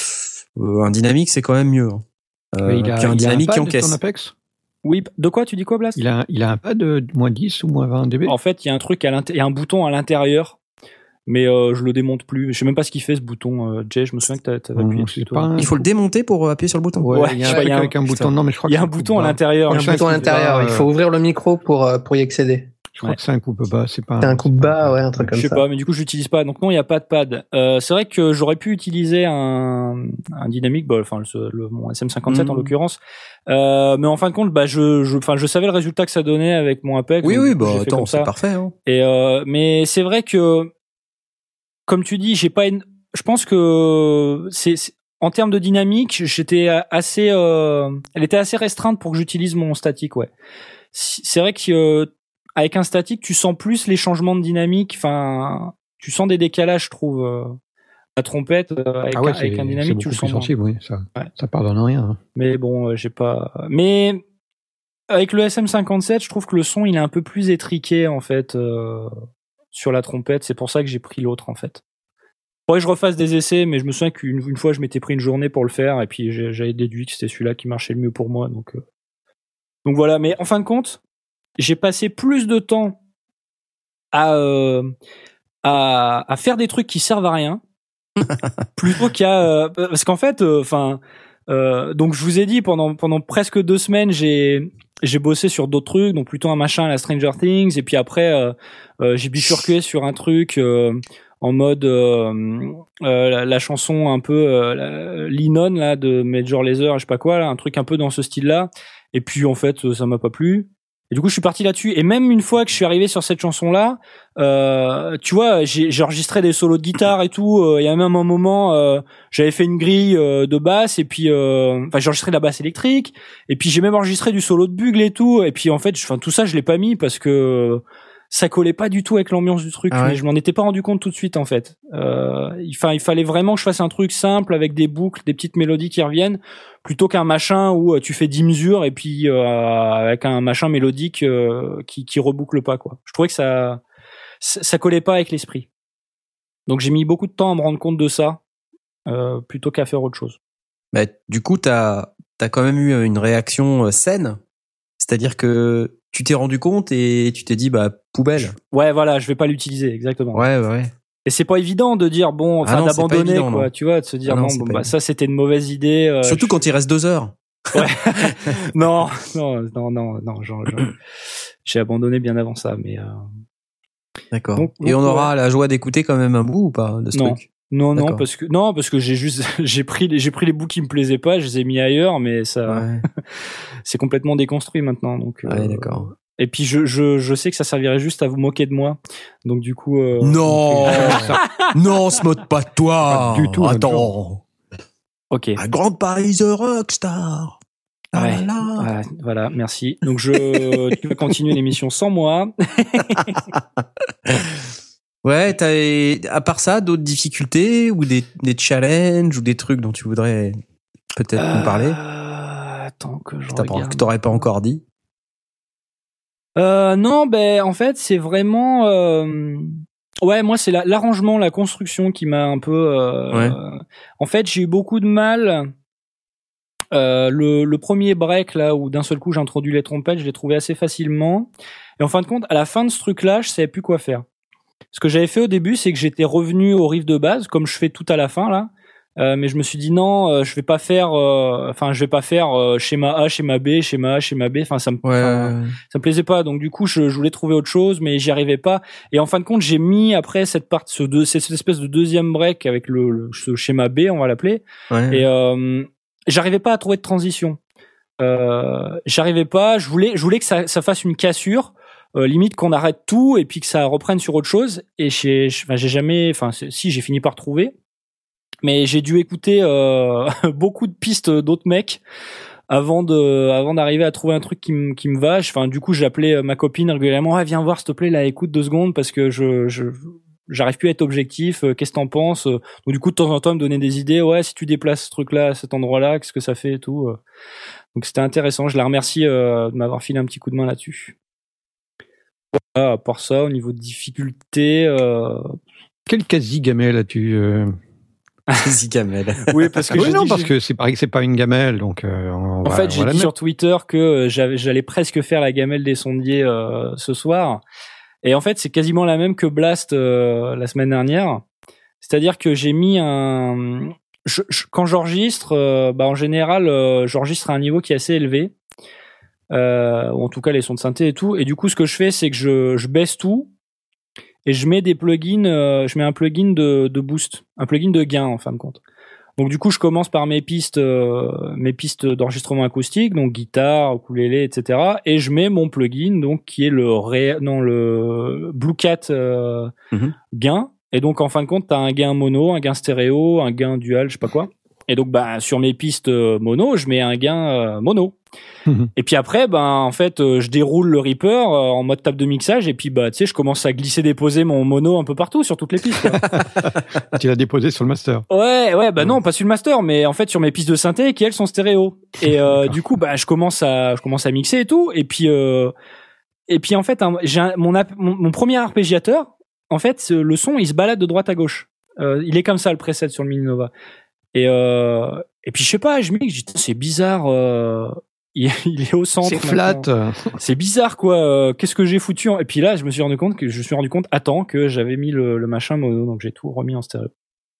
Euh, un dynamique, c'est quand même mieux. Euh, il a, qu'un il dynamique a un qui pad encaisse. De ton Apex oui, de quoi tu dis quoi, Blast? Il a, il a un pad de moins dix ou moins vingt décibels. En fait, il y a un truc à l'intérieur, il y a un bouton à l'intérieur, mais euh, je le démonte plus. Je sais même pas ce qu'il fait ce bouton. Euh, Jay, je me souviens que t'as, t'avais appuyé dessus. Un... Il faut le démonter pour appuyer sur le bouton. Ouais, ouais il y a un, ouais, y a un avec un bouton. Putain. Non, mais je crois il y a un bouton à l'intérieur. Il y a un bouton à l'intérieur. Euh... Il faut ouvrir le micro pour pour y accéder. Je crois ouais. que c'est un coup bas, c'est pas. C'est un coup bas, ouais, un truc comme ça. Je sais pas, mais du coup, j'utilise pas. Donc non, il y a pas de pad. Euh, c'est vrai que j'aurais pu utiliser un, un dynamique, bah, enfin le, le mon S M cinquante-sept mmh. en l'occurrence. Euh, mais en fin de compte, bah je, je, enfin je savais le résultat que ça donnait avec mon Apex. Oui, oui, bah attends, c'est parfait. Hein. Et euh, mais c'est vrai que, comme tu dis, j'ai pas. Une... Je pense que c'est, c'est en termes de dynamique, j'étais assez. Euh... Elle était assez restreinte pour que j'utilise mon statique, ouais. C'est vrai que euh, avec un statique, tu sens plus les changements de dynamique. Enfin, tu sens des décalages, je trouve. Euh, la trompette euh, avec, ah ouais, un, avec un dynamique, tu le sens sensible, oui, ça, ouais. ça pardonne rien. Hein. Mais bon, euh, j'ai pas. Mais avec le S M cinquante-sept, je trouve que le son il est un peu plus étriqué en fait euh, sur la trompette. C'est pour ça que j'ai pris l'autre en fait. Faudrait que je refasse des essais, mais je me souviens qu'une une fois, je m'étais pris une journée pour le faire et puis j'avais déduit que c'était celui-là qui marchait le mieux pour moi. Donc, euh... donc voilà. Mais en fin de compte, j'ai passé plus de temps à euh, à, à faire des trucs qui servent à rien. plutôt qu'à euh, parce qu'en fait enfin euh, euh, donc je vous ai dit pendant pendant presque deux semaines j'ai j'ai bossé sur d'autres trucs, donc plutôt un machin à la Stranger Things, et puis après euh, euh, j'ai bifurqué sur un truc euh, en mode euh, euh, la, la chanson un peu euh, Linon là de Major Lazer, je sais pas quoi là, un truc un peu dans ce style là, et puis en fait ça m'a pas plu. Et du coup, je suis parti là-dessus. Et même une fois que je suis arrivé sur cette chanson-là, euh, tu vois, j'ai, j'ai enregistré des solos de guitare et tout. Il y a même un moment, euh, j'avais fait une grille euh, de basse et puis, euh, enfin, j'ai enregistré de la basse électrique. Et puis j'ai même enregistré du solo de bugle et tout. Et puis en fait, enfin, tout ça, je l'ai pas mis parce que ça collait pas du tout avec l'ambiance du truc. Ah ouais. Mais je m'en étais pas rendu compte tout de suite en fait. Euh, il, fa- il fallait vraiment que je fasse un truc simple avec des boucles, des petites mélodies qui reviennent, plutôt qu'un machin où tu fais dix mesures et puis euh, avec un machin mélodique euh, qui, qui reboucle pas quoi. Je trouvais que ça, ça ça collait pas avec l'esprit. Donc j'ai mis beaucoup de temps à me rendre compte de ça euh, plutôt qu'à faire autre chose. Bah, du coup, t'as t'as quand même eu une réaction saine, c'est-à-dire que tu t'es rendu compte et tu t'es dit bah poubelle. Ouais, voilà, je vais pas l'utiliser exactement. Ouais, ouais. Et c'est pas évident de dire bon, enfin ah d'abandonner évident, quoi, non. Tu vois, de se dire ah non, bon, bah ça c'était une mauvaise idée. Euh, Surtout je... quand il reste deux heures. Ouais. non, non, non, non, non, genre, genre, j'ai abandonné bien avant ça, mais. Euh... D'accord. Donc, et on ouais. aura la joie d'écouter quand même un bout ou pas de ce non. truc? Non, non, D'accord. parce que non, parce que j'ai juste j'ai pris les j'ai pris les bouts qui me plaisaient pas, je les ai mis ailleurs, mais ça Ouais, c'est complètement déconstruit maintenant. Donc ouais euh, d'accord. et puis je je je sais que ça servirait juste à vous moquer de moi. Donc du coup. Euh, Non, donc, euh, non, on se moque pas de toi. Pas du tout, Attends, ok. un grand Paris the Rockstar. Ah Ouais. là. Voilà, voilà, merci. Donc je tu vas continuer l'émission sans moi. Ouais, t'as, à part ça, d'autres difficultés ou des, des challenges ou des trucs dont tu voudrais peut-être nous parler Euh, attends que je que t'as pas- regarde. que t'aurais pas encore dit. Euh, non, ben en fait c'est vraiment euh, ouais moi c'est la- l'arrangement, la construction qui m'a un peu. Euh, Ouais. En fait j'ai eu beaucoup de mal. Euh, le, le premier break là où d'un seul coup j'ai introduit les trompettes, je l'ai trouvé assez facilement. Et en fin de compte, à la fin de ce truc-là, je savais plus quoi faire. Ce que j'avais fait au début, c'est que j'étais revenu au riff de base, comme je fais tout à la fin là. Euh, mais je me suis dit non, euh, je vais pas faire, euh, enfin je vais pas faire euh, schéma A, schéma B, schéma A, schéma B. Enfin ça me, enfin, Ouais. ça me plaisait pas. Donc du coup, je, je voulais trouver autre chose, mais j'y arrivais pas. Et en fin de compte, j'ai mis après cette part, ce deux, cette espèce de deuxième break avec le, le ce schéma B, on va l'appeler. Ouais. Et euh, j'arrivais pas à trouver de transition. Euh, j'arrivais pas. Je voulais, je voulais que ça, ça fasse une cassure. Euh, limite qu'on arrête tout et puis que ça reprenne sur autre chose. Et j'ai, enfin, j'ai jamais, enfin, si j'ai fini par trouver, mais j'ai dû écouter euh, beaucoup de pistes d'autres mecs avant de, avant d'arriver à trouver un truc qui me, qui me va. Enfin, du coup, j'appelais ma copine régulièrement, ah, viens voir s'il te plaît, là, écoute deux secondes parce que je, je, j'arrive plus à être objectif. Qu'est-ce que t'en penses? Donc du coup, de temps en temps, elle me donnait des idées. Ouais, si tu déplaces ce truc-là à cet endroit-là, qu'est-ce que ça fait et tout. Donc c'était intéressant. Je la remercie euh, de m'avoir filé un petit coup de main là-dessus. Voilà, à part ça, au niveau de difficulté, euh... Quel quasi-gamelle as-tu euh... Vas-y, Kamel. oui, parce que oui, j'ai non, dit parce j'ai- que c'est pareil que c'est pas une gamelle, donc. Euh, on en va, fait, on j'ai va la dit mettre. sur Twitter que euh, j'avais, j'allais presque faire la gamelle des sondiers euh, ce soir, et en fait, c'est quasiment la même que Blast euh, la semaine dernière. C'est-à-dire que j'ai mis un, je, je, quand j'enregistre, euh, bah en général, euh, j'enregistre à un niveau qui est assez élevé. Euh, ou en tout cas les sons de synthé et tout, et du coup ce que je fais c'est que je, je baisse tout et je mets des plugins, euh, je mets un plugin de, de boost, un plugin de gain en fin de compte. Donc du coup je commence par mes pistes, euh, mes pistes d'enregistrement acoustique, donc guitare, ukulélé, et cetera. Et je mets mon plugin donc qui est le ré... non le Blue Cat euh, Mm-hmm. gain. Et donc en fin de compte t'as un gain mono, un gain stéréo, un gain dual, je sais pas quoi. Et donc bah sur mes pistes mono je mets un gain euh, mono. Et puis après, ben en fait, euh, je déroule le Reaper euh, en mode table de mixage et puis bah tu sais, je commence à glisser déposer mon mono un peu partout sur toutes les pistes. Quoi. Tu l'as déposé sur le master. Ouais, ouais, bah non, pas sur le master, mais en fait sur mes pistes de synthé qui elles sont stéréo. Et euh, du coup, bah je commence à je commence à mixer et tout. Et puis euh, et puis en fait, un, j'ai un, mon, mon mon premier arpégiateur, en fait, le son il se balade de droite à gauche. Euh, il est comme ça le preset sur le Mini Nova. Et euh, et puis je sais pas, je me dis, je dis c'est bizarre. Euh, Il, il est au centre. C'est flat. Maintenant. C'est bizarre, quoi. Euh, qu'est-ce que j'ai foutu en... Et puis là, je me suis rendu compte que je me suis rendu compte, attends, que j'avais mis le, le machin mono, donc j'ai tout remis en stéréo.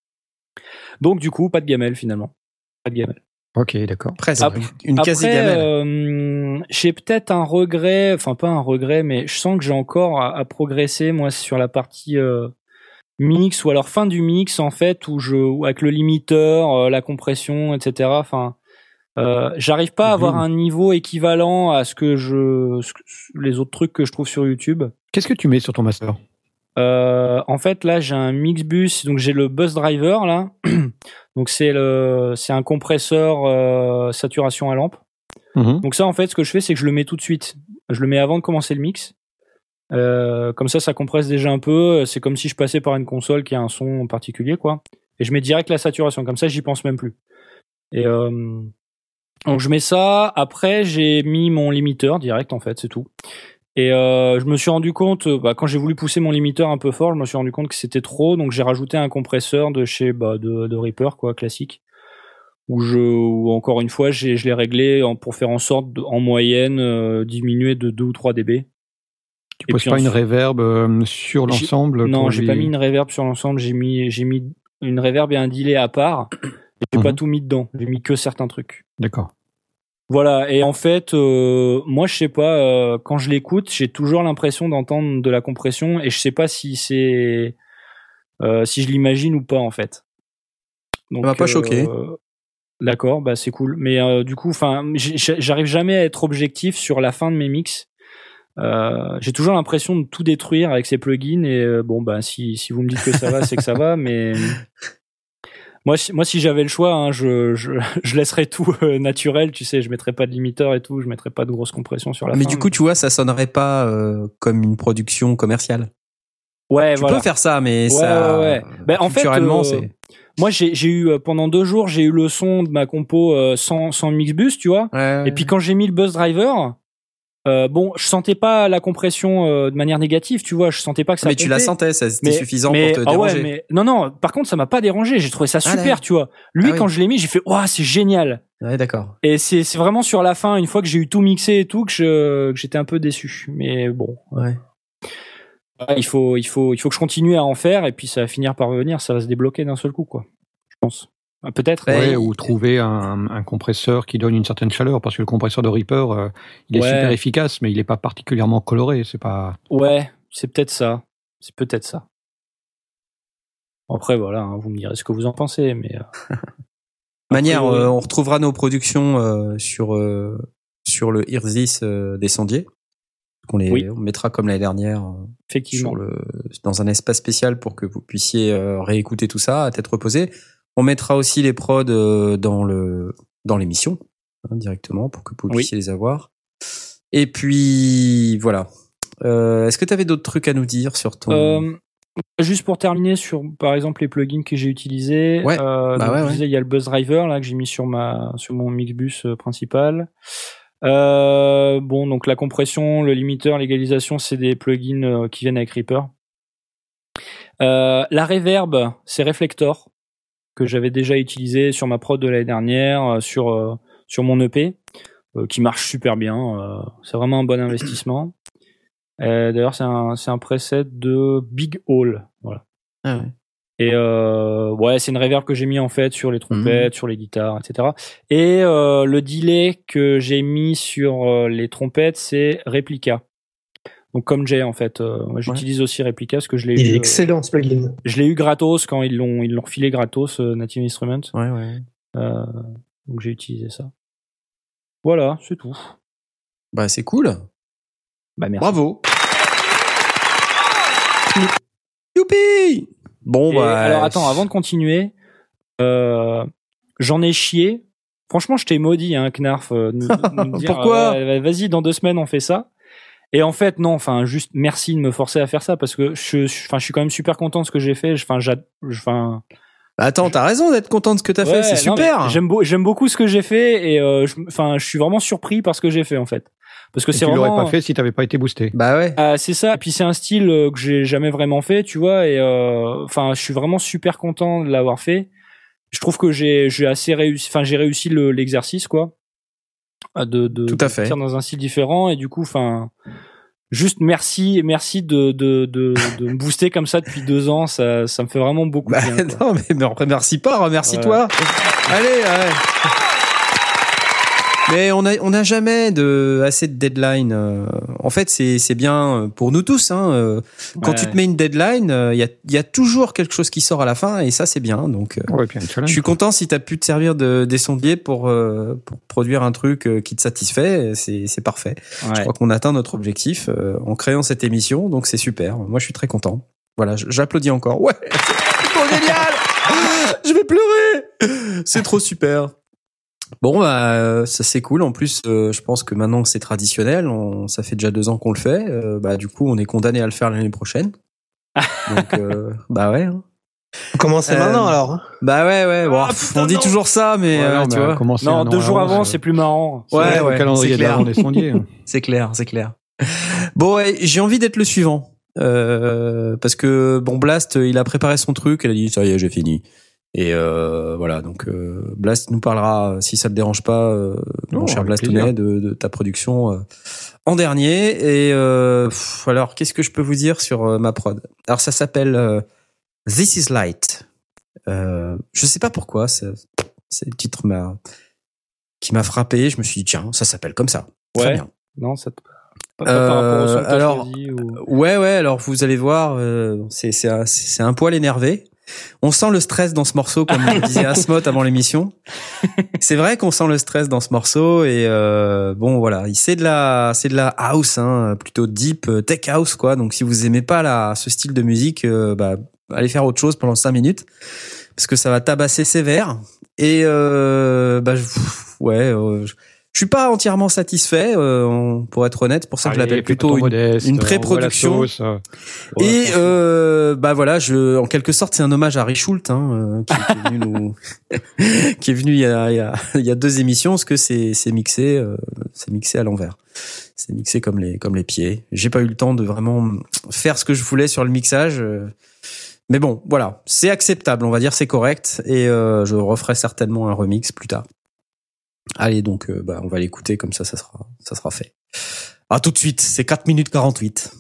Donc du coup, pas de gamelle finalement. Pas de gamelle. Ok, d'accord. Presque. Après, une quasi gamelle. Euh, j'ai peut-être un regret, enfin pas un regret, mais je sens que j'ai encore à, à progresser moi sur la partie euh, mix ou alors fin du mix en fait, où je, où avec le limiteur, euh, la compression, et cetera. Enfin. Euh, j'arrive pas à avoir un niveau équivalent à ce que je, ce que, les autres trucs que je trouve sur YouTube. Qu'est-ce que tu mets sur ton master? Euh, en fait, là, j'ai un Mixbus, donc j'ai le Bus Driver là. Donc c'est le, c'est un compresseur euh, saturation à lampe. Mm-hmm. Donc ça, en fait, ce que je fais, c'est que je le mets tout de suite. Je le mets avant de commencer le mix. Euh, comme ça, ça compresse déjà un peu. C'est comme si je passais par une console qui a un son en particulier, quoi. Et je mets direct la saturation. Comme ça, j'y pense même plus. Et euh, donc je mets ça, après j'ai mis mon limiteur direct en fait, c'est tout. Et euh, je me suis rendu compte, bah, quand j'ai voulu pousser mon limiteur un peu fort, je me suis rendu compte que c'était trop, donc j'ai rajouté un compresseur de chez bah, de, de Reaper quoi, classique. Où je, où encore une fois, j'ai, je l'ai réglé en, pour faire en sorte de, en moyenne euh, diminuer de deux ou trois décibels. Tu poses pas une reverb euh, sur l'ensemble? Non, j'ai lui... pas mis une reverb sur l'ensemble, j'ai mis j'ai mis une reverb et un delay à part. J'ai mmh. pas tout mis dedans, j'ai mis que certains trucs. D'accord. Voilà, et en fait, euh, moi je sais pas, euh, quand je l'écoute, j'ai toujours l'impression d'entendre de la compression et je sais pas si c'est euh, si je l'imagine ou pas en fait. Donc, Ça m'a pas choqué. Euh, d'accord, bah c'est cool. Mais euh, du coup, enfin, j'arrive jamais à être objectif sur la fin de mes mix. Euh, j'ai toujours l'impression de tout détruire avec ces plugins et euh, bon bah si si vous me dites que ça va, c'est que ça va. Mais moi, si, moi si j'avais le choix, hein, je, je je laisserais tout euh, naturel. Tu sais, je mettrais pas de limiteur et tout, je mettrais pas de grosse compression sur la Mais fin. du coup, tu vois, ça sonnerait pas euh, comme une production commerciale. Ouais, Tu voilà. peux faire ça, mais Ouais, ça. ouais, ouais. Ben, en fait, culturellement, euh, c'est. moi, j'ai, j'ai eu, euh, pendant deux jours, j'ai eu le son de ma compo euh, sans, sans Mixbus, tu vois. Ouais. Et puis, quand j'ai mis le buzz driver, euh, bon, je sentais pas la compression euh, de manière négative, tu vois. Je sentais pas que ça Mais tu la pompait. sentais, ça c'était Mais- suffisant mais, pour te ah déranger. ouais, mais, non, non, par contre, ça m'a pas dérangé. J'ai trouvé ça Ah, super, d'accord. tu vois. Lui, Ah oui. quand je l'ai mis, j'ai fait, waouh, c'est génial. Ouais, d'accord. Et c'est, c'est vraiment sur la fin, une fois que j'ai eu tout mixé et tout, que, je, que j'étais un peu déçu. Mais bon. Ouais. Ouais, il faut, il faut, il faut que je continue à en faire et puis ça va finir par revenir, ça va se débloquer d'un seul coup, quoi. Je pense. Ah, peut-être. Ouais, Ouais, il- ou trouver un, un compresseur qui donne une certaine chaleur, parce que le compresseur de Reaper, euh, il est Ouais. super efficace, mais il est pas particulièrement coloré. C'est pas. Ouais, c'est peut-être ça. C'est peut-être ça. Après, voilà, hein, vous me direz ce que vous en pensez, mais. Euh... Manière, priori- euh, on retrouvera nos productions euh, sur euh, sur le Irzis euh, des sondiers. On les Oui. on mettra comme l'année dernière euh, Effectivement. sur le dans un espace spécial pour que vous puissiez euh, réécouter tout ça à tête reposée. On mettra aussi les prods euh, dans le dans l'émission hein, directement pour que vous Oui. puissiez les avoir. Et puis voilà. Euh, est-ce que tu avais d'autres trucs à nous dire sur ton Euh, juste pour terminer sur, par exemple, les plugins que j'ai utilisés. Ouais. Euh, Bah donc, ouais, je ouais. disais, il y a le Buzz Driver là que j'ai mis sur ma sur mon Mixbus euh, principal. Euh, bon, donc la compression, le limiteur, l'égalisation, c'est des plugins euh, qui viennent avec Reaper. Euh, la reverb, c'est Reflector que j'avais déjà utilisé sur ma prod de l'année dernière, euh, sur euh, sur mon E P, euh, qui marche super bien. Euh, c'est vraiment un bon investissement. Euh, d'ailleurs, c'est un c'est un preset de Big Hall, voilà. Ah ouais. Et euh, ouais, c'est une reverb que j'ai mis en fait sur les trompettes, Mmh. sur les guitares, et cetera. Et euh, le delay que j'ai mis sur euh, les trompettes, c'est Replica. Donc comme j'ai en fait, euh, moi, j'utilise aussi Replica parce que je l'ai Il eu, est euh, excellent ce plugin. je l'ai eu gratos quand ils l'ont ils l'ont refilé gratos euh, Native Instruments. Ouais, ouais. Euh, donc j'ai utilisé ça. Voilà, c'est tout. Bah c'est cool. Bah merci. Bravo. Youpi. Bon Et bah alors attends, avant de continuer, euh, j'en ai chié. Franchement, je t'ai maudit, hein, Knarf. Euh, nous, nous dire, Pourquoi euh, vas-y, dans deux semaines, on fait ça. Et en fait, non. Enfin, juste merci de me forcer à faire ça parce que je, je- enfin, je suis quand même super content de ce que j'ai fait. Enfin, j'ad- enfin, Attends, t'as raison d'être content de ce que t'as fait, ouais, c'est non, mais super. J'aime beau- j'aime beaucoup ce que j'ai fait et euh, je- enfin, je suis vraiment surpris par ce que j'ai fait en fait. Parce que Et c'est tu vraiment. l'aurais pas fait si t'avais pas été boosté. Bah ouais. Ah, c'est ça. Et puis c'est un style euh, que j'ai jamais vraiment fait, tu vois. Et euh, enfin, je suis vraiment super content de l'avoir fait. Je trouve que j'ai j'ai assez réussi. Enfin, j'ai réussi le- l'exercice, quoi. Ah, De de Tout à de fait. partir dans un style différent. Et du coup, enfin, juste merci, merci de de de, de me booster comme ça depuis deux ans. Ça ça me fait vraiment beaucoup Bah de bien. quoi. non, mais me remercie pas, remercie-toi. Allez, ouais. Mais on a on n'a jamais de assez de deadline. euh. En fait, c'est c'est bien pour nous tous. Hein. euh. Quand Ouais. tu te mets une deadline, il y a il y a toujours quelque chose qui sort à la fin et ça c'est bien. Donc euh, Ouais, puis un je challenge. suis content si t'as pu te servir de des sondiers pour euh, pour produire un truc euh, qui te satisfait. C'est c'est parfait. Je Ouais. crois qu'on atteint notre objectif euh, en créant cette émission, donc c'est super. Moi, je suis très content. Voilà, j- j'applaudis encore. Ouais, c'est trop génial. Je vais pleurer. C'est trop super. Bon, bah, euh, ça c'est cool. En plus, euh, je pense que maintenant que c'est traditionnel, on, ça fait déjà deux ans qu'on le fait. Euh, bah, du coup, on est condamné à le faire l'année prochaine. Donc, euh, bah ouais. hein. Commencez Euh, maintenant alors. hein. Bah ouais, ouais. Bon, Ah, pff, putain, on dit non. toujours ça, mais Ouais, euh, non, tu mais vois. commencer Non, un deux an jours avance, avant, euh, c'est plus marrant. Ouais, le ouais, calendrier c'est clair. d'avant des sondiers. hein. C'est clair, c'est clair. Bon, ouais, j'ai envie d'être le suivant. Euh, parce que, bon, Blast, il a préparé son truc, il a dit, ça y est, j'ai fini. Et euh, voilà, donc euh, Blast nous parlera, si ça te dérange pas, euh, Non, mon cher avec Blastounet, de, de ta production euh, en dernier. Et euh, pff, alors, qu'est-ce que je peux vous dire sur euh, ma prod? Alors, ça s'appelle euh, This is Light. Euh, je sais pas pourquoi, c'est, c'est le titre m'a, qui m'a frappé. Je me suis dit, tiens, ça s'appelle comme ça. Très Ouais. bien. Non, ça. te- Pas, pas par rapport au son que t'as alors, choisi, ou... ouais, ouais. Alors vous allez voir, euh, c'est c'est un, c'est un poil énervé. On sent le stress dans ce morceau, comme disait Asmod avant l'émission. C'est vrai qu'on sent le stress dans ce morceau et euh, bon voilà, c'est de la c'est de la house, hein, plutôt deep tech house quoi. Donc si vous aimez pas la ce style de musique, euh, bah allez faire autre chose pendant cinq minutes parce que ça va tabasser sévère et euh, bah ouais. Euh, Je suis pas entièrement satisfait, euh, pour être honnête. C'est pour ça que Allez, je l'appelle fais pas plutôt ton une, modeste, une envoie la pré-production. sauce, euh. Et Ouais, euh, bah voilà, je, en quelque sorte, c'est un hommage à Richult, hein, euh, qui, qui est venu nous, qui est venu il y a, il y a, il y a deux émissions, parce que c'est, c'est mixé, euh, c'est mixé à l'envers. C'est mixé comme les, comme les pieds. J'ai pas eu le temps de vraiment faire ce que je voulais sur le mixage. Euh, mais bon, voilà, c'est acceptable, on va dire, c'est correct, et euh, je referai certainement un remix plus tard. Allez, donc, euh, bah, on va l'écouter, comme ça, ça sera, ça sera fait. À tout de suite, c'est quatre minutes quarante-huit.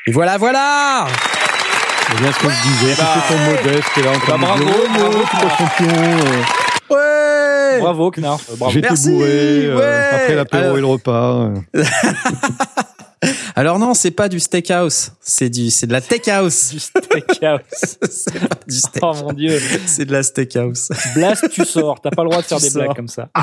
Et voilà, voilà. C'est bien ce que je disais. bah, C'était ton modeste. T'es là en train bah, de bravo, dire, oh, bravo, tu es champion. euh, Ouais. Bravo, Knarf. Bravo. J'étais Merci, bourré euh, ouais. après l'apéro Alors- et le repas. euh. Alors non, c'est pas du steakhouse, c'est du, c'est de la steakhouse. Du steakhouse. C'est pas du steak, Oh mon dieu. c'est de la steakhouse. Blast, tu sors. T'as pas le droit de faire Tu des sors. blagues comme ça.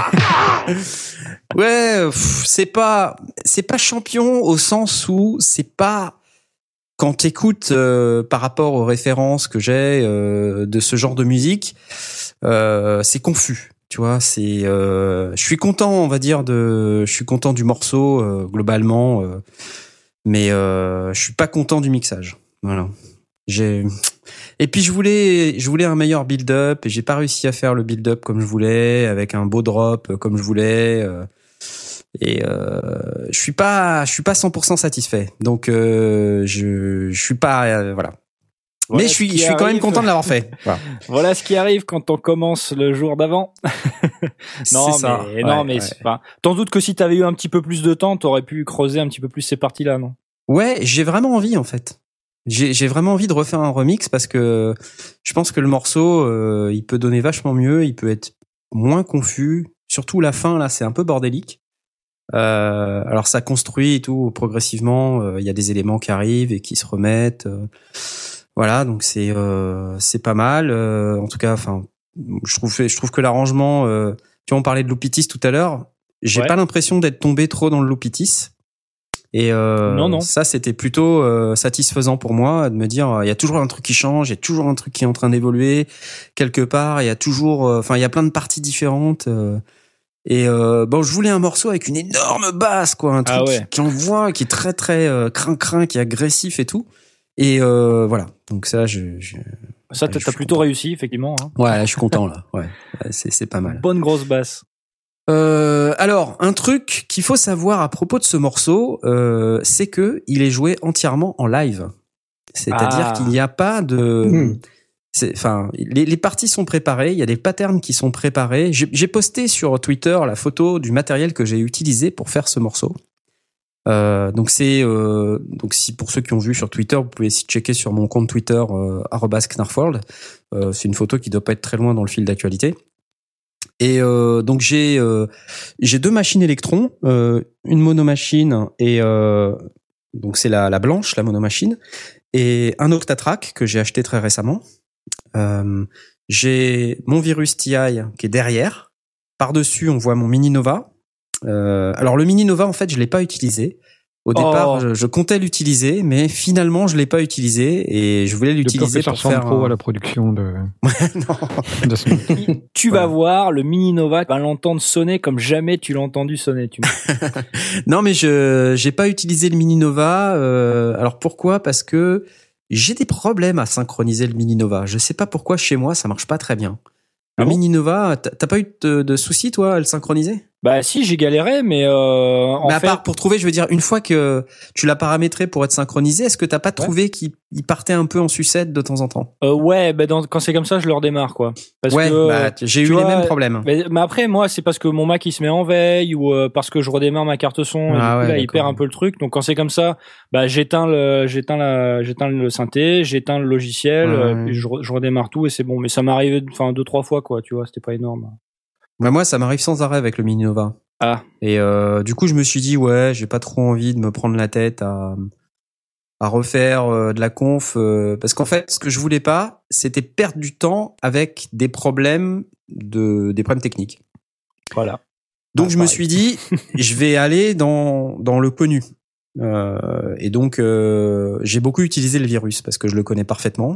Ouais, pff, c'est pas, c'est pas champion au sens où c'est pas quand t'écoutes euh, par rapport aux références que j'ai euh, de ce genre de musique, euh, c'est confus. Tu vois, c'est, euh, je suis content, on va dire de, je suis content du morceau euh, globalement, euh, mais euh, je suis pas content du mixage. Voilà. J'ai, et puis je voulais, je voulais un meilleur build-up et j'ai pas réussi à faire le build-up comme je voulais, avec un beau drop comme je voulais. Euh, et euh, je suis pas, je suis pas cent pour cent satisfait. Donc euh, je, je suis pas, euh, voilà. Voilà mais je ce suis, qui je suis quand même arrive. content de l'avoir fait. Voilà. Voilà ce qui arrive quand on commence le jour d'avant. Non, C'est ça. mais, non, Ouais, mais, ouais. c'est pas, t'en doutes que si t'avais eu un petit peu plus de temps, t'aurais pu creuser un petit peu plus ces parties-là, non? Ouais, j'ai vraiment envie en fait. J'ai, j'ai vraiment envie de refaire un remix parce que je pense que le morceau, euh, il peut donner vachement mieux, il peut être moins confus. Surtout la fin là, c'est un peu bordélique. Euh, alors ça construit et tout progressivement. Il euh, y a des éléments qui arrivent et qui se remettent. Euh, voilà, donc c'est euh, c'est pas mal. Euh, en tout cas, enfin, je trouve je trouve que l'arrangement. Euh, tu vois, on parlait de Loupitis tout à l'heure. J'ai Ouais. pas l'impression d'être tombé trop dans le Loupitis. Et euh, Non, non. ça, c'était plutôt euh, satisfaisant pour moi de me dire, euh, il y a toujours un truc qui change, il y a toujours un truc qui est en train d'évoluer quelque part. Il y a toujours, enfin, euh, il y a plein de parties différentes. Euh, et euh, bon, je voulais un morceau avec une énorme basse, quoi, un truc Ah ouais. qui, qui envoie, qui est très très euh, crin-crin, qui est agressif et tout. Et euh, voilà. Donc ça, je, je Ça, Ouais, t'as je t'as suis plutôt content. réussi, effectivement. Hein. ouais, là, je suis content là. Ouais, Ouais, c'est c'est pas mal. Bonne grosse basse. Euh, alors, un truc qu'il faut savoir à propos de ce morceau, euh, c'est que il est joué entièrement en live. C'est-à-dire Ah. qu'il n'y a pas de, Mmh. c'est, enfin, les, les parties sont préparées, il y a des patterns qui sont préparés. J'ai, j'ai posté sur Twitter la photo du matériel que j'ai utilisé pour faire ce morceau. Euh, donc c'est, euh, donc si pour ceux qui ont vu sur Twitter, vous pouvez aussi checker sur mon compte Twitter euh, arobase knarfworld. Euh, c'est une photo qui doit pas être très loin dans le fil d'actualité. Et euh, donc j'ai euh, j'ai deux machines Electron, euh, une monomachine et euh, donc c'est la la blanche, la monomachine, et un Octatrack que j'ai acheté très récemment. Euh, j'ai mon Virus T I qui est derrière. Par-dessus, on voit mon Mini Nova. Euh, alors le Mini Nova, en fait, je l'ai pas utilisé. Au départ, Oh. je, je comptais l'utiliser, mais finalement, je l'ai pas utilisé et je voulais De peur que l'utiliser ça pour ressemble faire. trop un- à la production de, non. de ce Tu Voilà. vas voir, le Mini Nova, tu vas l'entendre sonner comme jamais tu l'as entendu sonner. Tu Non, mais je j'ai pas utilisé le Mini Nova. Euh, alors pourquoi ? Parce que j'ai des problèmes à synchroniser le Mini Nova. Je sais pas pourquoi chez moi ça marche pas très bien. Le Ah bon Mini Nova, t'as t'as pas eu de, de soucis toi à le synchroniser ? Bah si, j'ai galéré, mais euh, en Mais à fait, part pour trouver, je veux dire, une fois que tu l'as paramétré pour être synchronisé, est-ce que t'as pas trouvé qu'il il partait un peu en sucette de temps en temps ? euh, ouais, bah dans, quand c'est comme ça, je le redémarre quoi. Parce Ouais, que bah, j'ai eu tu les vois, mêmes problèmes. Mais, mais après, moi, c'est parce que mon Mac il se met en veille ou euh, parce que je redémarre ma carte son et Ah du coup ouais, là il d'accord. perd un peu le truc. Donc quand c'est comme ça, bah j'éteins le, j'éteins la, j'éteins le synthé, j'éteins le logiciel, Ouais. euh, puis je, re- je redémarre tout et c'est bon. Mais ça m'est arrivé, enfin deux trois fois quoi, tu vois, c'était pas énorme. Bah, moi, ça m'arrive sans arrêt avec le Mini Nova. Ah. Et euh, du coup, je me suis dit, ouais, j'ai pas trop envie de me prendre la tête à, à refaire euh, de la conf. Euh, parce qu'en fait, ce que je voulais pas, c'était perdre du temps avec des problèmes, de, des problèmes techniques. Voilà. Donc, Ah, je me pareil. suis dit, je vais aller dans, dans le connu. Euh, et donc, euh, j'ai beaucoup utilisé le virus parce que je le connais parfaitement.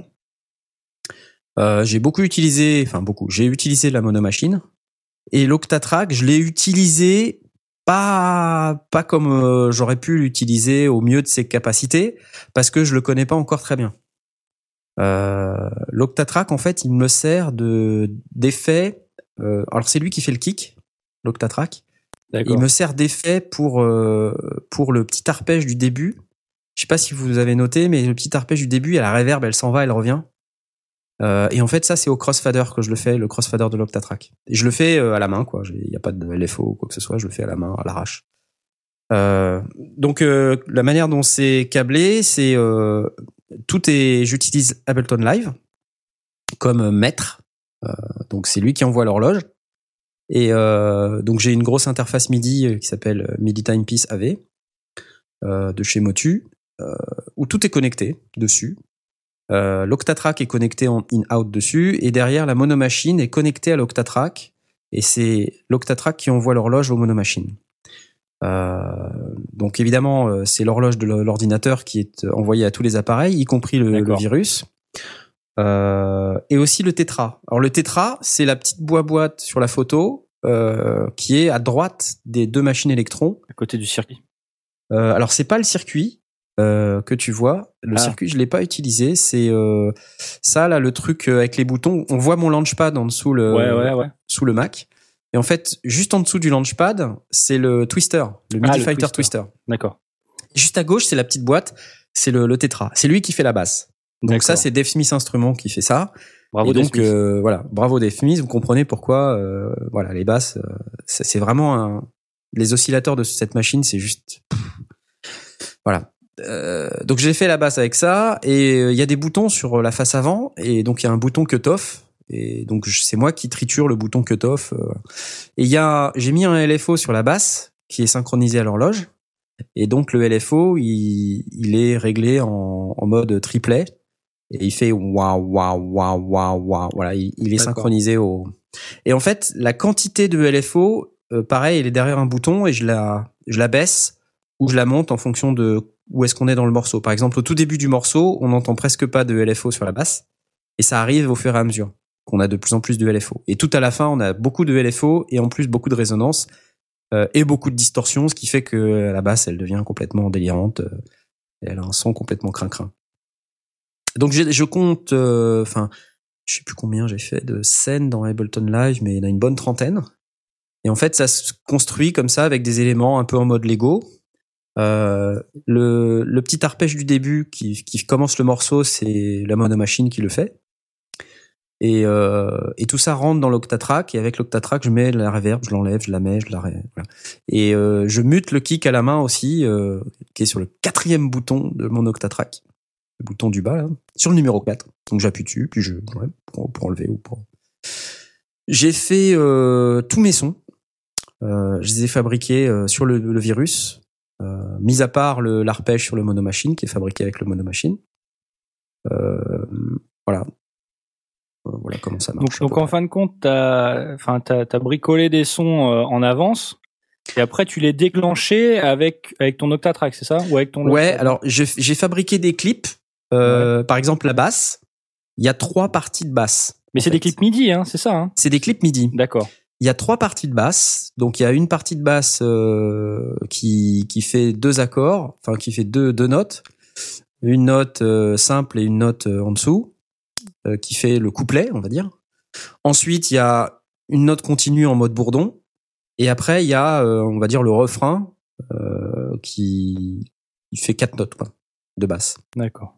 Euh, j'ai beaucoup utilisé, enfin beaucoup, j'ai utilisé la monomachine. Et l'Octatrack, je l'ai utilisé pas pas comme euh, j'aurais pu l'utiliser au mieux de ses capacités parce que je le connais pas encore très bien. Euh, L'Octatrack, en fait, il me sert de d'effet. Euh, alors c'est lui qui fait le kick, l'Octatrack. D'accord. Il me sert d'effet pour euh, pour le petit arpège du début. Je sais pas si vous avez noté, mais le petit arpège du début, il y a la reverb, elle s'en va, elle revient. Euh, et en fait, ça, c'est au crossfader que je le fais, le crossfader de l'Octatrack. Et je le fais euh, à la main, quoi. Il n'y a pas de L F O ou quoi que ce soit, je le fais à la main, à l'arrache. Euh, donc euh, la manière dont c'est câblé, c'est euh, tout est. J'utilise Ableton Live comme maître. Euh, donc c'est lui qui envoie l'horloge. Et euh, donc j'ai une grosse interface MIDI qui s'appelle MIDI Timepiece A V euh, de chez Motu, euh, où tout est connecté dessus. Euh, L'Octatrack est connecté en in-out dessus, et derrière la monomachine est connectée à l'Octatrack, et c'est l'Octatrack qui envoie l'horloge aux monomachines. Euh, donc évidemment, c'est l'horloge de l'ordinateur qui est envoyée à tous les appareils, y compris le, le virus. Euh, et aussi le tétra. Alors le tétra, c'est la petite boîte sur la photo euh, qui est à droite des deux machines électrons, à côté du circuit. Euh, alors c'est pas le circuit euh, que tu vois. Le ah. circuit, je l'ai pas utilisé. C'est euh, ça là, le truc avec les boutons. On voit mon launchpad en dessous le ouais, ouais, ouais. sous le Mac. Et en fait, juste en dessous du launchpad, c'est le twister, le MIDI ah, Fighter Twister. twister. D'accord. Juste à gauche, c'est la petite boîte, c'est le, le tétra. C'est lui qui fait la basse. Donc D'accord. ça, c'est Dave Smith Instruments qui fait ça. Bravo et Dave donc, Smith. Euh, voilà, bravo Dave Smith. Vous comprenez pourquoi, euh, voilà, les basses, euh, c'est, c'est vraiment un, les oscillateurs de cette machine, c'est juste, voilà. Euh, donc j'ai fait la basse avec ça, et il euh, y a des boutons sur la face avant, et donc il y a un bouton cut-off. Et donc c'est moi qui triture le bouton cut-off. Euh, et il y a, j'ai mis un L F O sur la basse qui est synchronisé à l'horloge. Et donc le L F O, il, il est réglé en, en mode triplet. Et il fait waouh, waouh, waouh, waouh, waouh. Voilà, il, il est D'accord. synchronisé au. Et en fait, la quantité de L F O, euh, pareil, elle est derrière un bouton, et je la, je la baisse ou je la monte en fonction de où est-ce qu'on est dans le morceau. Par exemple, au tout début du morceau, on n'entend presque pas de L F O sur la basse, et ça arrive au fur et à mesure qu'on a de plus en plus de L F O. Et tout à la fin, on a beaucoup de L F O et en plus beaucoup de résonance euh, et beaucoup de distorsion, ce qui fait que la basse, elle devient complètement délirante. Euh, elle a un son complètement crin-crin. Donc je, je compte, enfin, euh, je sais plus combien j'ai fait de scènes dans Ableton Live, mais il y en a une bonne trentaine. Et en fait, ça se construit comme ça avec des éléments un peu en mode Lego. Euh, le, le petit arpège du début qui, qui commence le morceau, c'est la monomachine qui le fait. Et, euh, et tout ça rentre dans l'Octatrack, et avec l'Octatrack, je mets la reverb, je l'enlève, je la mets, je la ré... voilà. Et euh, je mute le kick à la main aussi, euh, qui est sur le quatrième bouton de mon Octatrack. Le bouton du bas, là, sur le numéro quatre. Donc j'appuie dessus, puis je, ouais, pour, pour enlever ou pour. J'ai fait euh, tous mes sons. Euh, je les ai fabriqués euh, sur le, le virus, euh, mis à part le, l'arpège sur le monomachine, qui est fabriqué avec le monomachine. Euh, voilà. Euh, voilà comment ça marche. Donc, donc en fin de compte, t'as, enfin, t'as, t'as bricolé des sons euh, en avance. Et après, tu les déclenchais avec avec ton Octatrack, c'est ça, ou avec ton Ouais, alors j'ai, j'ai fabriqué des clips. Euh, ouais. Par exemple, la basse, il y a trois parties de basse. Mais c'est fait. Des clips MIDI, hein, c'est ça, hein? C'est des clips MIDI. D'accord. Il y a trois parties de basse. Donc, il y a une partie de basse euh, qui qui fait deux accords, enfin qui fait deux deux notes, une note euh, simple et une note euh, en dessous, euh, qui fait le couplet, on va dire. Ensuite, il y a une note continue en mode bourdon, et après, il y a, euh, on va dire, le refrain euh, qui il fait quatre notes quoi, de basse. D'accord.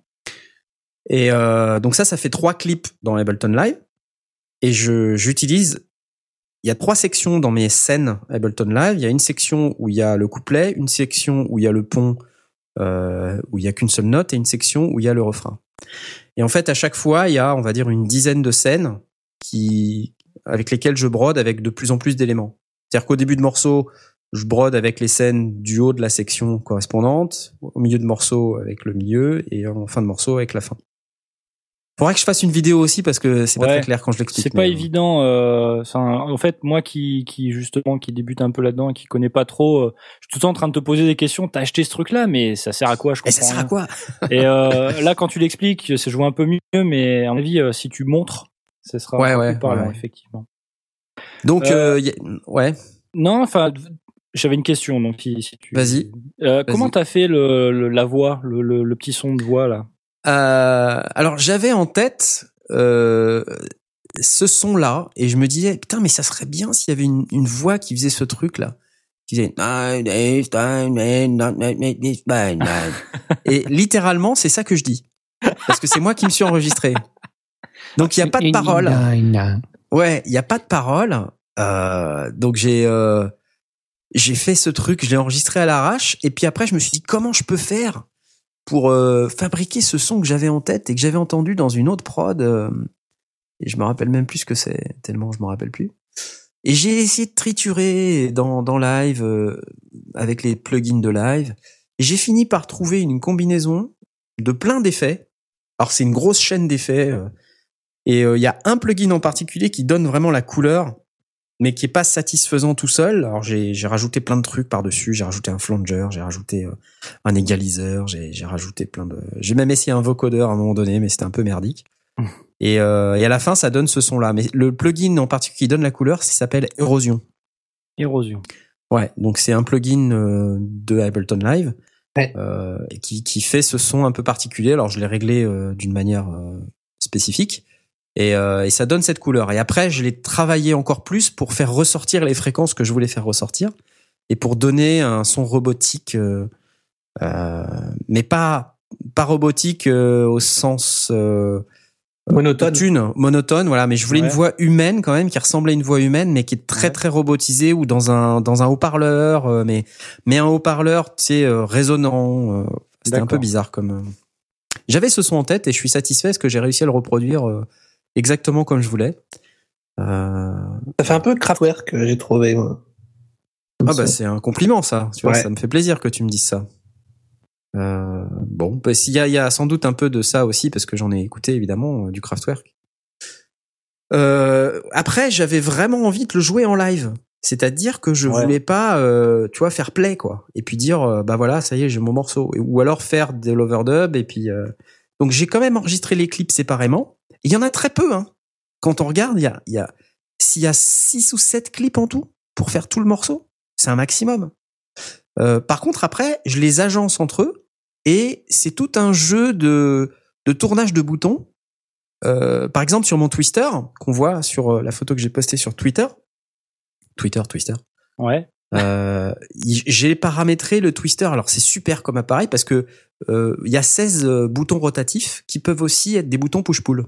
Et euh, donc ça, ça fait trois clips dans Ableton Live. Et je j'utilise, il y a trois sections dans mes scènes Ableton Live. Il y a une section où il y a le couplet, une section où il y a le pont, euh, où il y a qu'une seule note, et une section où il y a le refrain. Et en fait, à chaque fois, il y a, on va dire, une dizaine de scènes qui, avec lesquelles je brode avec de plus en plus d'éléments. C'est-à-dire qu'au début de morceau, je brode avec les scènes du haut de la section correspondante, au milieu de morceau avec le milieu, et en fin de morceau avec la fin. Faudrait que je fasse une vidéo aussi parce que c'est pas ouais, très clair quand je l'explique. C'est pas mais... évident. Euh, en fait, moi qui, qui justement qui débute un peu là-dedans et qui connais pas trop, euh, je suis tout le temps en train de te poser des questions. T'as acheté ce truc-là, mais ça sert à quoi? Je comprends. Et ça sert à quoi? Et euh, là, quand tu l'expliques, je vois un peu mieux, mais à mon avis, euh, si tu montres, ce sera ouais, un peu ouais, plus parlant, ouais. effectivement. Donc, euh, euh, y a... ouais. Non, enfin, j'avais une question. Donc, si, si tu. Vas-y. Euh, Vas-y. Comment t'as fait le, le la voix, le, le, le petit son de voix là? Euh, alors, j'avais en tête. Euh, ce son-là, et je me disais putain, mais ça serait bien s'il y avait une, une voix qui faisait ce truc-là, qui faisait et littéralement c'est ça que je dis parce que c'est moi qui me suis enregistré. Donc il y a pas de parole. Ouais, il y a pas de parole. Euh, donc j'ai euh, j'ai fait ce truc, je l'ai enregistré à l'arrache, et puis après je me suis dit comment je peux faire pour euh, fabriquer ce son que j'avais en tête et que j'avais entendu dans une autre prod, euh, et je me rappelle même plus ce que c'est, tellement je me rappelle plus. Et j'ai essayé de triturer dans, dans Live, euh, avec les plugins de Live, et j'ai fini par trouver une combinaison de plein d'effets. Alors c'est une grosse chaîne d'effets, euh, et il euh, y a un plugin en particulier qui donne vraiment la couleur, mais qui est pas satisfaisant tout seul. Alors j'ai, j'ai rajouté plein de trucs par-dessus, j'ai rajouté un flanger, j'ai rajouté euh, un égaliseur, j'ai, j'ai rajouté plein de... J'ai même essayé un vocodeur à un moment donné, mais c'était un peu merdique. Mmh. Et, euh, et à la fin, ça donne ce son-là. Mais le plugin en particulier qui donne la couleur, ça s'appelle Érosion. Érosion. Ouais, donc c'est un plugin euh, de Ableton Live, ouais. euh, qui, qui fait ce son un peu particulier. Alors je l'ai réglé euh, d'une manière euh, spécifique. Et, euh, et ça donne cette couleur. Et après, je l'ai travaillé encore plus pour faire ressortir les fréquences que je voulais faire ressortir et pour donner un son robotique, euh, euh, mais pas pas robotique euh, au sens euh, monotone. Tune, monotone, voilà. Mais je voulais ouais. une voix humaine quand même qui ressemblait à une voix humaine, mais qui est très ouais. très robotisée ou dans un dans un haut-parleur, euh, mais mais un haut-parleur, tu sais, euh, résonnant. Euh, c'était D'accord. un peu bizarre comme. Euh... J'avais ce son en tête et je suis satisfait parce que j'ai réussi à le reproduire. Euh, exactement comme je voulais. Euh... Ça fait un peu Kraftwerk que j'ai trouvé. Moi. Ah bah c'est un compliment ça. Tu vois, ouais. ça me fait plaisir que tu me dises ça. Euh... Bon, bah, il y a, il y a sans doute un peu de ça aussi parce que j'en ai écouté évidemment euh, du Kraftwerk. Euh... Après, j'avais vraiment envie de le jouer en live. C'est-à-dire que je ouais. voulais pas, euh, tu vois, faire play quoi, et puis dire euh, bah voilà, ça y est, j'ai mon morceau, ou alors faire de l'overdub et puis. Euh... Donc j'ai quand même enregistré les clips séparément. Il y en a très peu, hein. Quand on regarde, il y a, il y a, s'il y a six ou sept clips en tout pour faire tout le morceau, c'est un maximum. Euh, par contre, après, je les agence entre eux et c'est tout un jeu de, de tournage de boutons. Euh, par exemple, sur mon Twister, qu'on voit sur la photo que j'ai postée sur Twitter. Twitter, Twister. Ouais. Euh, j'ai paramétré le Twister. Alors, c'est super comme appareil parce que, euh, il y a seize boutons rotatifs qui peuvent aussi être des boutons push-pull.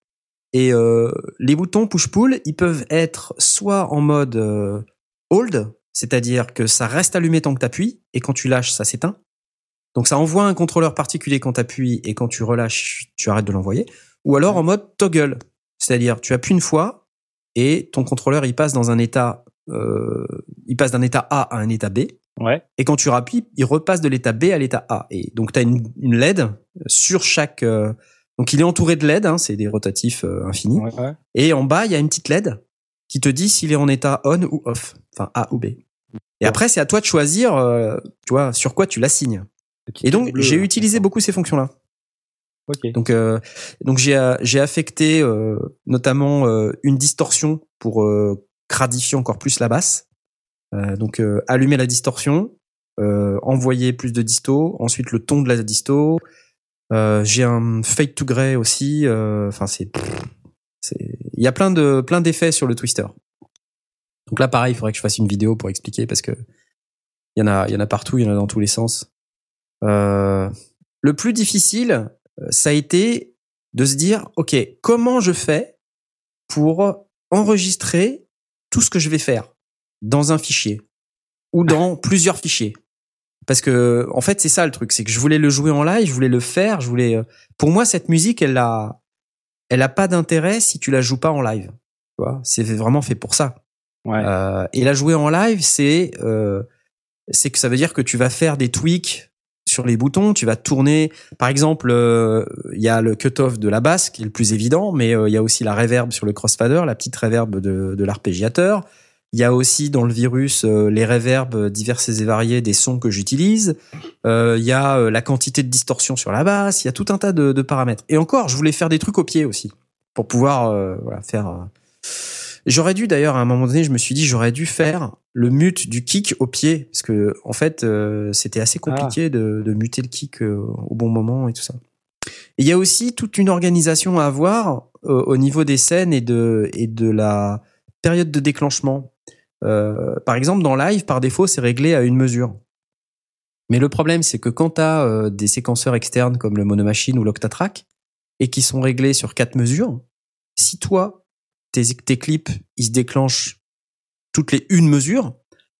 Et euh, les boutons push-pull, ils peuvent être soit en mode euh, hold, c'est-à-dire que ça reste allumé tant que t'appuies, et quand tu lâches, ça s'éteint. Donc ça envoie un contrôleur particulier quand t'appuies, et quand tu relâches, tu arrêtes de l'envoyer. Ou alors en mode toggle, c'est-à-dire tu appuies une fois, et ton contrôleur il passe dans un état, euh, il passe d'un état A à un état B. Ouais. Et quand tu rappuies, il repasse de l'état B à l'état A. Et donc t'as une, une L E D sur chaque... Euh, Donc il est entouré de L E D, hein, c'est des rotatifs euh, infinis. Ouais, ouais. Et en bas, il y a une petite L E D qui te dit s'il est en état on ou off, enfin A ou B. Et ouais. après, c'est à toi de choisir, euh, tu vois, sur quoi tu l'assignes. Et donc bleu, j'ai là, utilisé beaucoup ces fonctions-là. Okay. Donc, euh, donc j'ai j'ai affecté euh, notamment euh, une distorsion pour euh, gradifier encore plus la basse. Euh, donc euh, allumer la distorsion, euh, envoyer plus de disto, ensuite le ton de la disto. Euh, j'ai un fade to grey aussi. Enfin, euh, c'est, c'est, il y a plein de plein d'effets sur le Twister. Donc là, pareil, il faudrait que je fasse une vidéo pour expliquer parce que il y en a, il y en a partout, il y en a dans tous les sens. Euh, le plus difficile, ça a été de se dire, ok, comment je fais pour enregistrer tout ce que je vais faire dans un fichier ou dans plusieurs fichiers. Parce que, en fait, c'est ça le truc, c'est que je voulais le jouer en live, je voulais le faire, je voulais. Pour moi, cette musique, elle a, elle a pas d'intérêt si tu la joues pas en live. Tu vois, c'est vraiment fait pour ça. Ouais. Euh, et la jouer en live, c'est, euh, c'est que ça veut dire que tu vas faire des tweaks sur les boutons, tu vas tourner. Par exemple, il euh, y a le cut-off de la basse qui est le plus évident, mais il euh, y a aussi la reverb sur le crossfader, la petite reverb de, de l'arpégiateur. Il y a aussi dans le virus euh, les reverbs diverses et variées des sons que j'utilise. Euh, il y a euh, la quantité de distorsion sur la basse. Il y a tout un tas de, de paramètres. Et encore, je voulais faire des trucs au pied aussi pour pouvoir euh, voilà, faire. Euh... J'aurais dû d'ailleurs à un moment donné, je me suis dit j'aurais dû faire le mute du kick au pied parce que en fait euh, c'était assez compliqué ah. de, de muter le kick euh, au bon moment et tout ça. Et il y a aussi toute une organisation à avoir euh, au niveau des scènes et de et de la période de déclenchement. Euh, par exemple, dans Live, par défaut, c'est réglé à une mesure. Mais le problème, c'est que quand tu as euh, des séquenceurs externes comme le Monomachine ou l'Octatrack et qui sont réglés sur quatre mesures, si toi, tes, tes clips, ils se déclenchent toutes les une mesure,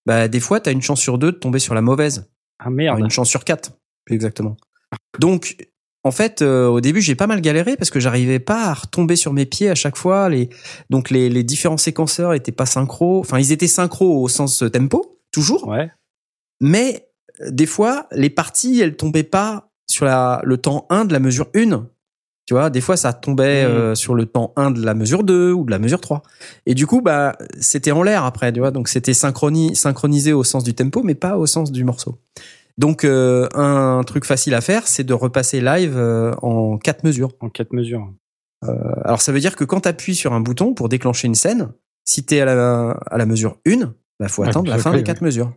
bah des fois t'as une chance sur deux de tomber sur la mauvaise. Ah merde. Enfin, une chance sur quatre, plus exactement. Donc en fait, euh, au début, j'ai pas mal galéré parce que j'arrivais pas à retomber sur mes pieds à chaque fois. Les, donc les, les différents séquenceurs étaient pas synchro. Enfin, ils étaient synchro au sens tempo, toujours. Ouais. Mais des fois, les parties, elles tombaient pas sur la, le temps un de la mesure un. Tu vois, des fois, ça tombait Mmh. euh, sur le temps un de la mesure deux ou de la mesure trois. Et du coup, bah, c'était en l'air après, tu vois. Donc, c'était synchroni- synchronisé au sens du tempo, mais pas au sens du morceau. Donc, euh, un truc facile à faire, c'est de repasser live euh, en quatre mesures. En quatre mesures. Alors, ça veut dire que quand tu appuies sur un bouton pour déclencher une scène, si tu es à la, à la mesure un, bah, faut Ah, attendre la c'est fin vrai, des quatre ouais. mesures.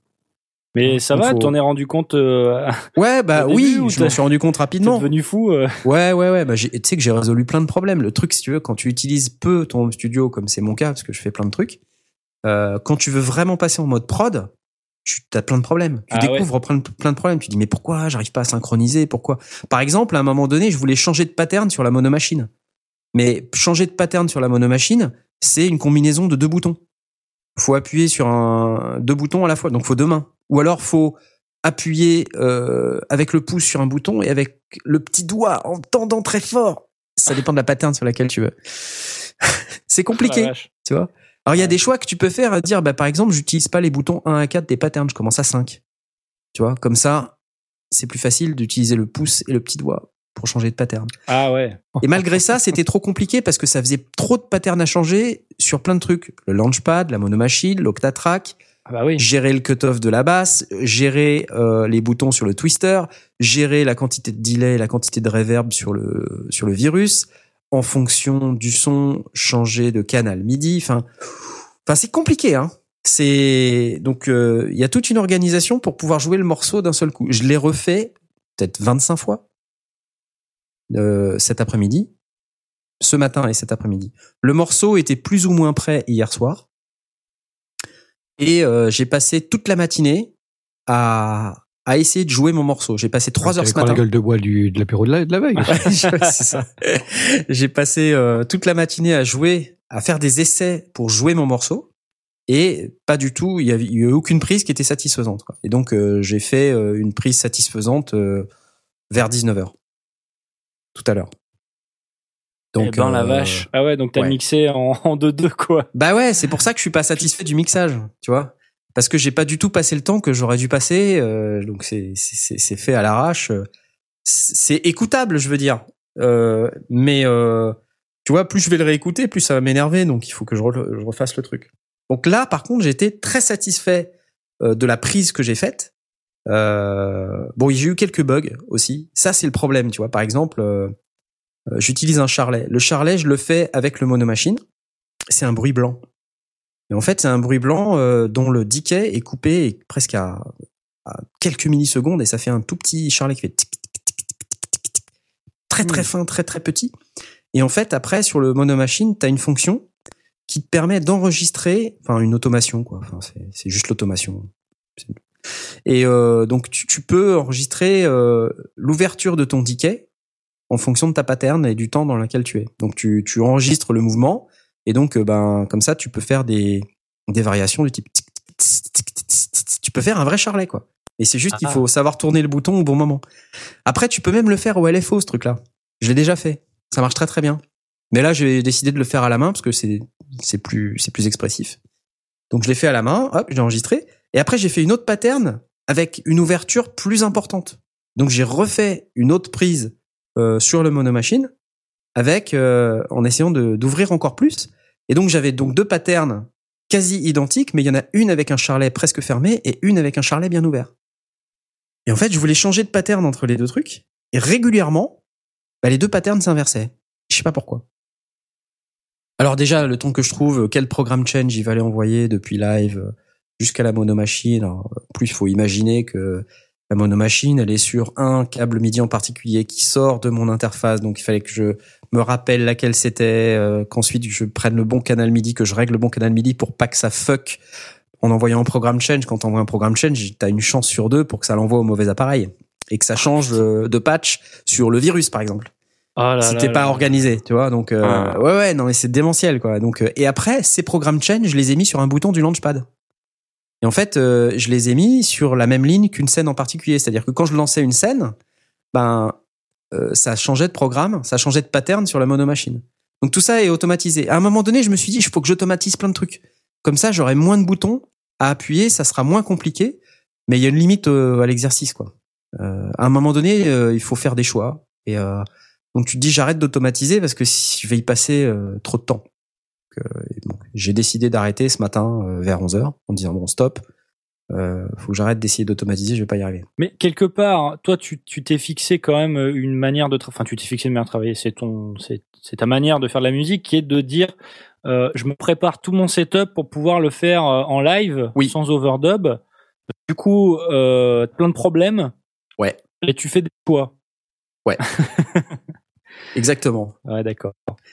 Mais ça Donc, va, faut- t'en es rendu compte euh, Ouais, bah Au début, oui, ou je m'en t'as- suis rendu compte t'es rapidement. devenu fou euh. Ouais, ouais, ouais. Bah, j'ai- tu sais que j'ai résolu plein de problèmes. Le truc, si tu veux, quand tu utilises peu ton home studio, comme c'est mon cas, parce que je fais plein de trucs, euh, quand tu veux vraiment passer en mode prod, tu as plein de problèmes. Tu Ah découvres plein, de, plein de problèmes. Tu dis, mais pourquoi j'arrive pas à synchroniser? Pourquoi? Par exemple, à un moment donné, je voulais changer de pattern sur la monomachine. Mais changer de pattern sur la monomachine, c'est une combinaison de deux boutons. Faut appuyer sur un, deux boutons à la fois. Donc, faut deux mains. Ou alors, faut appuyer euh, avec le pouce sur un bouton et avec le petit doigt en tendant très fort. Ça dépend de la pattern sur laquelle tu veux. C'est compliqué, La vache. tu vois. Alors il y a Ouais. des choix que tu peux faire à dire, bah par exemple, j'utilise pas les boutons un à quatre des patterns, je commence à cinq. Tu vois, comme ça, c'est plus facile d'utiliser le pouce et le petit doigt pour changer de pattern. Ah ouais. Et malgré ça, c'était trop compliqué parce que ça faisait trop de patterns à changer sur plein de trucs. Le launchpad, la monomachine, l'octatrack, Ah bah oui. gérer le cut-off de la basse, gérer euh, les boutons sur le twister, gérer la quantité de delay, la quantité de reverb sur le sur le virus, en fonction du son, changer de canal MIDI. Enfin, enfin c'est compliqué, hein. C'est donc il euh, y a toute une organisation pour pouvoir jouer le morceau d'un seul coup. Je l'ai refait peut-être vingt-cinq fois euh, cet après-midi, ce matin et cet après-midi. Le morceau était plus ou moins prêt hier soir. Et euh, j'ai passé toute la matinée à, à essayer de jouer mon morceau. J'ai passé trois heures ce T'avais matin. la gueule de bois du, de l'apéro de la, de la veille. Ouais, c'est ça. J'ai passé euh, toute la matinée à jouer, à faire des essais pour jouer mon morceau. Et pas du tout, il y avait, il y a eu aucune prise qui était satisfaisante, quoi. Et donc, euh, j'ai fait euh, une prise satisfaisante euh, vers dix-neuf heures. Tout à l'heure. Donc, eh ben, euh, la vache. Ah ouais, donc t'as ouais. mixé en, en deux deux, quoi. Bah ouais, c'est pour ça que je suis pas satisfait du mixage, tu vois. Parce que j'ai pas du tout passé le temps que j'aurais dû passer, euh, donc c'est, c'est, c'est fait à l'arrache. C'est écoutable, je veux dire. Euh, mais, euh, tu vois, plus je vais le réécouter, plus ça va m'énerver, donc il faut que je, re, je refasse le truc. Donc là, par contre, j'ai été très satisfait euh, de la prise que j'ai faite. Euh, bon, j'ai eu quelques bugs aussi. Ça, c'est le problème, tu vois. Par exemple, euh, Euh, j'utilise un charlet. Le charlet, je le fais avec le monomachine. C'est un bruit blanc. Et en fait, c'est un bruit blanc euh, dont le decay est coupé presque à, à quelques millisecondes et ça fait un tout petit charlet qui fait tic, tic, tic, tic, tic, tic, très très fin, très très petit. Et en fait, après, sur le monomachine, t'as une fonction qui te permet d'enregistrer, enfin une automation, quoi. Enfin, c'est, c'est juste l'automation. Et euh, donc, tu, tu peux enregistrer euh, l'ouverture de ton decay en fonction de ta pattern et du temps dans lequel tu es. Donc tu, tu enregistres le mouvement et donc ben comme ça tu peux faire des des variations du type tic, tic, tic, tic, tic, tu peux faire un vrai charlet, quoi. Et c'est juste qu'il faut savoir tourner le bouton au bon moment. Après tu peux même le faire au L F O, ce truc là. Je l'ai déjà fait. Ça marche très très bien. Mais là j'ai décidé de le faire à la main parce que c'est c'est plus c'est plus expressif. Donc je l'ai fait à la main, hop, je l'ai enregistré et après j'ai fait une autre pattern avec une ouverture plus importante. Donc j'ai refait une autre prise Euh, sur le monomachine avec euh, en essayant de d'ouvrir encore plus, et donc j'avais donc deux patterns quasi identiques, mais il y en a une avec un charlet presque fermé et une avec un charlet bien ouvert. Et en fait je voulais changer de pattern entre les deux trucs et régulièrement bah, les deux patterns s'inversaient. Je sais pas pourquoi. Alors déjà le temps que je trouve quel programme change il fallait envoyer depuis live jusqu'à la monomachine. Alors, plus il faut imaginer que la monomachine, elle est sur un câble MIDI en particulier qui sort de mon interface. Donc, il fallait que je me rappelle laquelle c'était, euh, qu'ensuite je prenne le bon canal MIDI, que je règle le bon canal MIDI pour pas que ça fuck en envoyant un programme change. Quand t'envoies un programme change, t'as une chance sur deux pour que ça l'envoie au mauvais appareil et que ça change de patch sur le virus, par exemple. Oh là si là t'es là pas là. organisé, tu vois. Donc, euh, Ah. ouais, ouais, non, mais c'est démentiel, quoi. Donc, euh, et après, ces programmes change, je les ai mis sur un bouton du launchpad. Et en fait, euh, je les ai mis sur la même ligne qu'une scène en particulier. C'est-à-dire que quand je lançais une scène, ben, euh, ça changeait de programme, ça changeait de pattern sur la monomachine. Donc tout ça est automatisé. À un moment donné, je me suis dit, il faut que j'automatise plein de trucs. Comme ça, j'aurai moins de boutons à appuyer, ça sera moins compliqué. Mais il y a une limite euh, à l'exercice, quoi. Euh, à un moment donné, euh, il faut faire des choix. Et euh, donc tu te dis, j'arrête d'automatiser parce que si je vais y passer euh, trop de temps. Donc, euh, bon, j'ai décidé d'arrêter ce matin euh, vers onze heures en disant bon stop. Euh, faut que j'arrête d'essayer d'automatiser, je vais pas y arriver. Mais quelque part, toi, tu, tu t'es fixé quand même une manière de, tra- enfin, tu t'es fixé une manière de travailler. C'est ton, c'est, c'est ta manière de faire de la musique qui est de dire, euh, je me prépare tout mon setup pour pouvoir le faire euh, en live, oui. sans overdub. Du coup, euh, plein de problèmes. Ouais. Et tu fais des choix. Ouais. Exactement. Ouais, d'accord.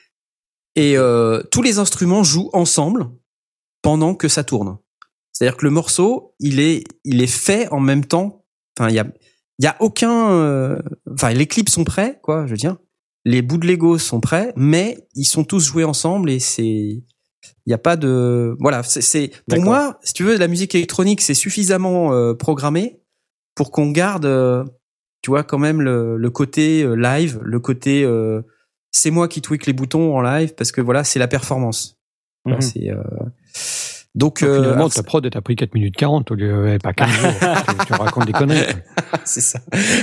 Et euh, tous les instruments jouent ensemble pendant que ça tourne. C'est-à-dire que le morceau, il est, il est fait en même temps. Enfin, il y a, il y a aucun. Euh, enfin, les clips sont prêts, quoi. Je veux dire, les bouts de Lego sont prêts, mais ils sont tous joués ensemble et c'est. Il y a pas de. Voilà, c'est. c'est pour D'accord. moi, si tu veux, la musique électronique, c'est suffisamment euh, programmé pour qu'on garde, euh, tu vois, quand même le, le côté euh, live, le côté. Euh, c'est moi qui tweak les boutons en live parce que voilà, c'est la performance. Voilà, Mhm. c'est. Euh, Donc, Donc, euh, finalement, alors, ta prod, elle t'a pris quatre minutes quarante au lieu, ouais, pas quinze jours. tu, tu racontes des conneries. c'est ça.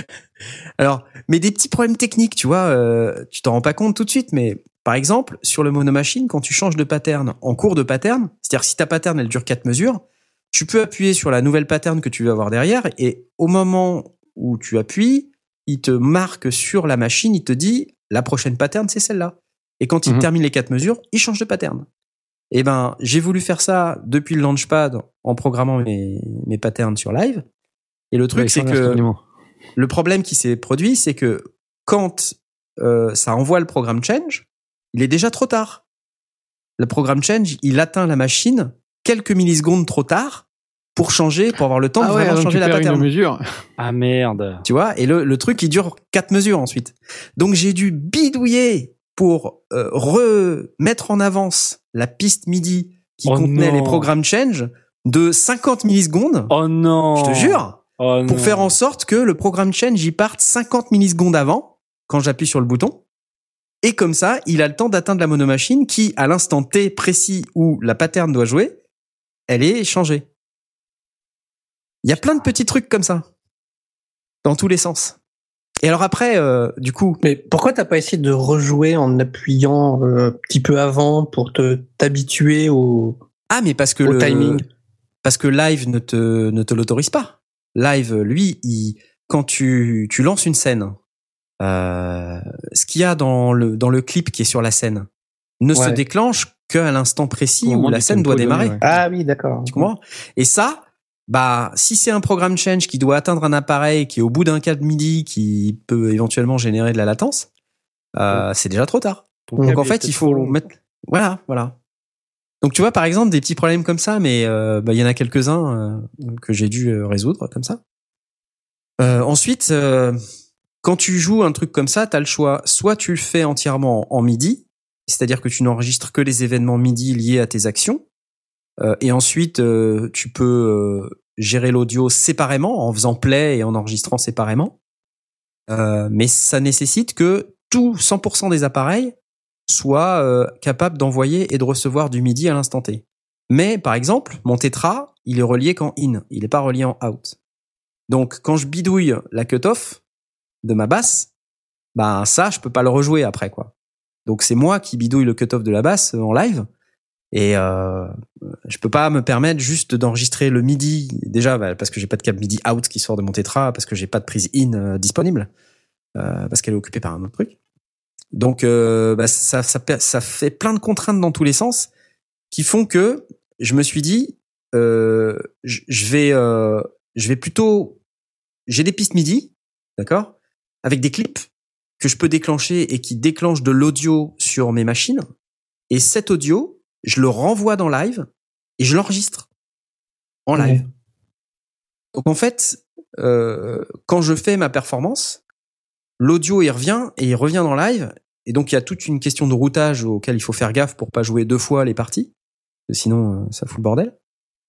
Alors, mais des petits problèmes techniques, tu vois, euh, tu t'en rends pas compte tout de suite, mais par exemple, sur le monomachine, quand tu changes de pattern en cours de pattern, c'est-à-dire que si ta pattern, elle dure quatre mesures, tu peux appuyer sur la nouvelle pattern que tu veux avoir derrière, et au moment où tu appuies, il te marque sur la machine, il te dit, la prochaine pattern, c'est celle-là. Et quand il Mhm. termine les quatre mesures, il change de pattern. Eh ben, j'ai voulu faire ça depuis le Launchpad en programmant mes, mes patterns sur live. Et le truc, Ouais, c'est sans que instantanément. le problème qui s'est produit, c'est que quand euh, ça envoie le programme change, il est déjà trop tard. Le programme change, il atteint la machine quelques millisecondes trop tard pour changer, pour avoir le temps Ah de ouais, vraiment donc changer tu la perds pattern. une mesure. Ah merde. Tu vois, et le, le truc, il dure quatre mesures ensuite. Donc j'ai dû bidouiller pour euh, remettre en avance la piste MIDI qui Oh contenait non. les programmes change de cinquante millisecondes. Oh non. Je te jure. Oh Pour non. faire en sorte que le programme change y parte cinquante millisecondes avant, quand j'appuie sur le bouton. Et comme ça, il a le temps d'atteindre la monomachine qui, à l'instant T précis où la pattern doit jouer, elle est changée. Il y a plein de petits trucs comme ça. Dans tous les sens. Et alors après, euh, du coup... Mais pourquoi t'as pas essayé de rejouer en appuyant euh, un petit peu avant pour te t'habituer au, Ah, mais parce que au le timing? Parce que Live ne te, ne te l'autorise pas. Live, lui, il, quand tu, tu lances une scène, euh, ce qu'il y a dans le, dans le clip qui est sur la scène ne Ouais. se déclenche qu'à l'instant précis Au où moment la du scène tempo doit donné, démarrer. ouais. Ah oui, d'accord. Tu comprends? Et ça, bah, si c'est un programme change qui doit atteindre un appareil qui est au bout d'un câble MIDI qui peut éventuellement générer de la latence, euh, c'est déjà trop tard. Ton Donc câble en est fait, peut-être il trop faut long. mettre, voilà, voilà. Donc tu vois, par exemple, des petits problèmes comme ça, mais euh, bah, il y en a quelques-uns euh, que j'ai dû euh, résoudre comme ça. Euh, ensuite, euh, quand tu joues un truc comme ça, t'as le choix. Soit tu le fais entièrement en MIDI, c'est-à-dire que tu n'enregistres que les événements MIDI liés à tes actions. Euh, et ensuite, euh, tu peux euh, gérer l'audio séparément, en faisant play et en enregistrant séparément. Euh, mais ça nécessite que tout cent pour cent des appareils soient euh, capables d'envoyer et de recevoir du MIDI à l'instant T. Mais par exemple, mon Tetra, il est relié qu'en in, il n'est pas relié en out. Donc quand je bidouille la cutoff de ma basse, bah ça, je peux pas le rejouer après, quoi. Donc c'est moi qui bidouille le cutoff de la basse en live. Et euh, je peux pas me permettre juste d'enregistrer le MIDI déjà bah, parce que j'ai pas de câble MIDI out qui sort de mon Tetra, parce que j'ai pas de prise in euh, disponible, euh, parce qu'elle est occupée par un autre truc. Donc euh, bah, ça, ça, ça fait plein de contraintes dans tous les sens qui font que je me suis dit euh, je, je vais euh, je vais plutôt j'ai des pistes MIDI, d'accord, avec des clips que je peux déclencher et qui déclenchent de l'audio sur mes machines, et cet audio je le renvoie dans live et je l'enregistre en live. Mmh. Donc en fait, euh, quand je fais ma performance, l'audio il revient et il revient dans live, et donc il y a toute une question de routage auquel il faut faire gaffe pour pas jouer deux fois les parties, sinon ça fout le bordel.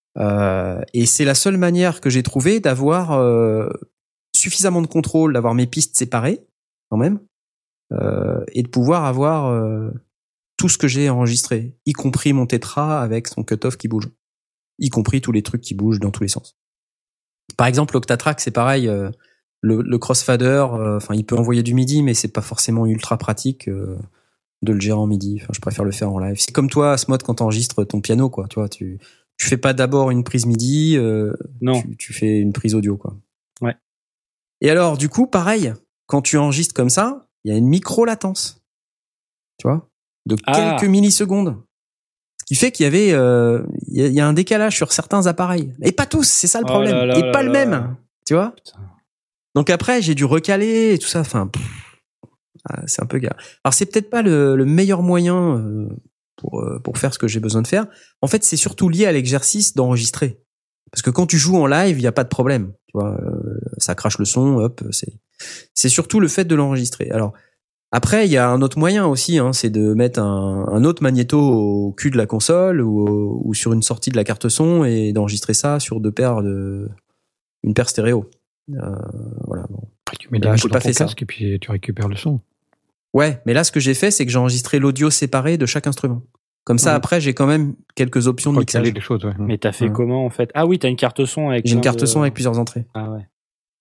Euh, et c'est la seule manière que j'ai trouvé d'avoir euh, suffisamment de contrôle, d'avoir mes pistes séparées quand même, euh, et de pouvoir avoir euh, tout ce que j'ai enregistré, y compris mon tétra avec son cut-off qui bouge, y compris tous les trucs qui bougent dans tous les sens. Par exemple, l'Octatrack, c'est pareil. Euh, le, le crossfader, enfin, euh, il peut envoyer du MIDI, mais c'est pas forcément ultra pratique euh, de le gérer en MIDI. Enfin, je préfère le faire en live. C'est comme toi, Asmod, quand t'enregistres ton piano, quoi. Tu vois, tu tu fais pas d'abord une prise MIDI, euh, non, tu, tu fais une prise audio, quoi. Ouais. Et alors, du coup, pareil, quand tu enregistres comme ça, il y a une micro-latence, tu vois, de Ah. quelques millisecondes. Ce qui fait qu'il y avait, il euh, y, a, y a un décalage sur certains appareils. Et pas tous, c'est ça le problème. Oh là là et là pas là le là. même, tu vois. Putain. Donc après, j'ai dû recaler et tout ça. Enfin, pff, ah, c'est un peu galère. Alors c'est peut-être pas le, le meilleur moyen euh, pour euh, pour faire ce que j'ai besoin de faire. En fait, c'est surtout lié à l'exercice d'enregistrer. Parce que quand tu joues en live, il y a pas de problème. Tu vois, euh, ça crache le son, hop. C'est c'est surtout le fait de l'enregistrer. Alors après, il y a un autre moyen aussi, hein, c'est de mettre un, un autre magnéto au cul de la console ou, au, ou sur une sortie de la carte son et d'enregistrer ça sur deux paires de une paire stéréo. Euh, voilà. Bon. Tu mets des Là, micros j'ai dans pas ton fait ça. casque et puis tu récupères le son. Ouais, mais là, ce que j'ai fait, c'est que j'ai enregistré l'audio séparé de chaque instrument. Comme ça, Mhm. après, j'ai quand même quelques options de Recaler mixage. des choses, ouais. Mais t'as fait Ouais. comment en fait? Ah oui, t'as une carte son avec. J'ai une plein carte de- son avec plusieurs entrées. Ah ouais.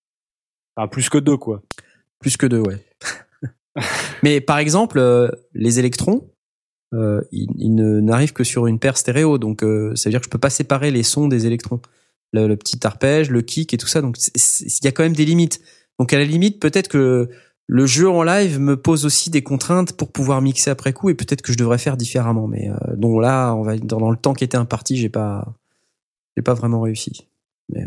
Ah, plus que deux quoi. Plus que deux, ouais. Mais par exemple, euh, les électrons, euh, ils, ils ne, n'arrivent que sur une paire stéréo. Donc, euh, ça veut dire que je peux pas séparer les sons des électrons. Le, le petit arpège, le kick et tout ça. Donc, c'est- c'est- il y a quand même des limites. Donc, à la limite, peut-être que le jeu en live me pose aussi des contraintes pour pouvoir mixer après coup et peut-être que je devrais faire différemment. Mais euh, donc là, on va dans, dans le temps qui était imparti, j'ai pas, j'ai pas vraiment réussi. Mais,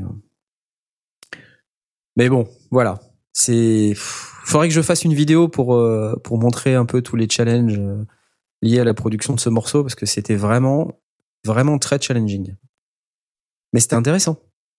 euh, mais bon, voilà. C'est, faudrait que je fasse une vidéo pour euh, pour montrer un peu tous les challenges euh, liés à la production de ce morceau parce que c'était vraiment vraiment très challenging. Mais c'était intéressant.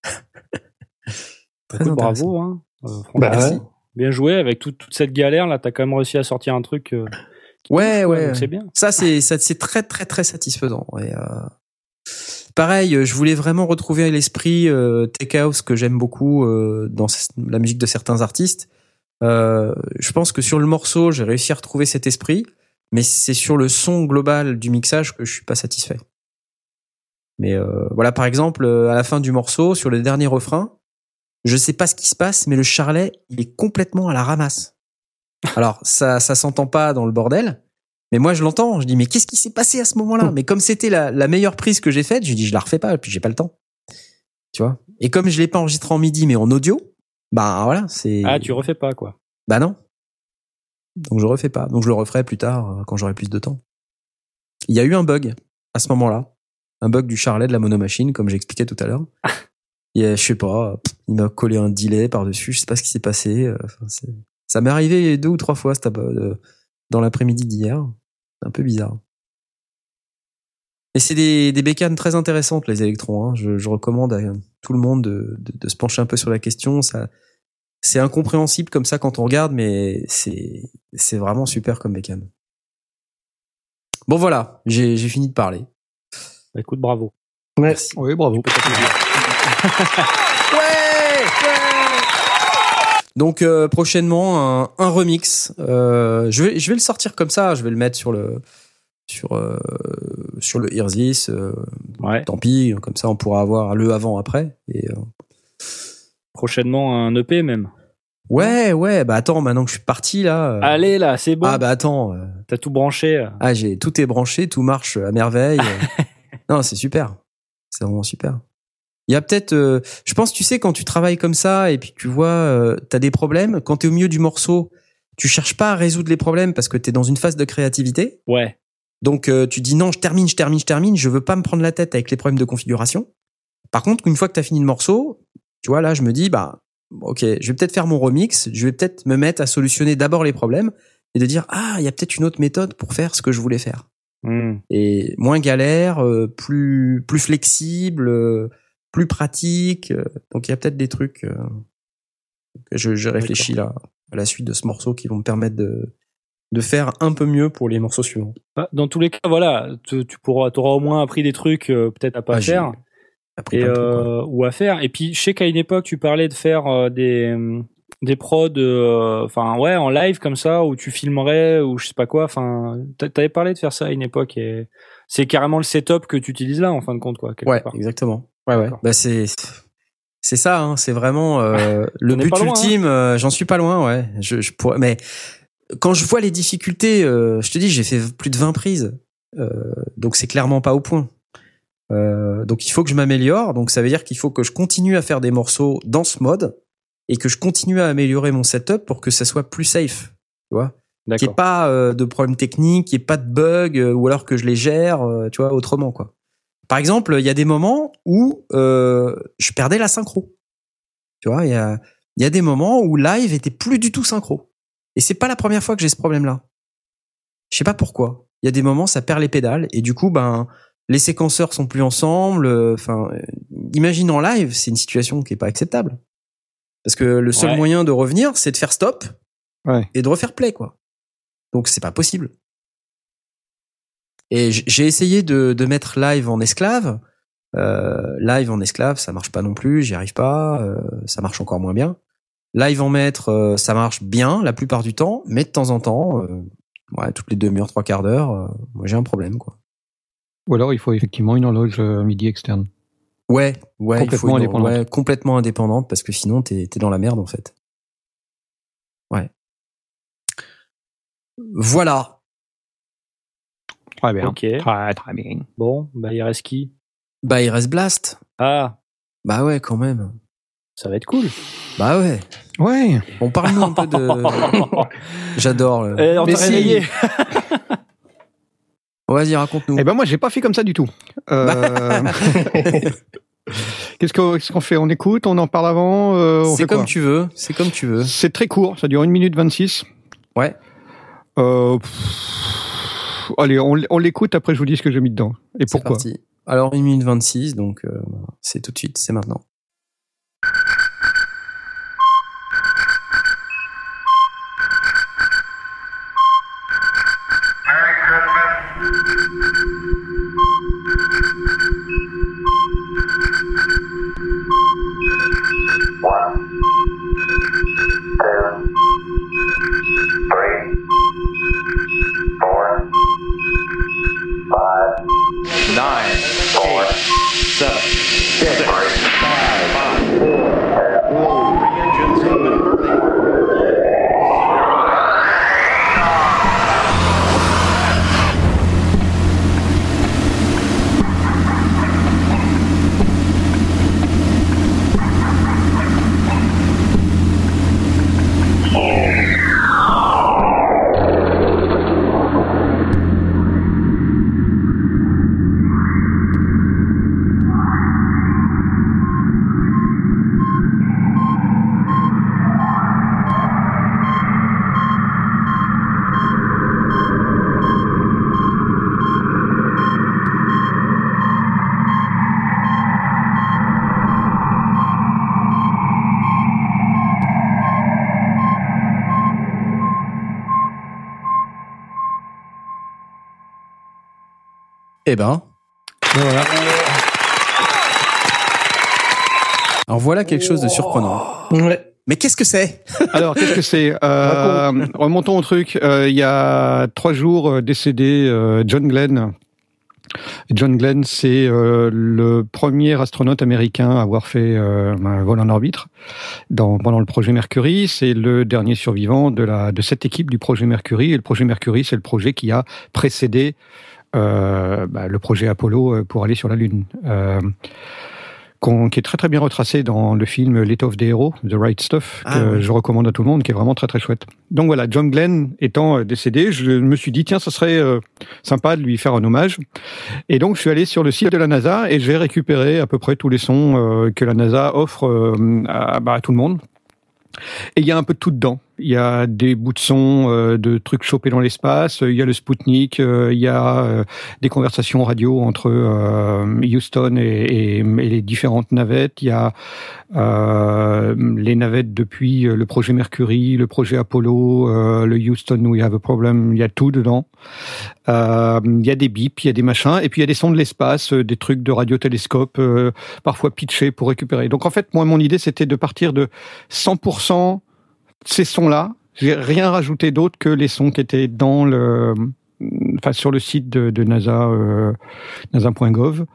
Très Écoute, intéressant. bravo hein. Euh, franchement, Bah Merci. ouais. bien joué avec toute, toute cette galère là. T'as quand même réussi à sortir un truc. Euh, qui Ouais, touche, quoi, ouais. donc c'est bien. Ça, c'est, ça, c'est très, très, très satisfaisant. Et, euh, pareil, euh, je voulais vraiment retrouver l'esprit euh, tech house que j'aime beaucoup euh, dans la musique de certains artistes. Euh, je pense que sur le morceau, j'ai réussi à retrouver cet esprit, mais c'est sur le son global du mixage que je suis pas satisfait. Mais euh, voilà, par exemple, euh, à la fin du morceau, sur le dernier refrain, je sais pas ce qui se passe, mais le charlet, il est complètement à la ramasse. Alors, ça, ça s'entend pas dans le bordel, mais moi, je l'entends. Je dis, mais qu'est-ce qui s'est passé à ce moment-là? Mais comme c'était la, la meilleure prise que j'ai faite, je dis, je la refais pas, puis j'ai pas le temps. Tu vois? Et comme je l'ai pas enregistré en MIDI, mais en audio, bah voilà, c'est. Ah, tu refais pas quoi. Bah non. Donc je refais pas. Donc je le referai plus tard, euh, quand j'aurai plus de temps. Il y a eu un bug à ce moment-là. Un bug du charlet de la monomachine, comme j'expliquais tout à l'heure. Et, euh, je sais pas, pff, il m'a collé un delay par-dessus, je sais pas ce qui s'est passé. euh, enfin, c'est- Ça m'est arrivé deux ou trois fois cette, euh, dans l'après-midi d'hier. C'est un peu bizarre. Et c'est des, des bécanes très intéressantes, les électrons. Hein. Je, je recommande à tout le monde de, de, de se pencher un peu sur la question. Ça, c'est incompréhensible comme ça quand on regarde, mais c'est, c'est vraiment super comme bécane. Bon voilà, j'ai, j'ai fini de parler. Bah, écoute, bravo. Merci. Oui, bravo. Ouais, Donc euh, prochainement un, un remix. Euh, je vais je vais le sortir comme ça. Je vais le mettre sur le sur euh, sur le Hear This. Euh, Ouais. tant pis, comme ça on pourra avoir le avant après. Et euh, Prochainement un E P même. ouais ouais. Bah attends, maintenant que je suis parti là. euh, Allez là, c'est bon. Ah bah attends. euh, T'as tout branché. euh. ah j'ai tout est branché, tout marche à merveille. Non c'est super. C'est vraiment super. Il y a peut-être, euh, je pense, tu sais, quand tu travailles comme ça et puis tu vois, euh, t'as des problèmes. Quand t'es au milieu du morceau, tu cherches pas à résoudre les problèmes parce que t'es dans une phase de créativité. Ouais. Donc euh, tu dis non, je termine, je termine, je termine. Je veux pas me prendre la tête avec les problèmes de configuration. Par contre, une fois que t'as fini le morceau, tu vois, là, je me dis, bah, ok, je vais peut-être faire mon remix. Je vais peut-être me mettre à solutionner d'abord les problèmes et de dire, ah, il y a peut-être une autre méthode pour faire ce que je voulais faire. Hmm. Et moins galère, euh, plus plus flexible. Euh, plus pratique. Donc il y a peut-être des trucs euh, que je, je réfléchis là à la suite de ce morceau qui vont me permettre de de faire un peu mieux pour les morceaux suivants. Bah, dans tous les cas, voilà, tu, tu pourras, t'auras au moins appris des trucs euh, peut-être à pas Ah, j'ai- faire. Appris et plein de trucs, quoi. euh, ou à faire. Et puis je sais qu'à une époque tu parlais de faire euh, des des prods, enfin euh, ouais, en live comme ça où tu filmerais ou je sais pas quoi. Enfin, t'avais parlé de faire ça à une époque et c'est carrément le setup que tu utilises là en fin de compte quoi. Ouais, part. exactement. Ouais, ouais. Bah c'est c'est ça. Hein, c'est vraiment euh, le but loin, ultime. Hein. Euh, j'en suis pas loin. Ouais. Je, je pourrais. Mais quand je vois les difficultés, euh, je te dis, j'ai fait plus de vingt prises. Euh, donc c'est clairement pas au point. Euh, donc il faut que je m'améliore. Donc ça veut dire qu'il faut que je continue à faire des morceaux dans ce mode et que je continue à améliorer mon setup pour que ça soit plus safe. Tu vois, qu'il n'y ait pas euh, de problèmes techniques, qu'il n'y ait pas de bugs, euh, ou alors que je les gère, euh, tu vois, autrement quoi. Par exemple, il y a des moments où euh, je perdais la synchro. Tu vois, il y a il y a des moments où live était plus du tout synchro. Et c'est pas la première fois que j'ai ce problème-là. Je sais pas pourquoi. Il y a des moments ça perd les pédales et du coup ben les séquenceurs sont plus ensemble. Enfin, euh, imagine en live, c'est une situation qui est pas acceptable. Parce que le seul ouais. moyen de revenir, c'est de faire stop ouais. et de refaire play, quoi. Donc c'est pas possible. Et j'ai essayé de, de mettre live en esclave. Euh, live en esclave, ça marche pas non plus, j'y arrive pas. Euh, ça marche encore moins bien. Live en maître, euh, ça marche bien la plupart du temps, mais de temps en temps, euh, ouais, toutes les demi-heures, trois quarts d'heure, euh, moi j'ai un problème, quoi. Ou alors il faut effectivement une horloge MIDI externe. Ouais, ouais, complètement il faut une, indépendante. Ouais, complètement indépendante parce que sinon t'es t'es dans la merde en fait. Ouais. Voilà. Très bien. Ok. Très très bien. Bon, bah il reste qui? Bah il reste Blast. Ah. Bah ouais, quand même. Ça va être cool. Bah ouais. Ouais. On parle-nous un peu de. J'adore. Le... Eh, on t'a réveillé. Vas-y, raconte-nous. Eh ben moi j'ai pas fait comme ça du tout. Euh... Qu'est-ce qu'on, qu'est-ce qu'on fait? On écoute, on en parle avant. Euh, on c'est fait comme quoi tu veux. C'est comme tu veux. C'est très court, ça dure une minute vingt-six. Ouais. Euh, pff, allez, on, on l'écoute. Après je vous dis ce que j'ai mis dedans et C'est pourquoi. Parti. Alors une minute vingt-six, donc euh, c'est tout de suite, c'est maintenant. Eh ben. Et voilà. Alors voilà quelque chose de surprenant. Ouais. Mais qu'est-ce que c'est? Alors, qu'est-ce que c'est euh, Remontons au truc. Euh, il y a trois jours, euh, décédé euh, John Glenn. John Glenn, c'est euh, le premier astronaute américain à avoir fait euh, un vol en orbite dans, pendant le projet Mercury. C'est le dernier survivant de, la, de cette équipe du projet Mercury. Et le projet Mercury, c'est le projet qui a précédé euh, bah, le projet Apollo pour aller sur la Lune. Euh, qui est très très bien retracé dans le film L'étoffe of the Hero, The Right Stuff, que ah, oui. je recommande à tout le monde, qui est vraiment très très chouette. Donc voilà, John Glenn étant décédé, je me suis dit tiens, ça serait euh, sympa de lui faire un hommage. Et donc je suis allé sur le site de la NASA et j'ai récupéré à peu près tous les sons euh, que la NASA offre euh, à, bah, à tout le monde. Et il y a un peu de tout dedans. il y a des bouts de son euh, de trucs chopés dans l'espace, il y a le Spoutnik, euh, il y a euh, des conversations radio entre euh, Houston et, et, et les différentes navettes, il y a euh, les navettes depuis le projet Mercury, le projet Apollo, euh, le Houston We Have a Problem, il y a tout dedans. Euh, il y a des bips, il y a des machins, et puis il y a des sons de l'espace, euh, des trucs de radiotélescope, euh, parfois pitchés pour récupérer. Donc en fait, moi, mon idée, c'était de partir de cent pour cent ces sons-là. J'ai rien rajouté d'autre que les sons qui étaient dans le, enfin sur le site de, de NASA, euh, nasa point gov.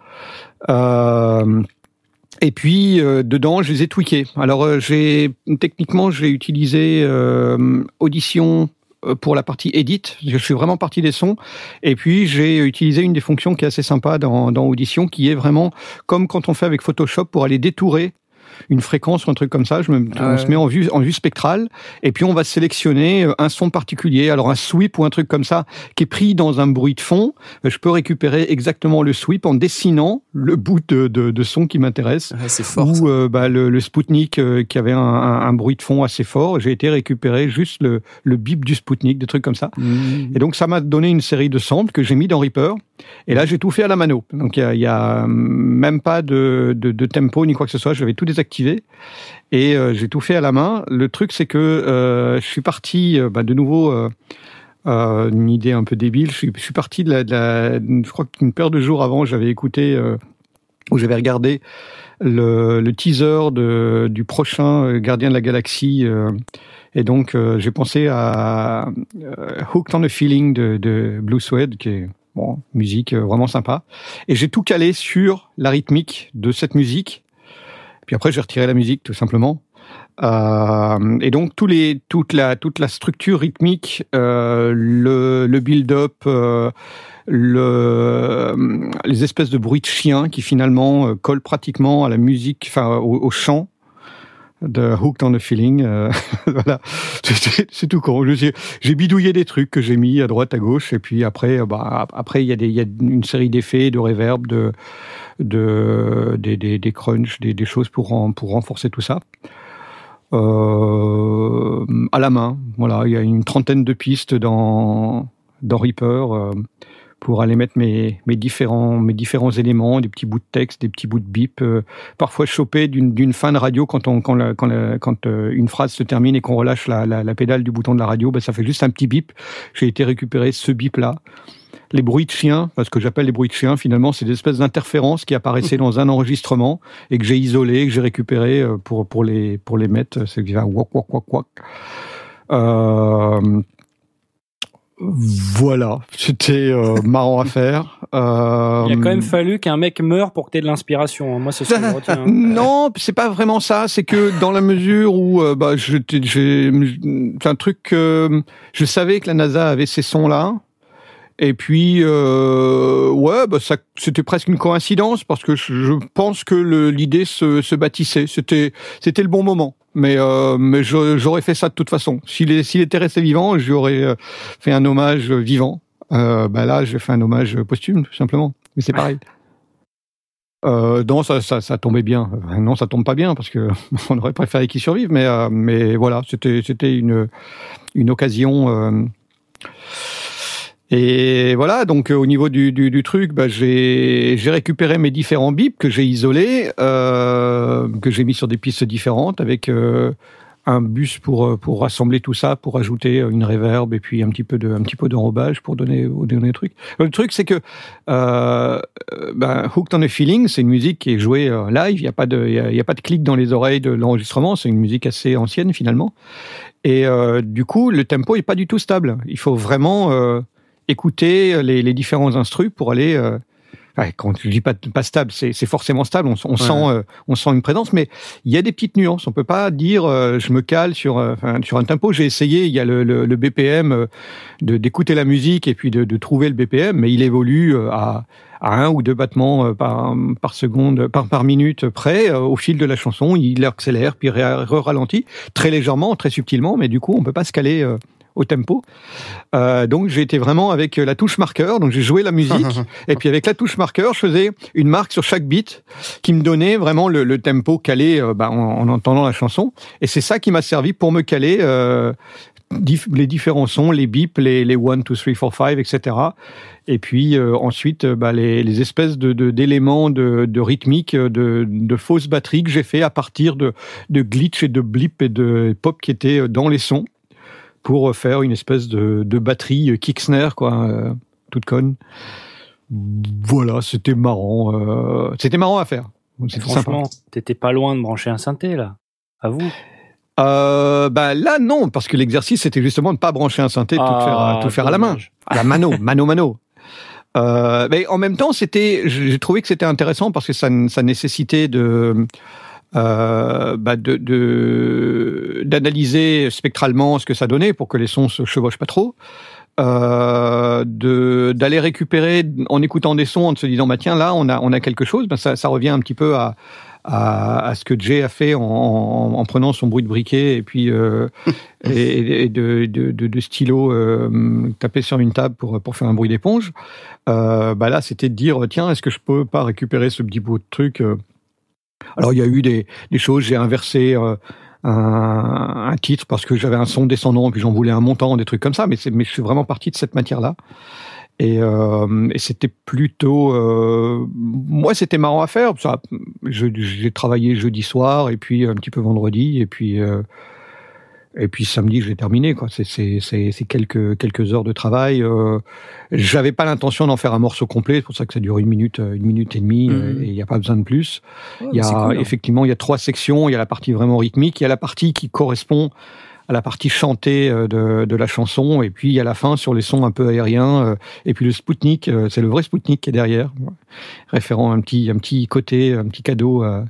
Euh, et puis euh, dedans, je les ai tweakés. Alors euh, j'ai techniquement, j'ai utilisé euh, Audition pour la partie edit. Je suis vraiment parti des sons. Et puis j'ai utilisé une des fonctions qui est assez sympa dans, dans Audition, qui est vraiment comme quand on fait avec Photoshop pour aller détourer une fréquence ou un truc comme ça. Je me, ouais. On se met en vue, en vue spectrale, et puis on va sélectionner un son particulier. Alors un sweep ou un truc comme ça qui est pris dans un bruit de fond, je peux récupérer exactement le sweep en dessinant le bout de, de, de son qui m'intéresse. Ouais, c'est fort. Ou euh, bah, le, le Spoutnik euh, qui avait un, un, un bruit de fond assez fort. J'ai été récupérer juste le, le bip du Spoutnik, des trucs comme ça. Mmh. Et donc ça m'a donné une série de samples que j'ai mis dans Reaper. Et là j'ai tout fait à la mano. Donc il y a, y a même pas de, de, de tempo ni quoi que ce soit. J'avais tout désactivé. Et euh, j'ai tout fait à la main. Le truc, c'est que euh, je suis parti, euh, bah, de nouveau, euh, euh, une idée un peu débile. Je suis, je suis parti de la, de la, je crois qu'une paire de jours avant, j'avais écouté, euh, ou j'avais regardé le, le teaser de, du prochain Gardien de la Galaxie. Euh, et donc, euh, j'ai pensé à euh, Hooked on a Feeling de, de Blue Suede, qui est bon, musique vraiment sympa. Et j'ai tout calé sur la rythmique de cette musique. Puis après, j'ai retiré la musique, tout simplement. Euh, et donc, tous les, toute, la, toute la structure rythmique, euh, le, le build-up, euh, le, les espèces de bruits de chiens qui, finalement, euh, collent pratiquement à la musique, enfin, au, au chant de Hooked on a Feeling. Euh, voilà, c'est, c'est tout con. J'ai, j'ai bidouillé des trucs que j'ai mis à droite, à gauche, et puis après, bah, après, il y a des, il y a une série d'effets, de reverb, de, de, des, des, des crunchs, des, des choses pour, pour renforcer tout ça. Euh, à la main, voilà, il y a une trentaine de pistes dans, dans Reaper, euh, pour aller mettre mes, mes, différents, mes différents éléments, des petits bouts de texte, des petits bouts de bip, euh, parfois chopés d'une, d'une fin de radio quand, on, quand, la, quand, la, quand euh, une phrase se termine et qu'on relâche la, la, la pédale du bouton de la radio, ben, ça fait juste un petit bip. J'ai été récupérer ce bip-là. Les bruits de chiens, parce que j'appelle les bruits de chiens, finalement, c'est des espèces d'interférences qui apparaissaient dans un enregistrement et que j'ai isolé, que j'ai récupéré pour, pour, les, pour les mettre. C'est un wak, wak, wak, wak. Euh... Voilà, c'était euh, marrant à faire. Euh, Il a quand même fallu qu'un mec meure pour que t'aies de l'inspiration. Moi, c'est ce que je retiens. Non, c'est pas vraiment ça. C'est que dans la mesure où, euh, bah, je, j'ai, c'est un truc que je savais que la NASA avait ces sons-là. Et puis, euh, ouais, bah ça, c'était presque une coïncidence parce que je, je pense que le, l'idée se, se bâtissait. C'était, c'était le bon moment. Mais, euh, mais je, j'aurais fait ça de toute façon. S'il, est, s'il était resté vivant, j'aurais fait un hommage vivant. Euh, bah là, j'ai fait un hommage posthume, tout simplement. Mais c'est pareil. Euh, non, ça, ça, ça tombait bien. Non, ça tombe pas bien parce que on aurait préféré qu'il survive. Mais, euh, mais voilà, c'était, c'était une, une occasion. Euh, Et voilà, donc euh, au niveau du, du, du truc, bah, j'ai, j'ai récupéré mes différents bips que j'ai isolés, euh, que j'ai mis sur des pistes différentes, avec euh, un bus pour pour rassembler tout ça, pour ajouter une reverb et puis un petit peu de un petit peu d'enrobage pour donner donner le truc. Le truc, c'est que euh, bah, Hooked on a Feeling, c'est une musique qui est jouée euh, live. Il y a pas de il y a, il y a pas de clic dans les oreilles de l'enregistrement. C'est une musique assez ancienne finalement. Et euh, du coup, le tempo est pas du tout stable. Il faut vraiment euh, écouter les, les différents instrus pour aller. Euh, ouais, quand je dis pas pas stable, c'est, c'est forcément stable. On, on ouais. sent, euh, on sent une présence, mais il y a des petites nuances. On peut pas dire euh, je me cale sur, euh, sur un tempo. J'ai essayé. Il y a le, le, le B P M euh, de d'écouter la musique et puis de, de trouver le B P M, mais il évolue euh, à à un ou deux battements euh, par par seconde, par par minute près euh, au fil de la chanson. Il accélère puis re-ralentit très légèrement, très subtilement, mais du coup on peut pas se caler. Euh, au tempo. Euh, donc j'ai été vraiment avec la touche marqueur, donc j'ai joué la musique, et puis avec la touche marqueur, je faisais une marque sur chaque beat qui me donnait vraiment le, le tempo calé euh, bah, en, en entendant la chanson. Et c'est ça qui m'a servi pour me caler euh, dif- les différents sons, les bips, les, les one, two, three, four, five, et cetera. Et puis euh, ensuite, euh, bah, les, les espèces de, de, d'éléments de, de rythmique, de, de fausses batteries que j'ai fait à partir de, de glitch et de blip et de pop qui étaient dans les sons, pour faire une espèce de, de batterie kick snare, quoi, euh, toute conne. Voilà, c'était marrant. Euh, c'était marrant à faire. C'était Franchement, sympa. T'étais pas loin de brancher un synthé, là. À vous. Euh, bah là, non, parce que l'exercice, c'était justement de ne pas brancher un synthé, Ah, tout faire, à- tout faire à la main. À la mano, mano, mano. Euh, mais en même temps, c'était, j'ai trouvé que c'était intéressant parce que ça, ça nécessitait de... Euh, bah de, de d'analyser spectralement ce que ça donnait pour que les sons se chevauchent pas trop, euh, de d'aller récupérer en écoutant des sons en se disant bah tiens là on a on a quelque chose, bah ça ça revient un petit peu à à, à ce que Jay a fait en, en, en prenant son bruit de briquet et puis euh, et, et de, de, de, de stylo euh, taper sur une table pour pour faire un bruit d'éponge. Euh, bah là c'était de dire tiens est-ce que je peux pas récupérer ce petit bout de truc. euh, Alors, il y a eu des, des choses, j'ai inversé euh, un, un titre parce que j'avais un son descendant, puis j'en voulais un montant, des trucs comme ça, mais, c'est, mais je suis vraiment parti de cette matière-là. Et, euh, et c'était plutôt... Euh, moi, c'était marrant à faire. Ça, je, j'ai travaillé jeudi soir, et puis un petit peu vendredi, et puis... Euh, Et puis samedi, je l'ai terminé, quoi. C'est, c'est, c'est, c'est quelques, quelques heures de travail. Euh, j'avais pas l'intention d'en faire un morceau complet. C'est pour ça que ça dure une minute, une minute et demie, mmh. et il n'y a pas besoin de plus. Ouais, il y a, cool, hein. effectivement, il y a trois sections. Il y a la partie vraiment rythmique. Il y a la partie qui correspond à la partie chantée de, de la chanson. Et puis, il y a la fin sur les sons un peu aériens. Et puis, le Spoutnik, c'est le vrai Spoutnik qui est derrière. Référant à un petit, un petit côté, un petit cadeau, euh,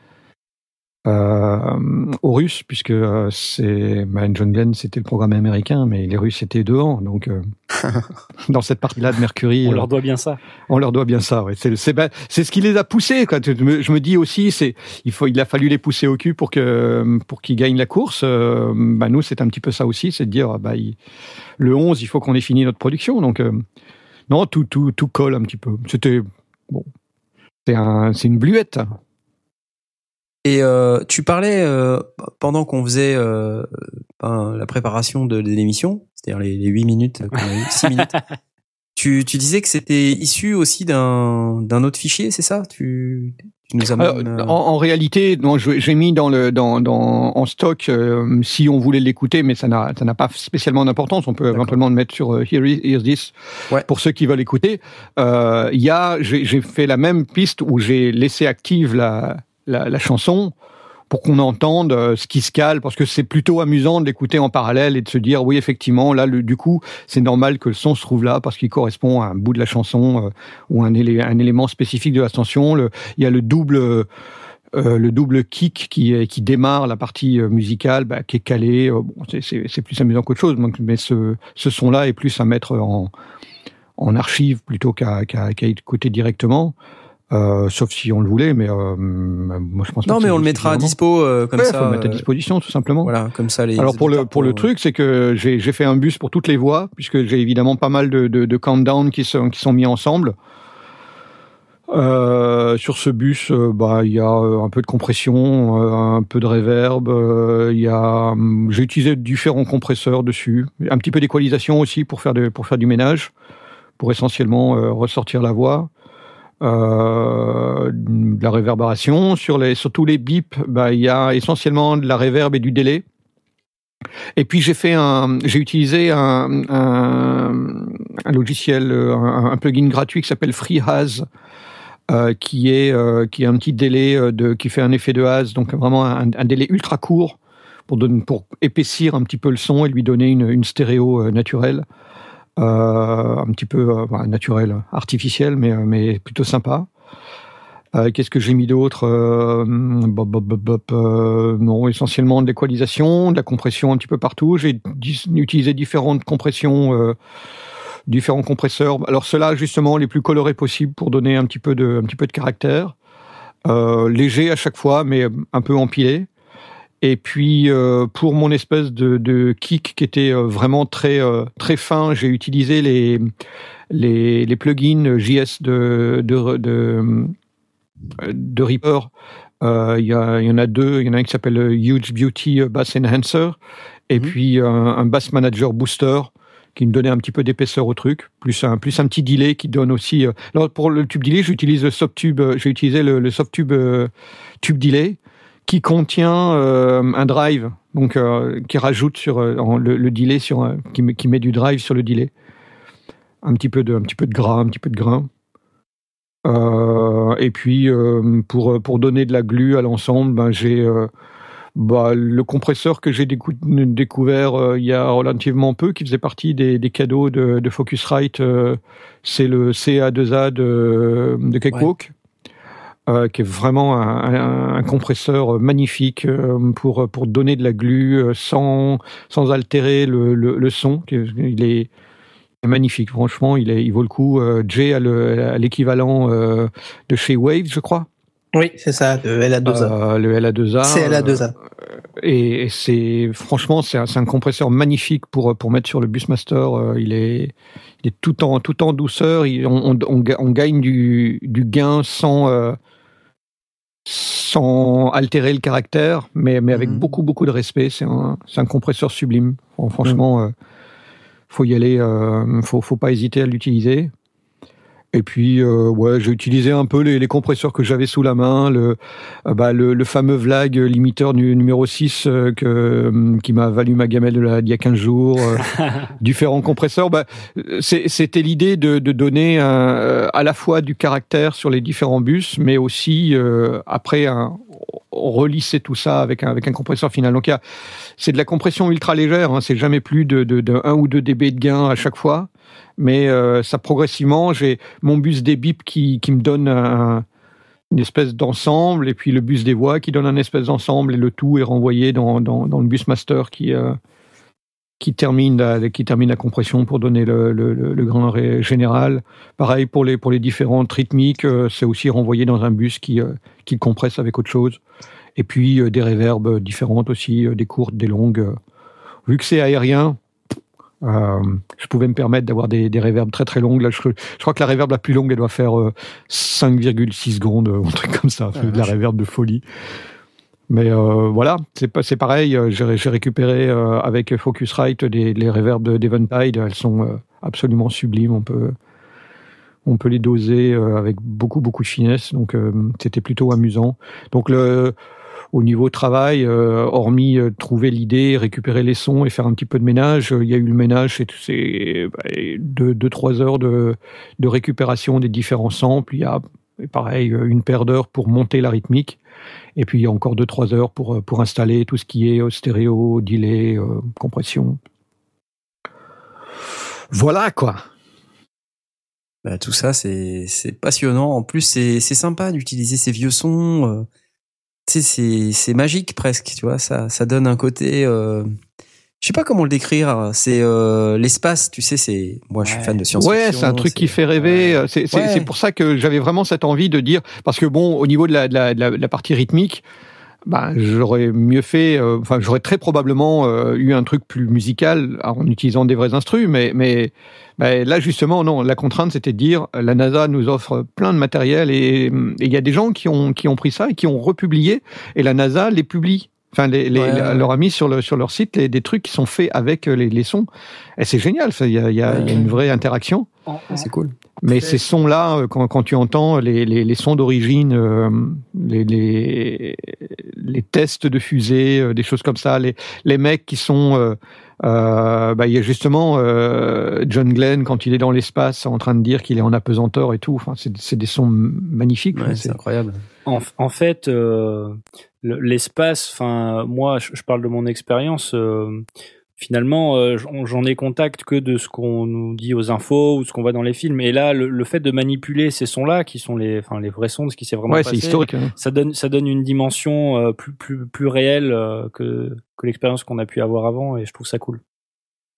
Euh, aux Russes, puisque euh, c'est bah, John Glenn, c'était le programme américain, mais les Russes étaient devant, donc euh, dans cette partie-là de Mercury, on euh, leur doit bien ça. On leur doit bien ça. Ouais. C'est, c'est, bah, c'est ce qui les a poussés. Quoi. Je, me, je me dis aussi, c'est il faut, il a fallu les pousser au cul pour que pour qu'ils gagnent la course. Euh, bah, nous, c'est un petit peu ça aussi, c'est de dire, bah, il, le onze, il faut qu'on ait fini notre production. Donc euh, non, tout tout tout colle un petit peu. C'était bon, c'est un, c'est une bluette. Et euh, tu parlais euh, pendant qu'on faisait euh, ben, la préparation de, de l'émission, c'est-à-dire les, les huit minutes qu'on a eu, six minutes. Tu, tu disais que c'était issu aussi d'un, d'un autre fichier, c'est ça? Tu, tu nous as Alors, même, euh... en, en réalité, non, j'ai mis dans le dans, dans en stock euh, si on voulait l'écouter, mais ça n'a ça n'a pas spécialement d'importance. On peut D'accord. éventuellement le mettre sur uh, Here Here's This ouais. pour ceux qui veulent écouter. Il euh, y a j'ai, j'ai fait la même piste où j'ai laissé active la La, la chanson pour qu'on entende euh, ce qui se cale, parce que c'est plutôt amusant de l'écouter en parallèle et de se dire oui effectivement là le, du coup c'est normal que le son se trouve là parce qu'il correspond à un bout de la chanson euh, ou un, élé- un élément spécifique de la chanson. Le, il y a le double euh, le double kick qui est, qui démarre la partie musicale, bah, qui est calé. Euh, bon, c'est, c'est, c'est plus amusant qu'autre chose, donc, mais ce, ce son là est plus à mettre en, en archive plutôt qu'à, qu'à, qu'à écouter directement. Euh, sauf si on le voulait, mais euh, moi je pense pas. Non, mais on le mettra à dispo euh, comme ouais, ça. Faut le mettre à disposition tout simplement. Voilà, comme ça les. Alors pour le pour le truc, c'est que j'ai j'ai fait un bus pour toutes les voix, puisque j'ai évidemment pas mal de de, de countdown qui sont qui sont mis ensemble. Euh, sur ce bus, euh, bah il y a un peu de compression, euh, un peu de reverb, il euh, y a j'ai utilisé différents compresseurs dessus, un petit peu d'équalisation aussi pour faire de pour faire du ménage, pour essentiellement euh, ressortir la voix. Euh, de la réverbération sur les sur tous les bips, bah il y a essentiellement de la réverb et du délai. Et puis j'ai fait un j'ai utilisé un un, un logiciel un, un plugin gratuit qui s'appelle FreeHaz, euh, qui est euh, qui est un petit délai de qui fait un effet de haz, donc vraiment un, un délai ultra court pour donner pour épaissir un petit peu le son et lui donner une une stéréo naturelle. Euh, un petit peu euh, bah, naturel, artificiel, mais, mais plutôt sympa. Euh, qu'est-ce que j'ai mis d'autre euh, bop, bop, bop, bop, euh, non, essentiellement de l'équalisation, de la compression un petit peu partout. J'ai dis- utilisé différentes compressions, euh, différents compresseurs. Alors ceux-là, justement, les plus colorés possibles pour donner un petit peu de, un petit peu de caractère. Euh, léger à chaque fois, mais un peu empilé. Et puis euh, pour mon espèce de, de kick qui était euh, vraiment très euh, très fin, j'ai utilisé les les, les plugins J S de de de, de Reaper. Il euh, y, y en a deux. Il y en a un qui s'appelle Huge Beauty Bass Enhancer, et mmh. puis un, un Bass Manager Booster qui me donnait un petit peu d'épaisseur au truc, plus un plus un petit delay qui donne aussi. Euh, alors pour le tube delay, j'utilise le Softube. J'ai utilisé le, le Softube euh, tube delay qui contient euh, un drive, donc euh, qui rajoute sur euh, le, le delay sur euh, qui, met, qui met du drive sur le delay. Un petit peu de un petit peu de gras, un petit peu de grain. Euh, et puis euh, pour pour donner de la glu à l'ensemble, ben j'ai euh, bah, le compresseur que j'ai décou- découvert euh, il y a relativement peu, qui faisait partie des, des cadeaux de, de Focusrite. Euh, c'est le C A deux A de, de Cakewalk, ouais. euh, qui est vraiment un, un, un compresseur magnifique euh, pour pour donner de la glu euh, sans sans altérer le le, le son. Il est magnifique, franchement, il, est, il vaut le coup. Euh, Jay a, le, a l'équivalent euh, de chez Waves, je crois. Oui, c'est ça, le L A deux A. Euh, le L A deux A. C'est L A deux A. Euh, et, et c'est, franchement, c'est un, c'est un compresseur magnifique pour, pour mettre sur le Bussmaster. Euh, il, est, il est tout en, tout en douceur. Il, on, on, on gagne du, du gain sans, euh, sans altérer le caractère, mais, mais avec mmh. beaucoup, beaucoup de respect. C'est un, c'est un compresseur sublime. Bon, franchement... Mmh. Euh, faut y aller, euh, faut, faut pas hésiter à l'utiliser. Et puis, euh, ouais, j'ai utilisé un peu les, les compresseurs que j'avais sous la main, le, euh, bah, le, le fameux Vlag limiteur nu, numéro six euh, que, euh, qui m'a valu ma gamelle de la, d'il y a quinze jours. Euh, différents compresseurs. Bah, c'est, c'était l'idée de, de donner un, euh, à la fois du caractère sur les différents bus, mais aussi euh, après un, relisser tout ça avec un, avec un compresseur final. Donc, il y a, c'est de la compression ultra légère. Hein, c'est jamais plus de, de, de un ou deux décibels de gain à chaque fois. Mais euh, ça progressivement, j'ai mon bus des bips qui, qui me donne un, une espèce d'ensemble, et puis le bus des voix qui donne un espèce d'ensemble, et le tout est renvoyé dans, dans, dans le bus master qui, euh, qui, termine la, qui termine la compression pour donner le, le, le grain ré, général. Pareil pour les, pour les différentes rythmiques, euh, c'est aussi renvoyé dans un bus qui, euh, qui compresse avec autre chose. Et puis euh, des réverbes différentes aussi, euh, des courtes, des longues. Euh. Vu que c'est aérien, Euh, je pouvais me permettre d'avoir des, des réverbes très très longues. Là, je, je crois que la réverbe la plus longue, elle doit faire euh, cinq virgule six secondes, un truc comme ça, ah, de la réverbe de folie. Mais euh, voilà, c'est, pas, c'est pareil. J'ai, j'ai récupéré euh, avec Focusrite des, les réverbes d'Eventide. Elles sont euh, absolument sublimes. On peut, on peut les doser euh, avec beaucoup beaucoup de finesse. Donc euh, c'était plutôt amusant. Donc le Au niveau travail, euh, hormis euh, trouver l'idée, récupérer les sons et faire un petit peu de ménage, il euh, y a eu le ménage, c'est, c'est bah, deux, deux, trois heures de, de récupération des différents samples. Il y a, pareil, une paire d'heures pour monter la rythmique. Et puis, il y a encore deux, trois heures pour, pour installer tout ce qui est stéréo, delay, euh, compression. Voilà, quoi. Bah, tout ça, c'est, c'est passionnant. En plus, c'est, c'est sympa d'utiliser ces vieux sons. Euh... C'est, c'est, c'est magique presque, tu vois, ça, ça donne un côté, euh, je sais pas comment le décrire, c'est euh, l'espace, tu sais, c'est, moi je suis ouais. fan de science-fiction. Ouais, c'est un truc c'est, qui fait rêver, ouais. c'est, c'est, ouais. c'est pour ça que j'avais vraiment cette envie de dire, parce que bon, au niveau de la, de la, de la, de la partie rythmique, bah, j'aurais mieux fait, enfin, euh, j'aurais très probablement euh, eu un truc plus musical en utilisant des vrais instrus, mais, mais bah, là, justement, non, la contrainte, c'était de dire, la NASA nous offre plein de matériel et il y a des gens qui ont, qui ont pris ça et qui ont republié, et la NASA les publie. Enfin, les, les, ouais, ouais. leur a mis sur, le, sur leur site les, des trucs qui sont faits avec les, les sons. Et c'est génial, il y a, y, a, ouais. y a une vraie interaction. C'est cool. Mais ces sons-là, quand, quand tu entends les, les, les sons d'origine, euh, les, les, les tests de fusée, euh, des choses comme ça, les, les mecs qui sont... Euh, euh, bah, il y a justement euh, John Glenn, quand il est dans l'espace, en train de dire qu'il est en apesanteur et tout. Enfin, c'est, c'est des sons magnifiques. Ouais, c'est, c'est incroyable. En, en fait, euh, l'espace, enfin, moi, je, je parle de mon expérience... Euh, Finalement, euh, j'en ai contact que de ce qu'on nous dit aux infos ou ce qu'on voit dans les films. Et là, le, le fait de manipuler ces sons-là, qui sont les, enfin, les vrais sons de ce qui s'est vraiment ouais, passé, c'est historique, hein. ça donne, ça donne une dimension euh, plus, plus, plus réelle euh, que, que l'expérience qu'on a pu avoir avant. Et je trouve ça cool.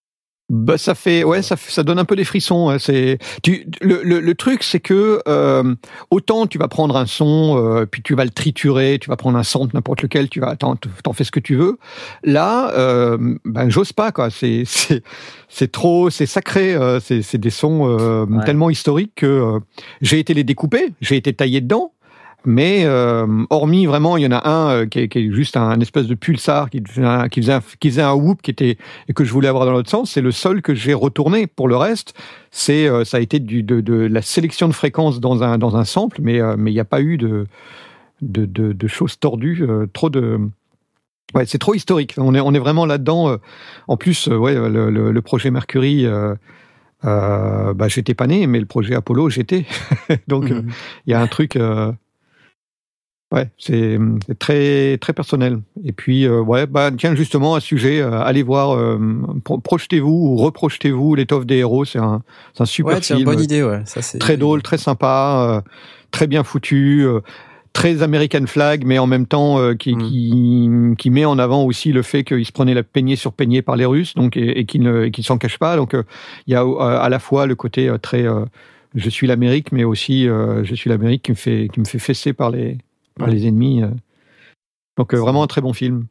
Bah ça fait ouais ça ça donne un peu des frissons. Hein. C'est tu le, le le truc c'est que euh, autant tu vas prendre un son euh, puis tu vas le triturer, tu vas prendre un sample n'importe lequel, tu vas t'en, t'en fais ce que tu veux. Là euh, ben j'ose pas quoi. C'est c'est c'est trop c'est sacré. Euh, c'est c'est des sons euh, ouais. tellement historiques que euh, j'ai été les découper, j'ai été taillé dedans. Mais euh, hormis vraiment, il y en a un euh, qui, est, qui est juste un, un espèce de pulsar qui faisait un, qui faisait un, qui faisait un whoop qui était et que je voulais avoir dans l'autre sens. C'est le seul que j'ai retourné. Pour le reste, c'est euh, ça a été du, de, de la sélection de fréquences dans un dans un sample, mais euh, mais il n'y a pas eu de de, de, de choses tordues. Euh, trop de ouais, c'est trop historique. On est on est vraiment là-dedans. Euh, en plus, euh, ouais, le, le, le projet Mercury. Euh, euh, bah j'étais pas né, mais le projet Apollo, j'étais. Donc il mmh. euh, y a un truc. Euh, Ouais, c'est, c'est très très personnel. Et puis euh, ouais, bah tiens justement à ce sujet, euh, allez voir, euh, pro- projetez-vous ou reprojetez-vous l'étoffe des héros. C'est un c'est un super ouais, film. C'est une bonne idée, ouais. Ça c'est très drôle, très sympa, euh, très bien foutu, euh, très American flag, mais en même temps euh, qui, mm. qui qui met en avant aussi le fait qu'ils se prenaient la peignée sur peignée par les Russes, donc et, et qu'ils ne et qu'ils s'en cachent pas. Donc il euh, y a euh, à la fois le côté euh, très euh, je suis l'Amérique, mais aussi euh, je suis l'Amérique qui me fait qui me fait fesser par les par les ennemis. Donc euh, vraiment un très bon film.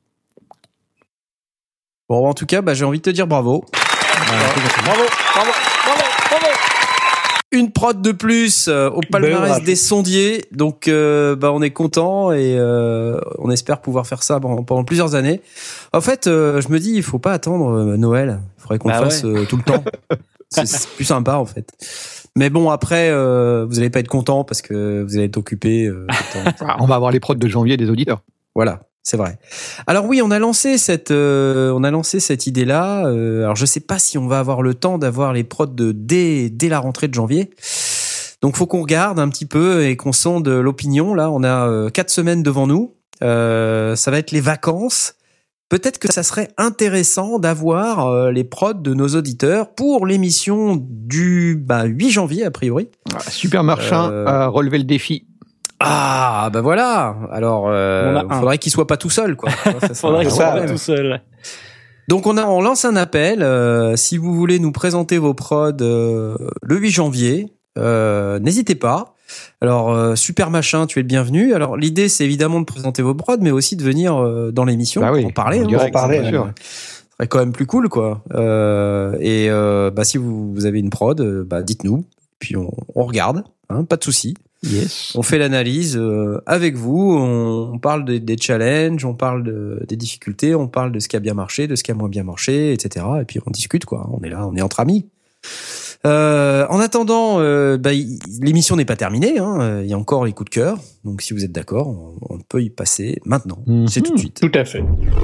Bon, en tout cas, bah, j'ai envie de te dire bravo. Bravo, bravo, bravo, bravo, bravo. Une prod de plus euh, au palmarès ben, des sondiers. Donc, euh, bah, on est content et euh, on espère pouvoir faire ça pendant, pendant plusieurs années. En fait, euh, je me dis, il faut pas attendre euh, Noël. Il faudrait qu'on bah le fasse ouais. euh, tout le temps. c'est, c'est plus sympa, en fait. Mais bon, après, euh, vous allez pas être content parce que vous allez être occupé. Euh, on va avoir les prods de janvier des auditeurs. Voilà, c'est vrai. Alors oui, on a lancé cette, euh, on a lancé cette idée-là. Euh, alors je sais pas si on va avoir le temps d'avoir les prods de dès dès la rentrée de janvier. Donc faut qu'on regarde un petit peu et qu'on sonde l'opinion. Là, on a euh, quatre semaines devant nous. Euh, ça va être les vacances. Peut-être que ça serait intéressant d'avoir euh, les prods de nos auditeurs pour l'émission du bah, huit janvier, a priori. Ah, Super Marchand euh... a relevé le défi. Ah, bah voilà. Alors, euh, il faudrait qu'il soit pas tout seul, quoi. Il faudrait qu'il soit pas tout seul. Donc, on, a, on lance un appel. Euh, si vous voulez nous présenter vos prods euh, le huit janvier, euh, n'hésitez pas. Alors, euh, Super Machin, tu es le bienvenu. Alors, l'idée, c'est évidemment de présenter vos prods, mais aussi de venir euh, dans l'émission bah oui, pour en parler. On hein, en parler, bien sûr. Ce serait quand même plus cool, quoi. Euh, et euh, bah, si vous, vous avez une prod, euh, bah, dites-nous. Puis on, on regarde, hein, pas de souci. Yes. On fait l'analyse euh, avec vous. On, on parle des, des challenges, on parle de, des difficultés, on parle de ce qui a bien marché, de ce qui a moins bien marché, et cetera. Et puis on discute, quoi. On est là, on est entre amis. Euh, en attendant, euh, bah, y, l'émission n'est pas terminée. Hein. Il y a encore les coups de cœur. Donc, si vous êtes d'accord, on, on peut y passer maintenant. Mmh. C'est tout de suite. Tout à fait.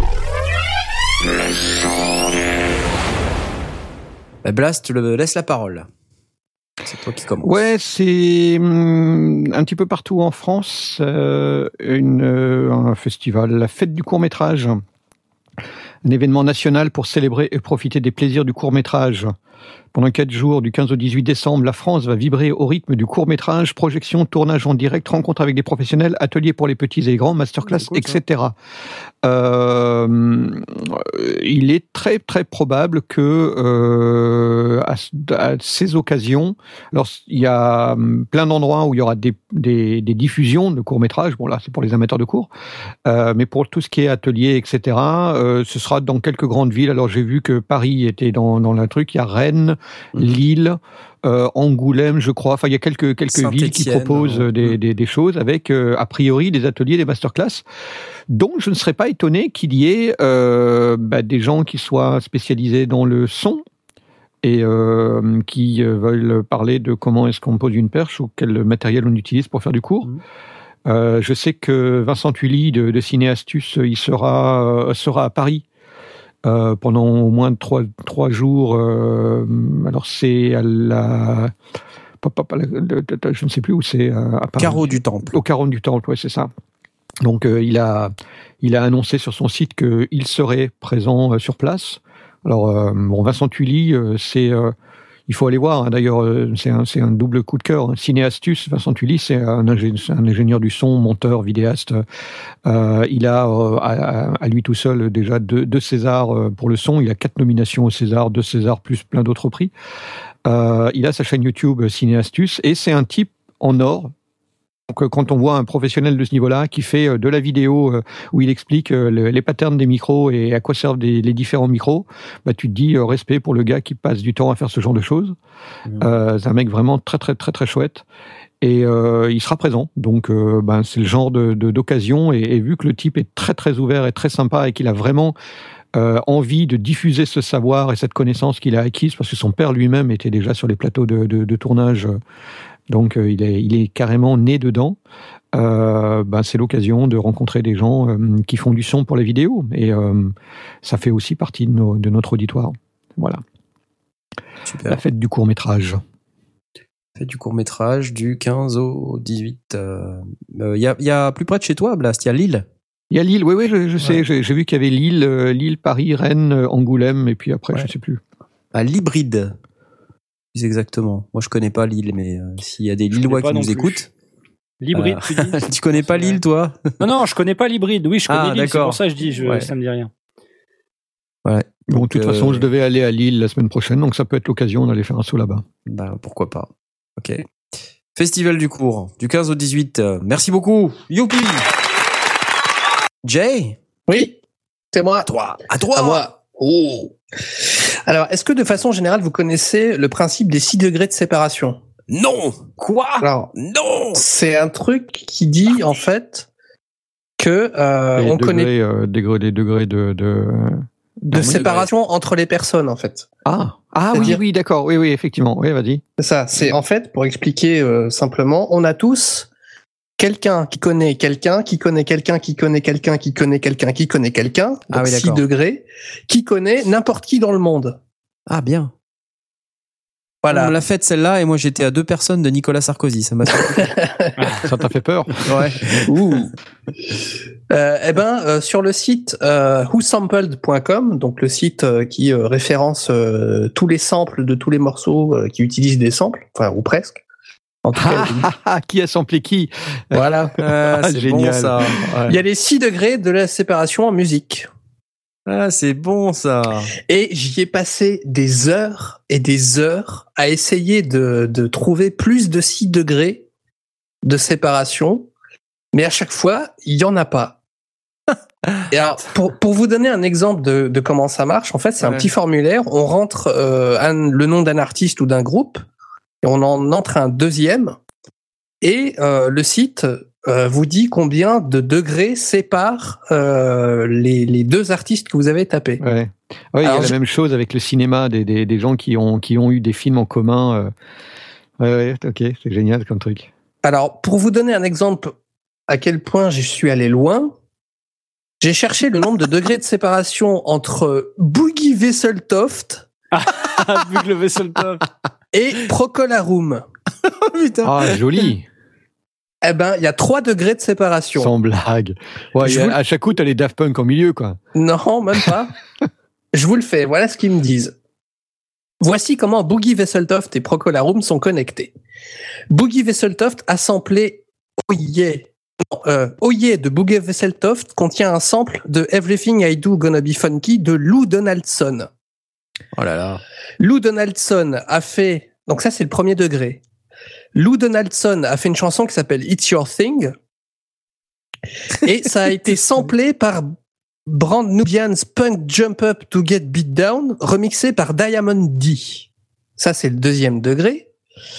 Bah, Blast, le, laisse la parole. C'est toi qui commence. Ouais, c'est hum, un petit peu partout en France euh, une, euh, un festival, la fête du court-métrage. Un événement national pour célébrer et profiter des plaisirs du court-métrage. Pendant quatre jours, du quinze au dix-huit décembre, la France va vibrer au rythme du court-métrage, projection, tournage en direct, rencontre avec des professionnels, ateliers pour les petits et les grands, masterclass, cool, et cetera. Euh, il est très très probable que euh, à, à ces occasions, alors il y a plein d'endroits où il y aura des, des, des diffusions de court-métrage. Bon là, c'est pour les amateurs de court, euh, mais pour tout ce qui est atelier, et cetera. Euh, ce sera dans quelques grandes villes. Alors j'ai vu que Paris était dans dans le truc. Il y a Rennes, Lille, euh, Angoulême, je crois. Enfin, il y a quelques quelques villes qui proposent euh, des, des des choses avec euh, a priori des ateliers, des masterclass. Donc, je ne serais pas étonné qu'il y ait euh, bah, des gens qui soient spécialisés dans le son et euh, qui euh, veulent parler de comment est-ce qu'on pose une perche ou quel matériel on utilise pour faire du court. Mmh. Euh, je sais que Vincent Tully de, de Ciné Astuce, il sera euh, sera à Paris. Euh, pendant au moins trois, trois jours. Euh, alors, c'est à la... Je ne sais plus où c'est. À Paris. Carreau du Temple. Au Carreau du Temple, oui, c'est ça. Donc, euh, il, a, il a annoncé sur son site qu'il serait présent euh, sur place. Alors, euh, bon, Vincent Tully, euh, c'est, euh, il faut aller voir. Hein. D'ailleurs, euh, c'est un, c'est un double coup de cœur. Hein. Cinéastus, Vincent Tully, c'est un, ingé- c'est un ingénieur du son, monteur, vidéaste. Euh, il a euh, à, à lui tout seul déjà deux, deux Césars euh, pour le son. Il a quatre nominations au César, deux Césars plus plein d'autres prix. Euh, il a sa chaîne YouTube Cinéastus et c'est un type en or. Donc, quand on voit un professionnel de ce niveau-là qui fait de la vidéo euh, où il explique euh, le, les patterns des micros et à quoi servent des, les différents micros, bah, tu te dis euh, respect pour le gars qui passe du temps à faire ce genre de choses. Mmh. Euh, c'est un mec vraiment très très très très chouette et euh, il sera présent. Donc euh, ben, c'est le genre de, de, d'occasion et, et vu que le type est très très ouvert et très sympa et qu'il a vraiment euh, envie de diffuser ce savoir et cette connaissance qu'il a acquise parce que son père lui-même était déjà sur les plateaux de, de, de tournage. Euh, Donc euh, il est il est carrément né dedans. Euh, ben c'est l'occasion de rencontrer des gens euh, qui font du son pour les vidéos et euh, ça fait aussi partie de, nos, de notre auditoire. Voilà. Super. La fête du court métrage. Fête du court métrage du quinze au dix-huit. Il euh, euh, y a il y a plus près de chez toi, Blast. Il y a Lille. Il y a Lille. Oui oui je, je sais. Ouais. J'ai, j'ai vu qu'il y avait Lille, euh, Lille, Paris, Rennes, Angoulême et puis après ouais. je sais plus. À l'hybride. Exactement. Moi, je connais pas Lille, mais euh, s'il y a des Lillois qui nous plus. écoutent. L'hybride, euh, tu dis tu connais pas Lille, toi? Non, non, je connais pas l'hybride. Oui, je connais ah, Lille. D'accord. C'est pour ça que je dis, je, ouais. ça me dit rien. Ouais. Bon, de toute euh... façon, je devais aller à Lille la semaine prochaine, donc ça peut être l'occasion d'aller faire un saut là-bas. Bah, pourquoi pas. Ok. Festival du cours, du quinze au dix-huit. Euh, merci beaucoup. Youpi! Jay? Oui. C'est moi. À toi. À toi. À moi. Oh. Alors, est-ce que de façon générale, vous connaissez le principe des six degrés de séparation? Non. Quoi? Alors, non. C'est un truc qui dit, en fait, que euh, on degrés, connaît... Euh, degrés, des degrés de... de... De séparation degrés. Entre les personnes, en fait. Ah, ah oui, oui, d'accord. Oui, oui, effectivement. Oui, vas-y. C'est ça. C'est, en fait, pour expliquer euh, simplement, on a tous... quelqu'un qui connaît quelqu'un, qui connaît quelqu'un, qui connaît quelqu'un, qui connaît quelqu'un, qui connaît quelqu'un, donc ah oui, six degrés, qui connaît n'importe qui dans le monde. Ah bien. Voilà. On me l'a faite celle-là et moi j'étais à deux personnes de Nicolas Sarkozy, ça m'a fait ça t'a fait peur. Ouais. Ouh. Euh, eh ben euh, sur le site euh, who sampled point com, donc le site euh, qui euh, référence euh, tous les samples de tous les morceaux euh, qui utilisent des samples, enfin ou presque. En tout cas, ah, ah, qui a samplé qui? Voilà, ah, c'est génial. Bon, ça. Ouais. Il y a les six degrés de la séparation en musique. Ah, c'est bon ça. Et j'y ai passé des heures et des heures à essayer de, de trouver plus de six degrés de séparation, mais à chaque fois, il y en a pas. Et alors, pour, pour vous donner un exemple de, de comment ça marche, en fait, c'est ouais. un petit formulaire. On rentre euh, un, le nom d'un artiste ou d'un groupe. Et on en entre un deuxième, et euh, le site euh, vous dit combien de degrés séparent euh, les, les deux artistes que vous avez tapés. Ouais. Ouais, il y a la je... même chose avec le cinéma, des, des, des gens qui ont, qui ont eu des films en commun. Euh... Ouais, ouais, ok, c'est génial comme truc. Alors, pour vous donner un exemple à quel point je suis allé loin, j'ai cherché le nombre de degrés de séparation entre Boogie Wesseltoft Boogie Wesseltoft et Procolarum. Oh putain. Ah, joli. Eh ben, il y a trois degrés de séparation. Sans blague. Ouais, a, vous... À chaque coup, t'as les Daft Punk en milieu, quoi. Non, même pas. Je vous le fais. Voilà ce qu'ils me disent. Voici comment Boogie Wesseltoft et Procolarum sont connectés. Boogie Wesseltoft a samplé Oh Yeah. Euh, Oh Yeah de Boogie Wesseltoft contient un sample de Everything I Do Gonna Be Funky de Lou Donaldson. Oh là là. Lou Donaldson a fait, donc ça c'est le premier degré. Lou Donaldson a fait une chanson qui s'appelle It's Your Thing. Et ça a été samplé par Brand Nubian's Punk Jump Up to Get Beat Down, remixé par Diamond D. Ça c'est le deuxième degré.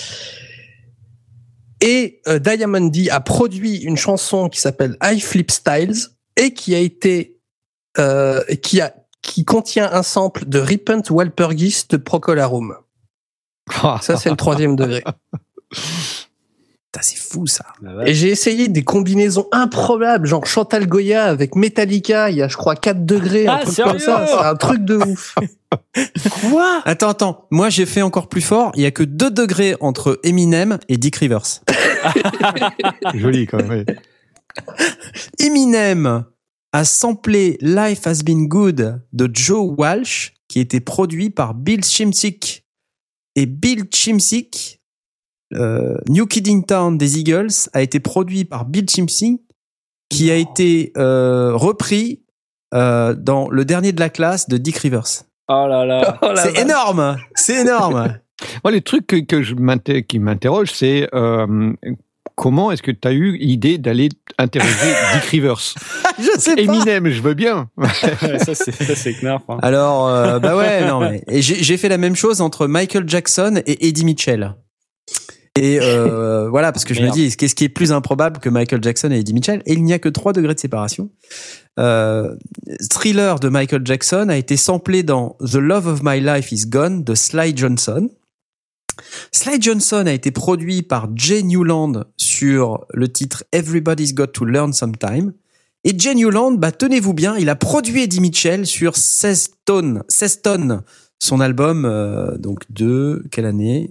Et euh, Diamond D a produit une chanson qui s'appelle I Flip Styles et qui a été, euh, qui a qui contient un sample de Repent Walpurgis de Procolarum. Ça, c'est le troisième degré. Putain, c'est fou, ça. Et j'ai essayé des combinaisons improbables, genre Chantal Goya avec Metallica, il y a, je crois, quatre degrés, ah, un truc sérieux comme ça. C'est un truc de ouf. Quoi? Attends, attends. Moi, j'ai fait encore plus fort. Il y a que deux degrés entre Eminem et Dick Rivers. Joli, quand même. Oui. Eminem a samplé Life Has Been Good de Joe Walsh, qui était produit par Bill Szymczyk. Et Bill Chimsick, euh, New Kid in Town des Eagles, a été produit par Bill Chimsick, qui a été euh, repris euh, dans le dernier de la classe de Dick Rivers. Oh là là. Oh la C'est vache. énorme, c'est énorme. Moi, les trucs que, que je m'inter- qui m'interrogent, c'est euh, comment est-ce que tu as eu l'idée d'aller interroger Dick Rivers? Je sais pas. Eminem, je veux bien. ça, c'est, ça, c'est Knarf. Hein. Alors, euh, bah ouais, non mais et j'ai, j'ai fait la même chose entre Michael Jackson et Eddie Mitchell. Et euh, voilà, parce que je Merde. me dis, qu'est-ce qui est plus improbable que Michael Jackson et Eddie Mitchell? Et il n'y a que trois degrés de séparation. Euh, Thriller de Michael Jackson a été samplé dans The Love of My Life Is Gone de Sly Johnson. Sly Johnson a été produit par Jay Newland sur le titre Everybody's Got to Learn Sometime. Et Jay Newland, bah, tenez-vous bien, il a produit Eddie Mitchell sur seize tonnes, seize tonnes, son album, euh, donc de, quelle année?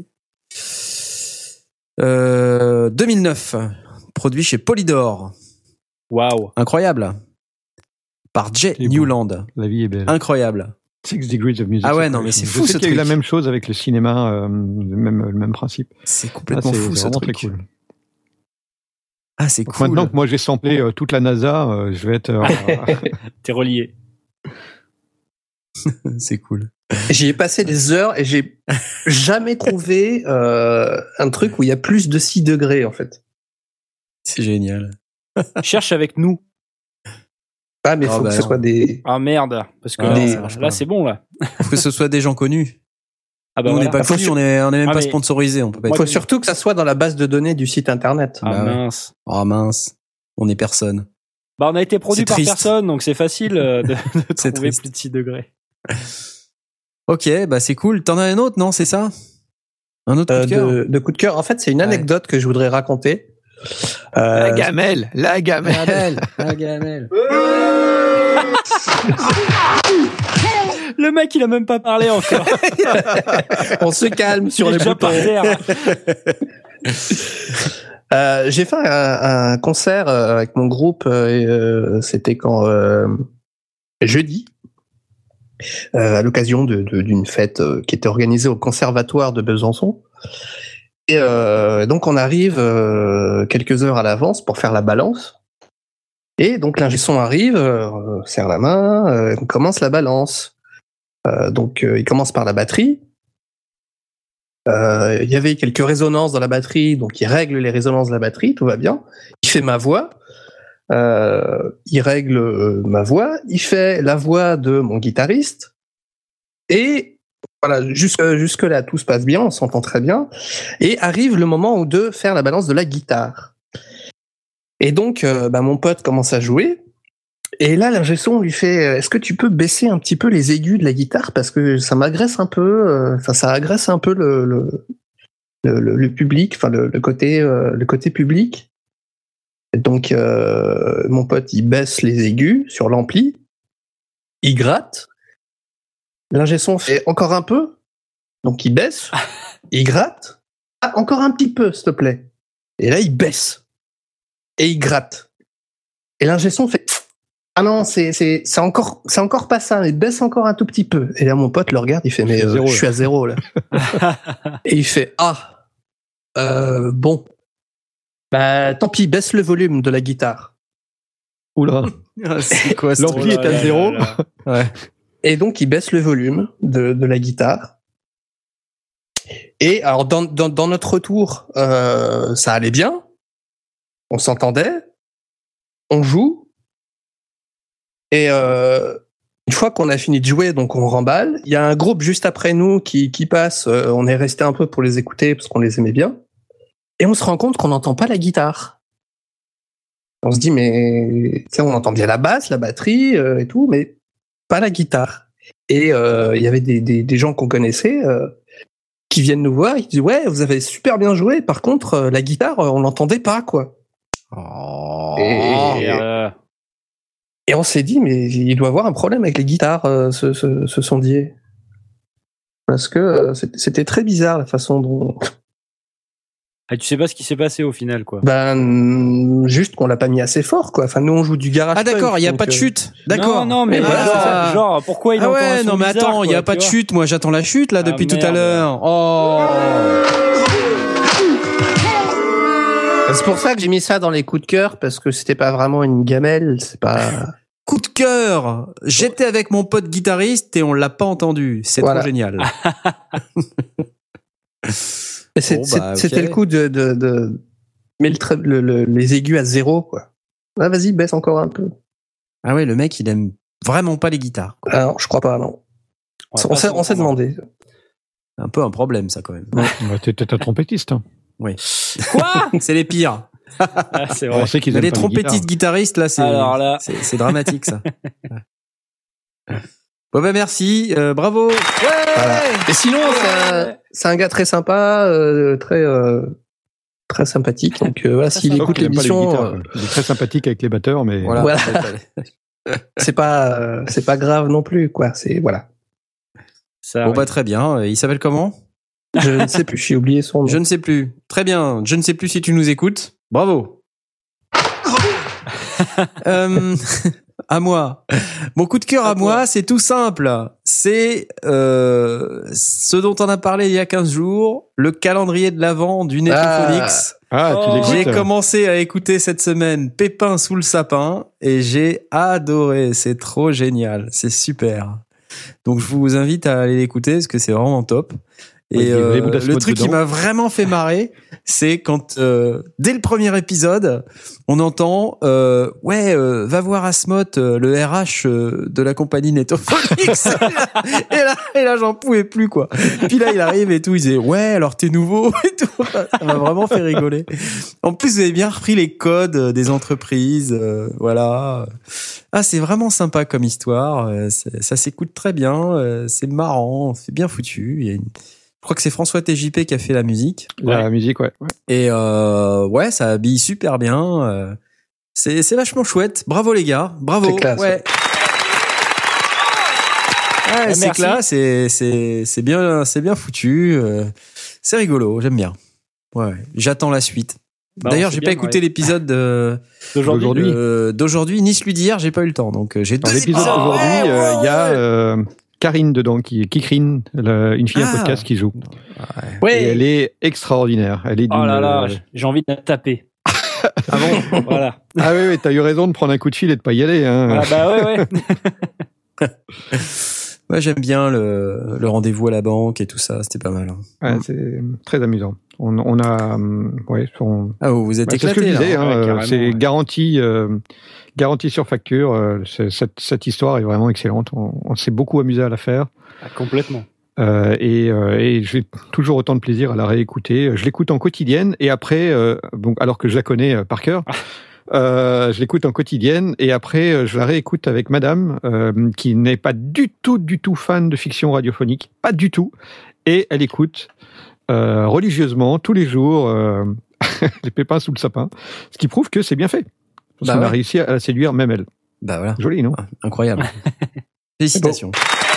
Euh, deux mille neuf, produit chez Polydor. Waouh. Incroyable. Par Jay C'est beau. Newland. La vie est belle. Incroyable. Six Degrees of Music. Ah ouais, non, mais Separation. c'est fou, Je sais ce qu'il y a eu la truc. même chose avec le cinéma, euh, le, même, le même principe. C'est Ah, complètement c'est fou, c'est ce vraiment truc. très cool. Ah, c'est Donc cool. Maintenant que moi j'ai samplé euh, toute la NASA, euh, je vais être. euh, T'es relié. C'est cool. J'y ai passé des heures et j'ai jamais trouvé euh, un truc où il y a plus de six degrés en fait. C'est génial. Cherche avec nous. Ah mais Ah faut bah que ce non. soit des. Ah merde. Parce que Ah, là, ça marche là, pas. c'est bon, là. Faut que ce soit des gens connus. Ah bah Nous, on voilà. n'est pas Faut connus, sur- on est, on est même Ah, pas mais- sponsorisés, on peut pas Il être. faut surtout que ça soit dans la base de données du site internet. Ah Bah ouais. mince. Oh mince. On est personne. Bah, on a été produit C'est par triste. personne, donc c'est facile euh, de, de C'est trouver triste. plus de six degrés. Ok, bah c'est cool. T'en as un autre, non? C'est ça? Un autre coup Euh, de cœur? de, de coup de cœur. En fait, c'est une Ouais. anecdote que je voudrais raconter. La Euh, gamelle, la gamelle. Gamelle, la gamelle. Le mec, il a même pas parlé encore. on se calme sur Il est les déjà boutons. par terre. Euh, j'ai fait un, un concert euh, avec mon groupe. euh, et, euh, C'était quand euh, jeudi, euh, à l'occasion de, de- d'une fête euh, qui était organisée au Conservatoire de Besançon. Et euh, donc on arrive euh, quelques heures à l'avance pour faire la balance. Et donc l'ingé son arrive, euh, serre la main, euh, on commence la balance. Euh, donc euh, il commence par la batterie. Euh, Il y avait quelques résonances dans la batterie, donc il règle les résonances de la batterie, tout va bien. Il fait ma voix, euh, il règle euh, ma voix, il fait la voix de mon guitariste, et voilà, jusque, jusque là tout se passe bien, on s'entend très bien, et arrive le moment où de faire la balance de la guitare. Et donc, euh, bah, mon pote commence à jouer, et là l'ingé son lui fait, est-ce que tu peux baisser un petit peu les aigus de la guitare parce que ça m'agresse un peu, euh, enfin ça agresse un peu le le, le, le- le public, enfin le, le côté euh, le côté public. Et donc euh, mon pote il baisse les aigus sur l'ampli, il gratte. L'ingé son fait encore un peu, donc il baisse, il gratte. Ah, encore un petit peu s'il te plaît. Et là il baisse et il gratte. Et l'ingé son fait ah non, c'est c'est c'est encore c'est encore pas ça, mais baisse encore un tout petit peu. Et là mon pote le regarde, il fait mais Je suis à euh, zéro, je suis à zéro là. Et il fait ah euh, bon bah tant pis, baisse le volume de la guitare. Oula. Ah, c'est quoi ce L'ampli truc? est à zéro. Ouais. Et donc il baisse le volume de de la guitare. Et alors dans dans dans notre retour, euh, ça allait bien, on s'entendait, on joue. Et euh, une fois qu'on a fini de jouer, donc on remballe. Il y a un groupe juste après nous qui, qui passe. Euh, on est resté un peu pour les écouter parce qu'on les aimait bien. Et on se rend compte qu'on n'entend pas la guitare. On se dit, mais tu sais, on entend bien la basse, la batterie euh, et tout, mais pas la guitare. Et euh, il y avait des, des, des gens qu'on connaissait euh, qui viennent nous voir. Ils disent, ouais, vous avez super bien joué. Par contre, euh, la guitare, euh, on l'entendait pas, quoi. Oh. Et- Et, euh, Et on s'est dit, mais il doit avoir un problème avec les guitares, euh, ce, ce, ce sondier. Parce que euh, c'était c'était très bizarre la façon dont, Ah, tu sais pas ce qui s'est passé au final, quoi. Ben, juste qu'on l'a pas mis assez fort, quoi. Enfin, nous, on joue du garage. Ah d'accord, il y a donc, pas de euh, chute. D'accord. Non, non, mais Ah, voilà, c'est ça. Genre, pourquoi il Ah entend un ouais, son non mais bizarre, attends, il y quoi, a pas tu de vois. chute. Moi, j'attends la chute là Ah, depuis tout à merde. l'heure. Oh. C'est pour ça que j'ai mis ça dans les coups de cœur, parce que c'était pas vraiment une gamelle, c'est pas... Coup de cœur. J'étais avec mon pote guitariste et on l'a pas entendu. C'est Voilà. trop génial. Et c'est- Bon, c'est- bah, ok. C'était le coup de, de, de... Mais le, tra- le, le- les aigus à zéro, quoi. Ah, vas-y, baisse encore un peu. Ah ouais, le mec, il aime vraiment pas les guitares, quoi. Ah non, je crois pas, non. On va On pas s'est s'en on s'est prendre. demandé. C'est un peu un problème, ça, quand même. Bah, t'es peut-être un trompettiste. Hein. Quoi? C'est les pires. Ah, c'est vrai. On sait qu'ils Mais aiment les pas trompettistes guitaristes, là, c'est, Alors là. c'est, c'est dramatique, ça. Bon, bah, merci. Euh, bravo. Ouais. Voilà. Et sinon, c'est un, c'est un gars très sympa, euh, très, euh, très sympathique. Donc, euh, voilà, s'il Sauf écoute qu'il aime pas les l'émission, guitares, euh, quoi. Il est très sympathique avec les batteurs, mais Voilà. Voilà. c'est pas, euh, c'est pas grave non plus, quoi. C'est, voilà. Ça Bon, arrive. bah, très bien. Il s'appelle comment? Je ne sais plus, j'ai oublié son nom. Je ne sais plus. Très bien. Je ne sais plus si tu nous écoutes. Bravo. euh, à moi. Mon coup de cœur à, À toi. moi, c'est tout simple. C'est euh, ce dont on a parlé il y a quinze jours, le calendrier de l'Avent du Netophonix. ah, tu Oh. J'ai l'écoutes. commencé à écouter cette semaine Pépin sous le sapin et j'ai adoré. C'est trop génial. C'est super. Donc je vous invite à aller l'écouter parce que c'est vraiment top. Ouais, il y Et a euh, vraiment le Dasmod truc qui dedans. m'a vraiment fait marrer, c'est quand euh, dès le premier épisode, on entend euh, ouais, euh, va voir Asmoth, euh, le R H euh, de la compagnie Netophonix. et là, et là, j'en pouvais plus quoi. Puis là, il arrive et tout, il disait ouais, alors t'es nouveau et tout. Ça m'a vraiment fait rigoler. En plus, vous avez bien repris les codes euh, des entreprises, euh, voilà. Ah, c'est vraiment sympa comme histoire. euh, c'est- Ça s'écoute très bien, euh, c'est marrant, c'est bien foutu. Il y a une Je crois que c'est François T J P qui a fait la musique. La musique, ouais. ouais. Et euh, ouais, ça habille super bien. euh, C'est c'est vachement chouette. Bravo les gars. Bravo. C'est classe, Ouais. ouais. Ouais, Ah, c'est merci. classe. C'est c'est c'est bien c'est bien foutu. euh, C'est rigolo. J'aime bien. Ouais. J'attends la suite. Bah, D'ailleurs, on j'ai sait pas bien, écouté ouais. l'épisode de- D'aujourd'hui. D'aujourd'hui. euh, d'aujourd'hui ni celui d'hier. J'ai pas eu le temps. Donc euh, j'ai Dans deux l'épisode épisodes. d'aujourd'hui, Ouais, euh, il ouais, y a ouais. euh, Karine dedans, qui, Kikrine, le- une fille à Ah. podcast qui joue. Ouais. Et elle est extraordinaire. Elle est Oh là d'une, là, euh, j'ai envie de la taper. Ah bon. Voilà. Ah oui, oui, t'as eu raison de prendre un coup de fil et de pas y aller. Hein. Ah bah ouais, ouais. Ouais, j'aime bien le, le rendez-vous à la banque et tout ça. C'était pas mal. hein. Ouais, c'est très amusant. On, on a, hum, ouais, on, Ah, vous vous êtes bah, c'est ce que éclaté je disais. là. Hein, Ouais, euh, carrément, c'est ouais. garanti, euh, garanti sur facture. euh, c'est- cette, cette histoire est vraiment excellente. On, on s'est beaucoup amusé à la faire. Ah, complètement. Euh, et, euh, et j'ai toujours autant de plaisir à la réécouter. Je l'écoute en quotidienne et après, euh, donc alors que je la connais euh, par cœur, euh, je l'écoute en quotidienne et après euh, je la réécoute avec Madame, euh, qui n'est pas du tout, du tout fan de fiction radiophonique, pas du tout, et elle écoute euh, religieusement tous les jours euh, les pépins sous le sapin, ce qui prouve que c'est bien fait. Parce Bah qu'on ouais. a réussi à la séduire même elle. Bah voilà. Joli, non? Ah, incroyable. Félicitations.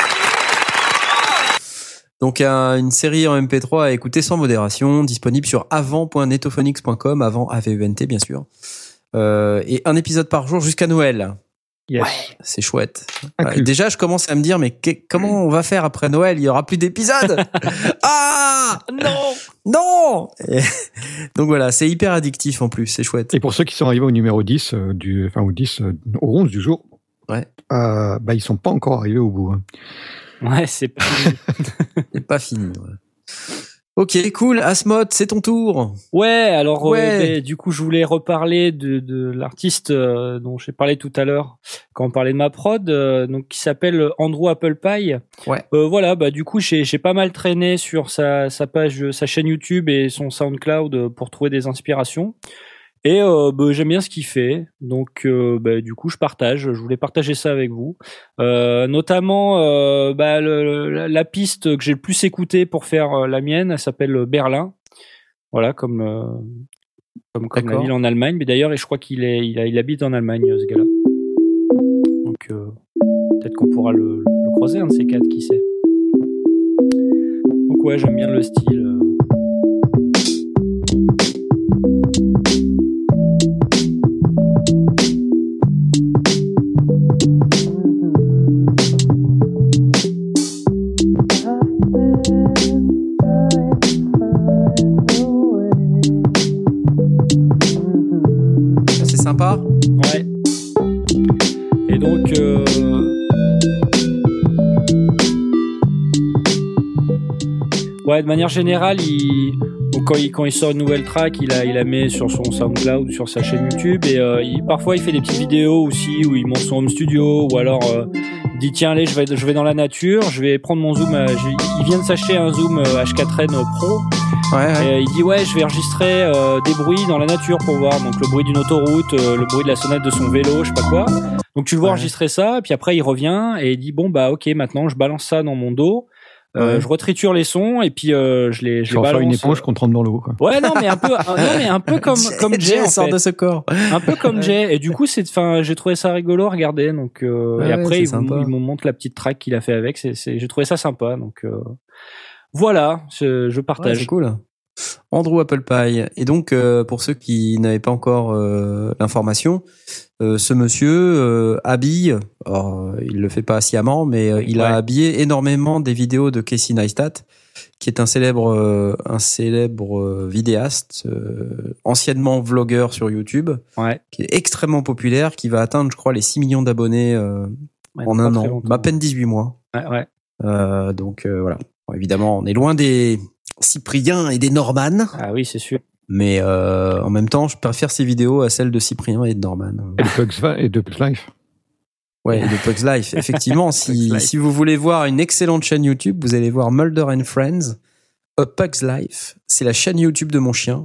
Donc un- une série en M P trois à écouter sans modération, disponible sur avant point netophonix point com, avant A V E N T bien sûr. Euh, et un épisode par jour jusqu'à Noël. Yes. C'est chouette. Inclus. Ouais, déjà, je commence à me dire, mais que- comment on va faire après Noël? Il y aura plus d'épisodes. Ah non, non. Et- donc voilà, c'est hyper addictif en plus, c'est chouette. Et pour ceux qui sont arrivés au numéro dix, euh, du, enfin au dix, euh, au onze du jour, Ouais. euh, bah ils sont pas encore arrivés au bout. Hein. Ouais, c'est pas C'est pas fini. Ouais. Ok, cool. Asmoth, c'est ton tour. Ouais, alors euh, Ouais. ben, du coup, je voulais reparler de, de l'artiste euh, dont j'ai parlé tout à l'heure quand on parlait de ma prod, euh, donc qui s'appelle Andrew Apple Pie. Ouais. Euh, voilà, bah du coup, j'ai j'ai pas mal traîné sur sa sa page, sa chaîne YouTube et son SoundCloud euh, pour trouver des inspirations. Et euh, bah, j'aime bien ce qu'il fait, donc euh, bah, du coup je partage. Je voulais partager ça avec vous, euh, notamment euh, bah, le, la, la piste que j'ai le plus écoutée pour faire euh, la mienne, elle s'appelle Berlin. Voilà, comme euh, comme, comme la D'accord. ville en Allemagne. Mais d'ailleurs, et je crois qu'il est, il, a, il habite en Allemagne, ce gars-là. Donc euh, peut-être qu'on pourra le, le croiser, un de ces quatre, qui sait. Donc ouais, j'aime bien le style. euh. soir. Ouais. Et donc, euh... ouais, de manière générale, il... donc, quand, il, quand il sort une nouvelle track, il la, il la met sur son SoundCloud, sur sa chaîne YouTube, et euh, il, parfois il fait des petites vidéos aussi où il monte son home studio, ou alors euh, il dit tiens allez, je vais, je vais dans la nature, je vais prendre mon zoom. Euh, il vient de s'acheter un zoom H quatre N Pro. Ouais, ouais. Et euh, il dit ouais, je vais enregistrer euh, des bruits dans la nature pour voir, donc le bruit d'une autoroute, euh, le bruit de la sonnette de son vélo, je sais pas quoi. Donc tu le vois Ouais. enregistrer ça, et puis après il revient et il dit bon bah ok, maintenant je balance ça dans mon dos, euh, Ouais. je retriture les sons et puis euh, je les je Je les vais en faire balance. une éponge qu'on trempe dans l'eau, quoi. Ouais non mais un peu un- non mais un peu comme comme Jay en sort fait. de ce corps. Un peu comme Jay, et du coup c'est enfin j'ai trouvé ça rigolo à regarder, donc euh, Ouais, et après c'est ils sympa. m'ont- ils m'ont montré la petite track qu'il a fait avec, c'est c'est j'ai trouvé ça sympa, donc euh, voilà, je, je Ouais, partage. c'est cool. Andrew Apple Pie. Et donc, euh, pour ceux qui n'avaient pas encore euh, l'information, euh, ce monsieur euh, habille, alors, il le fait pas sciemment, mais euh, il a Ouais. habillé énormément des vidéos de Casey Neistat, qui est un célèbre, euh, un célèbre euh, vidéaste, euh, anciennement vlogueur sur YouTube, Ouais. qui est extrêmement populaire, qui va atteindre, je crois, les six millions d'abonnés euh, Ouais, en pas un très an, longtemps. à peine dix-huit mois. Ouais, ouais. Euh, donc euh, voilà. Bon, évidemment, on est loin des Cyprien et des Norman, Ah oui, c'est sûr. mais euh, en même temps, je préfère ces vidéos à celles de Cyprien et de Norman. Et de Bugs, Va- et de Bugs Life. Ouais, et de Pugs Life. Effectivement, si, Pugs Life. si vous voulez voir une excellente chaîne YouTube, vous allez voir Mulder and Friends, A Pug's Life. C'est la chaîne YouTube de mon chien.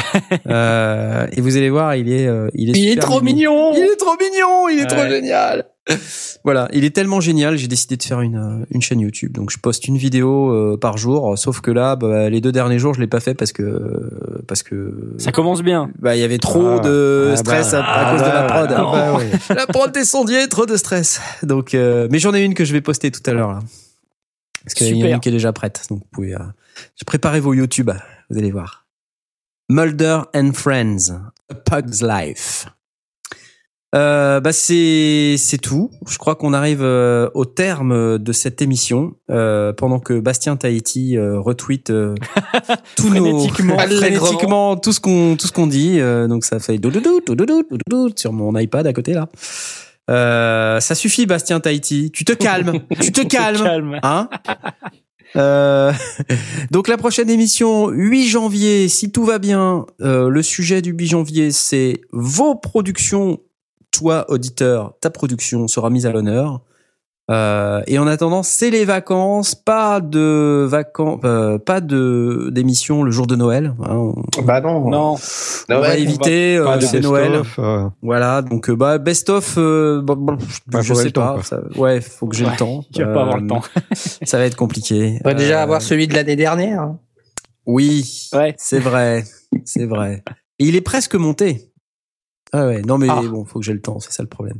euh, et vous allez voir, il est, euh, il est, Il est super trop mignon. Il est trop mignon, il est trop Ouais. génial. Voilà, il est tellement génial, j'ai décidé de faire une, euh, une chaîne YouTube. Donc je poste une vidéo euh, par jour, sauf que là, bah, les deux derniers jours, je l'ai pas fait parce que euh, parce que Ça commence bien. bah il y avait trop Ah. de Ah stress bah, à, à ah cause de la bah, prod. ah bah ouais. La prod des sondiers, trop de stress. Donc, euh, mais j'en ai une que je vais poster tout à l'heure là, parce qu'il y en a Super. une qui est déjà prête. Donc vous pouvez, euh, préparez vos YouTube, vous allez voir. Mulder and Friends, A Pug's Life. Euh, bah c'est c'est tout. Je crois qu'on arrive euh, au terme de cette émission euh, pendant que Bastien Tahiti euh, retweet euh, tous nos Frénétiquement. frénétiquement tout ce qu'on tout ce qu'on dit. Euh, donc ça fait doudoudou doudoudou doudoudou sur mon iPad à côté là. Euh, ça suffit Bastien Tahiti. Tu te calmes. tu te calmes. Calme. Hein euh, donc la prochaine émission, huit janvier, si tout va bien, euh, le sujet du huit janvier, c'est vos productions. Toi, auditeur, ta production sera mise à l'honneur. Euh, et en attendant, c'est les vacances, pas de vacances, euh, pas de d'émission le jour de Noël. Hein, on, Bah non. Non. on Noël, va on éviter, Pas euh, de c'est best Noël. of, euh, Voilà, donc euh, bah best of, euh, bon, bon, Bah, je faut sais le temps, pas. quoi. Ça, ouais, faut que j'ai Ouais, le temps. Tu vas pas avoir Euh, le temps. Ça va être compliqué. On va déjà Euh, avoir celui de l'année dernière. Oui, Ouais. c'est vrai, c'est vrai. Et il est presque monté. Ah ouais, non mais Ah. bon, faut que j'ai le temps, c'est ça le problème.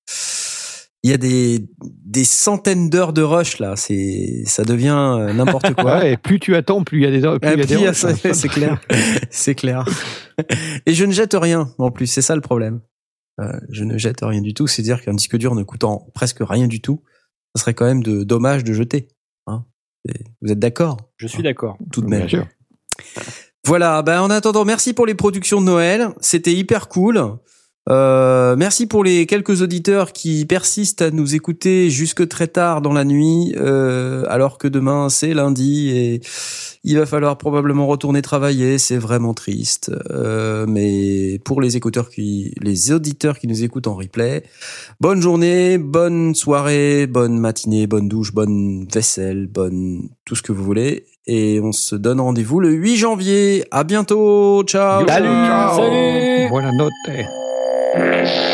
Il y a des des centaines d'heures de rush là, c'est ça devient euh, n'importe quoi. ouais, et plus tu attends, plus il y a des plus Ouais, il y a des puis, rushs, c'est hein. c'est clair, c'est clair. Et je ne jette rien en plus, c'est ça le problème. Euh, je ne jette rien du tout, c'est à dire qu'un disque dur ne coûtant presque rien du tout, ça serait quand même de dommage de jeter. Hein. Et vous êtes d'accord? Je suis d'accord. Tout de même. Bien sûr. Voilà, ben en attendant, merci pour les productions de Noël, c'était hyper cool. Euh, merci pour les quelques auditeurs qui persistent à nous écouter jusque très tard dans la nuit, euh, alors que demain c'est lundi et il va falloir probablement retourner travailler. C'est vraiment triste, euh, mais pour les écouteurs qui, les auditeurs qui nous écoutent en replay, bonne journée, bonne soirée, bonne matinée, bonne douche, bonne vaisselle, bonne tout ce que vous voulez. Et on se donne rendez-vous le huit janvier. À bientôt. Ciao. Salut. Ciao. Salut. Buona notte.